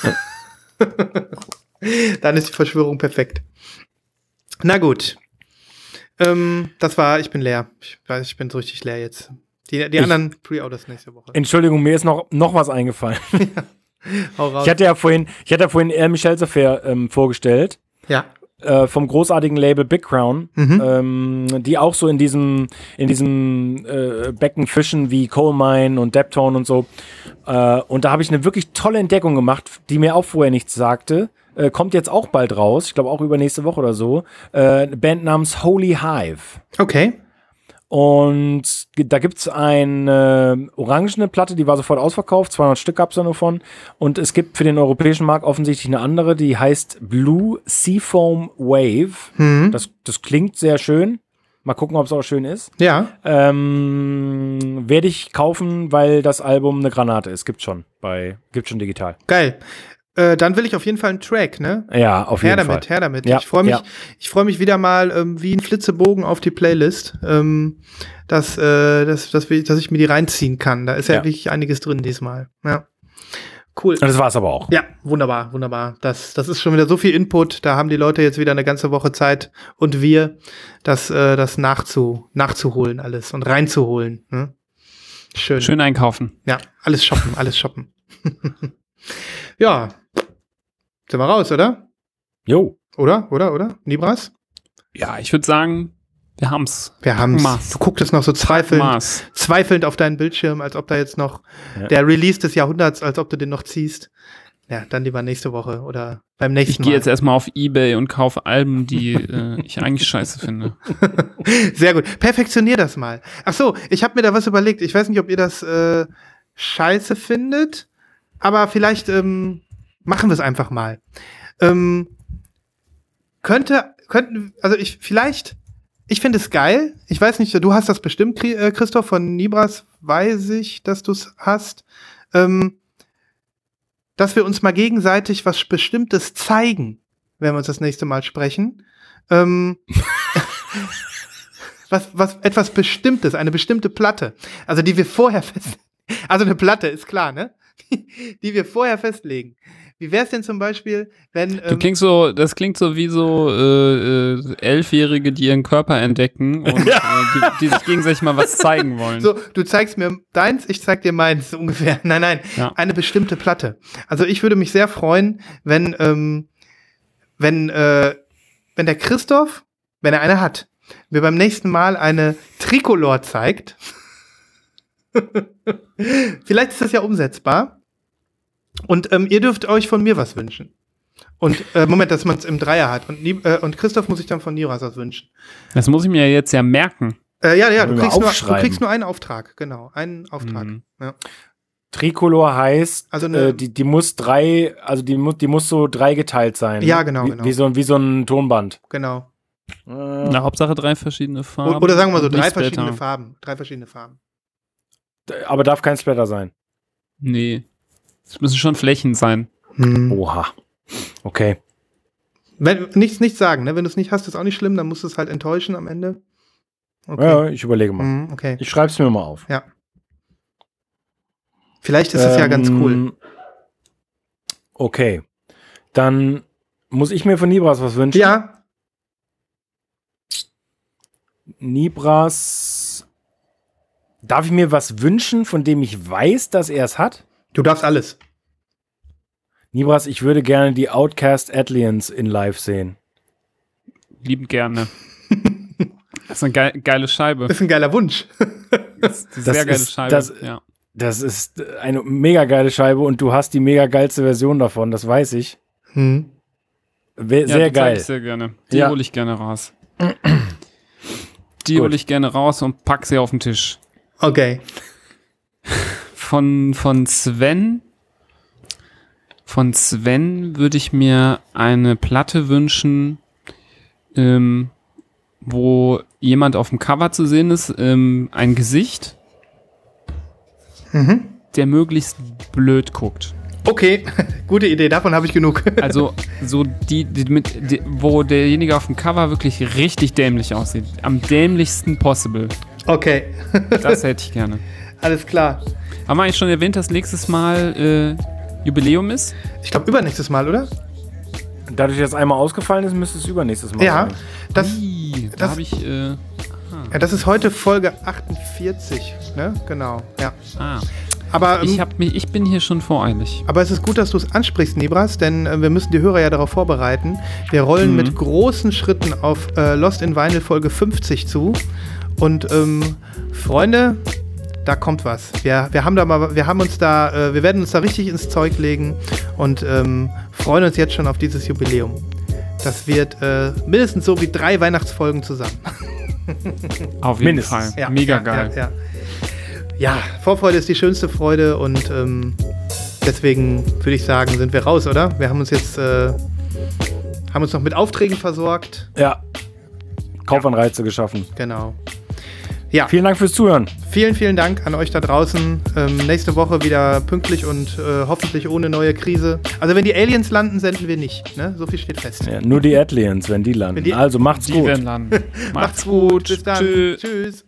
Dann ist die Verschwörung perfekt. Na gut. Ich bin leer. Ich bin so richtig leer jetzt. Die anderen Pre-Orders nächste Woche. Entschuldigung, mir ist noch was eingefallen. Ja. Hau raus. Ich hatte ja vorhin Michel's Affair vorgestellt. Ja. Vom großartigen Label Big Crown, die auch so in diesem Becken fischen wie Coal Mine und Deptone und so. Und da habe ich eine wirklich tolle Entdeckung gemacht, die mir auch vorher nichts sagte. Kommt jetzt auch bald raus, ich glaube auch übernächste Woche oder so. Eine Band namens Holy Hive. Okay. Und da gibt's eine orangene Platte, die war sofort ausverkauft, 200 Stück gab's da nur von. Und es gibt für den europäischen Markt offensichtlich eine andere, die heißt Blue Seafoam Wave. Das klingt sehr schön. Mal gucken, ob es auch schön ist. Ja. Werde ich kaufen, weil das Album eine Granate ist. Gibt schon digital. Geil. Dann will ich auf jeden Fall einen Track, ne? Ja, auf jeden Fall. Her damit. Ja, ich freue mich wieder mal wie ein Flitzebogen auf die Playlist, dass ich mir die reinziehen kann. Da ist ja wirklich einiges drin diesmal. Ja. Cool. Das war's aber auch. Ja, wunderbar, wunderbar. Das ist schon wieder so viel Input. Da haben die Leute jetzt wieder eine ganze Woche Zeit und wir, das nachzuholen alles und reinzuholen. Ne? Schön. Schön einkaufen. Ja, alles shoppen, alles shoppen. Ja, sind wir raus, oder? Jo. Oder? Nibras? Ja, ich würde sagen, wir haben's. Wir haben's. Maß. Du guckst noch so Maß. zweifelnd auf deinen Bildschirm, als ob da jetzt noch der Release des Jahrhunderts, als ob du den noch ziehst. Ja, dann lieber nächste Woche oder beim nächsten Ich Mal. gehe jetzt erstmal auf eBay und kaufe Alben, die ich eigentlich scheiße finde. Sehr gut. Perfektionier das mal. Ach so, ich habe mir da was überlegt. Ich weiß nicht, ob ihr das scheiße findet, aber vielleicht machen wir es einfach mal. Ich finde es geil. Ich weiß nicht, du hast das bestimmt, Christoph, von Nibras weiß ich, dass du es hast. Dass wir uns mal gegenseitig was Bestimmtes zeigen, wenn wir uns das nächste Mal sprechen. Etwas Bestimmtes, eine bestimmte Platte. Also die wir vorher festlegen. Also eine Platte, ist klar, ne? Die wir vorher festlegen. Wie wär's denn zum Beispiel, wenn... Das klingt so wie so Elfjährige, die ihren Körper entdecken und die sich gegenseitig mal was zeigen wollen. So, du zeigst mir deins, ich zeig dir meins, so ungefähr. Nein, Ja. Eine bestimmte Platte. Also ich würde mich sehr freuen, wenn der Christoph, wenn er eine hat, mir beim nächsten Mal eine Tricolor zeigt. Vielleicht ist das ja umsetzbar. Und ihr dürft euch von mir was wünschen. Und Moment, dass man es im Dreier hat. Und Christoph muss sich dann von Nibras was wünschen. Das muss ich mir jetzt ja merken. Ja, du Mal kriegst nur einen Auftrag. Genau, einen Auftrag. Mhm. Ja. Tricolor heißt, Also die muss so dreigeteilt sein. Ja, ne? genau, Wie so ein Tonband. Genau. Na, Hauptsache 3 verschiedene Farben. Oder sagen wir so, und drei nicht verschiedene Splatter. Farben. 3 verschiedene Farben. Aber darf kein Splatter sein. Nee. Es müssen schon Flächen sein. Oha. Okay. Nichts sagen, ne? Wenn du es nicht hast, ist auch nicht schlimm, dann musst du es halt enttäuschen am Ende. Okay. Ja, ich überlege mal. Okay. Ich schreib's mir mal auf. Ja. Vielleicht ist es ja ganz cool. Okay. Dann muss ich mir von Nibras was wünschen. Ja. Nibras. Darf ich mir was wünschen, von dem ich weiß, dass er es hat? Du darfst alles. Nibras, ich würde gerne die Outcast Aliens in live sehen. Liebend gerne. Das ist eine geile Scheibe. Ist ein geiler Wunsch. Das ist eine sehr geile Scheibe. Ja. Das ist eine mega geile Scheibe und du hast die mega geilste Version davon, das weiß ich. Hm. Sehr Die zeig geil. ich sehr gerne. Die Ja. hole ich gerne raus. Die hole ich gerne raus und pack sie auf den Tisch. Okay. Von Sven würde ich mir eine Platte wünschen, wo jemand auf dem Cover zu sehen ist, ein Gesicht, der möglichst blöd guckt. Okay, gute Idee, davon habe ich genug. Also so wo derjenige auf dem Cover wirklich richtig dämlich aussieht. Am dämlichsten possible. Okay, Das hätte ich gerne. alles klar. Haben wir eigentlich schon erwähnt, dass nächstes Mal Jubiläum ist? Ich glaube übernächstes Mal, oder? Dadurch, dass einmal ausgefallen ist, müsste es übernächstes Mal Ja, sein. das, Da das- habe ich ja, das ist heute Folge 48, ne? Genau, ja. Aber, ich bin hier schon voreilig. aber es ist gut, dass du es ansprichst, Nibras, denn wir müssen die Hörer ja darauf vorbereiten. Wir rollen mit großen Schritten auf Lost in Vinyl Folge 50 zu. Und Freunde, da kommt was. Wir werden uns da richtig ins Zeug legen und freuen uns jetzt schon auf dieses Jubiläum. Das wird mindestens so wie 3 Weihnachtsfolgen zusammen. Auf jeden Mindestens. Fall. Mega geil. Ja, Vorfreude ist die schönste Freude und deswegen würde ich sagen, sind wir raus, oder? Wir haben uns jetzt noch mit Aufträgen versorgt. Ja. Kaufanreize geschaffen. Genau. Ja, Vielen Dank fürs Zuhören. vielen, vielen Dank an euch da draußen. Nächste Woche wieder pünktlich und hoffentlich ohne neue Krise. Also wenn die Aliens landen, senden wir nicht. Ne? So viel steht fest. Ja, nur die Aliens, wenn die landen. Also macht's Die gut. werden landen. Macht's gut. Bis dann. Tschüss. Tschüss.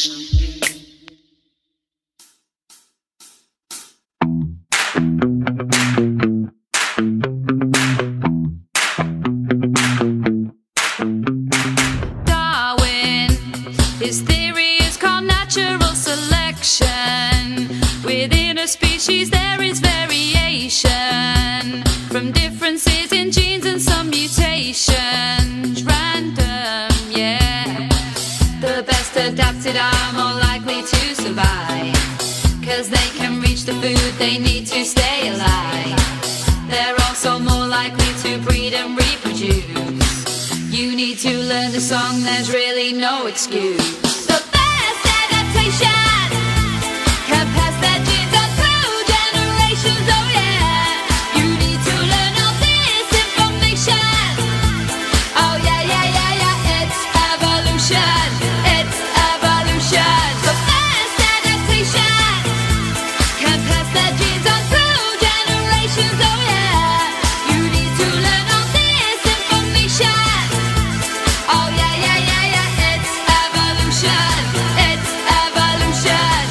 Darwin, his theory is called natural selection. Within a species there is variation, from differences in genes and some mutations. Random, yeah. The best adapted are more likely to survive, 'cause they can reach the food they need to stay alive. They're also more likely to breed and reproduce. You need to learn the song, there's really no excuse. The best adaptation can pass their genes on through generations, oh yeah. You need to learn all this information. Oh yeah, yeah, yeah, yeah, it's evolution. It's evolution. The best adaptation can pass their genes on through generations, oh yeah. You need to learn all this information. Oh yeah, yeah, yeah, yeah, it's evolution. It's evolution.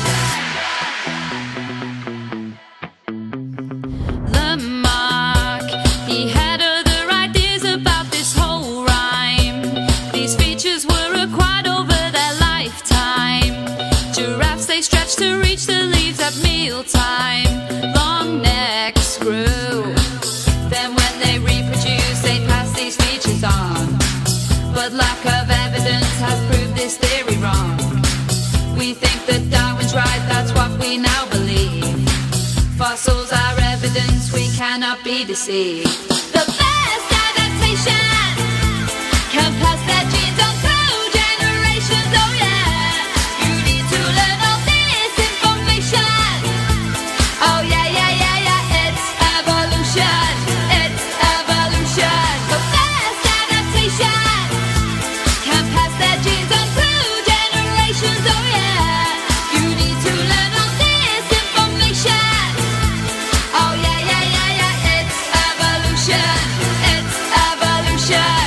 Lamarck, he had other ideas about this whole rhyme. These features were acquired over their lifetime. Giraffes, they stretch to reach the leaves at mealtime. Long necks grew. Then when they reproduce, they pass these features on. But lack of evidence has proved this theory wrong. We think that Darwin's right, that's what we now believe. Fossils are evidence, we cannot be deceived. The best adaptation can pass their genes on through generations, oh yeah. You need to learn all this information. Oh yeah, yeah, yeah, yeah, it's evolution. It's evolution. The best adaptation can pass their genes on through generations, oh yeah. You need to learn all this information. Oh yeah, yeah, yeah, yeah, it's evolution. It's evolution.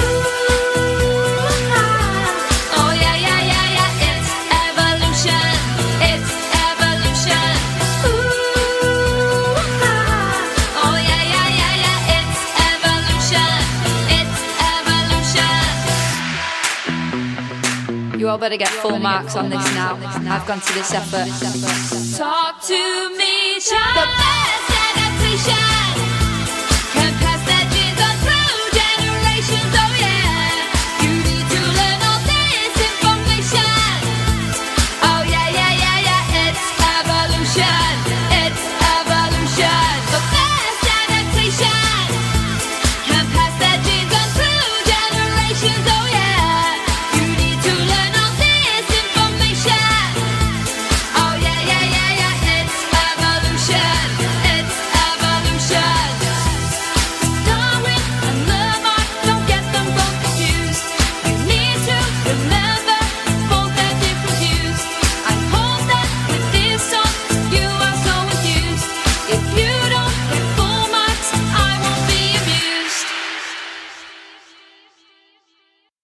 Oh yeah, yeah, yeah, yeah, it's evolution. It's evolution. Oh yeah, yeah, yeah, yeah, it's evolution. It's evolution. You all better get full marks on this now. I've gone to this effort. Talk to me, child. The best adaptation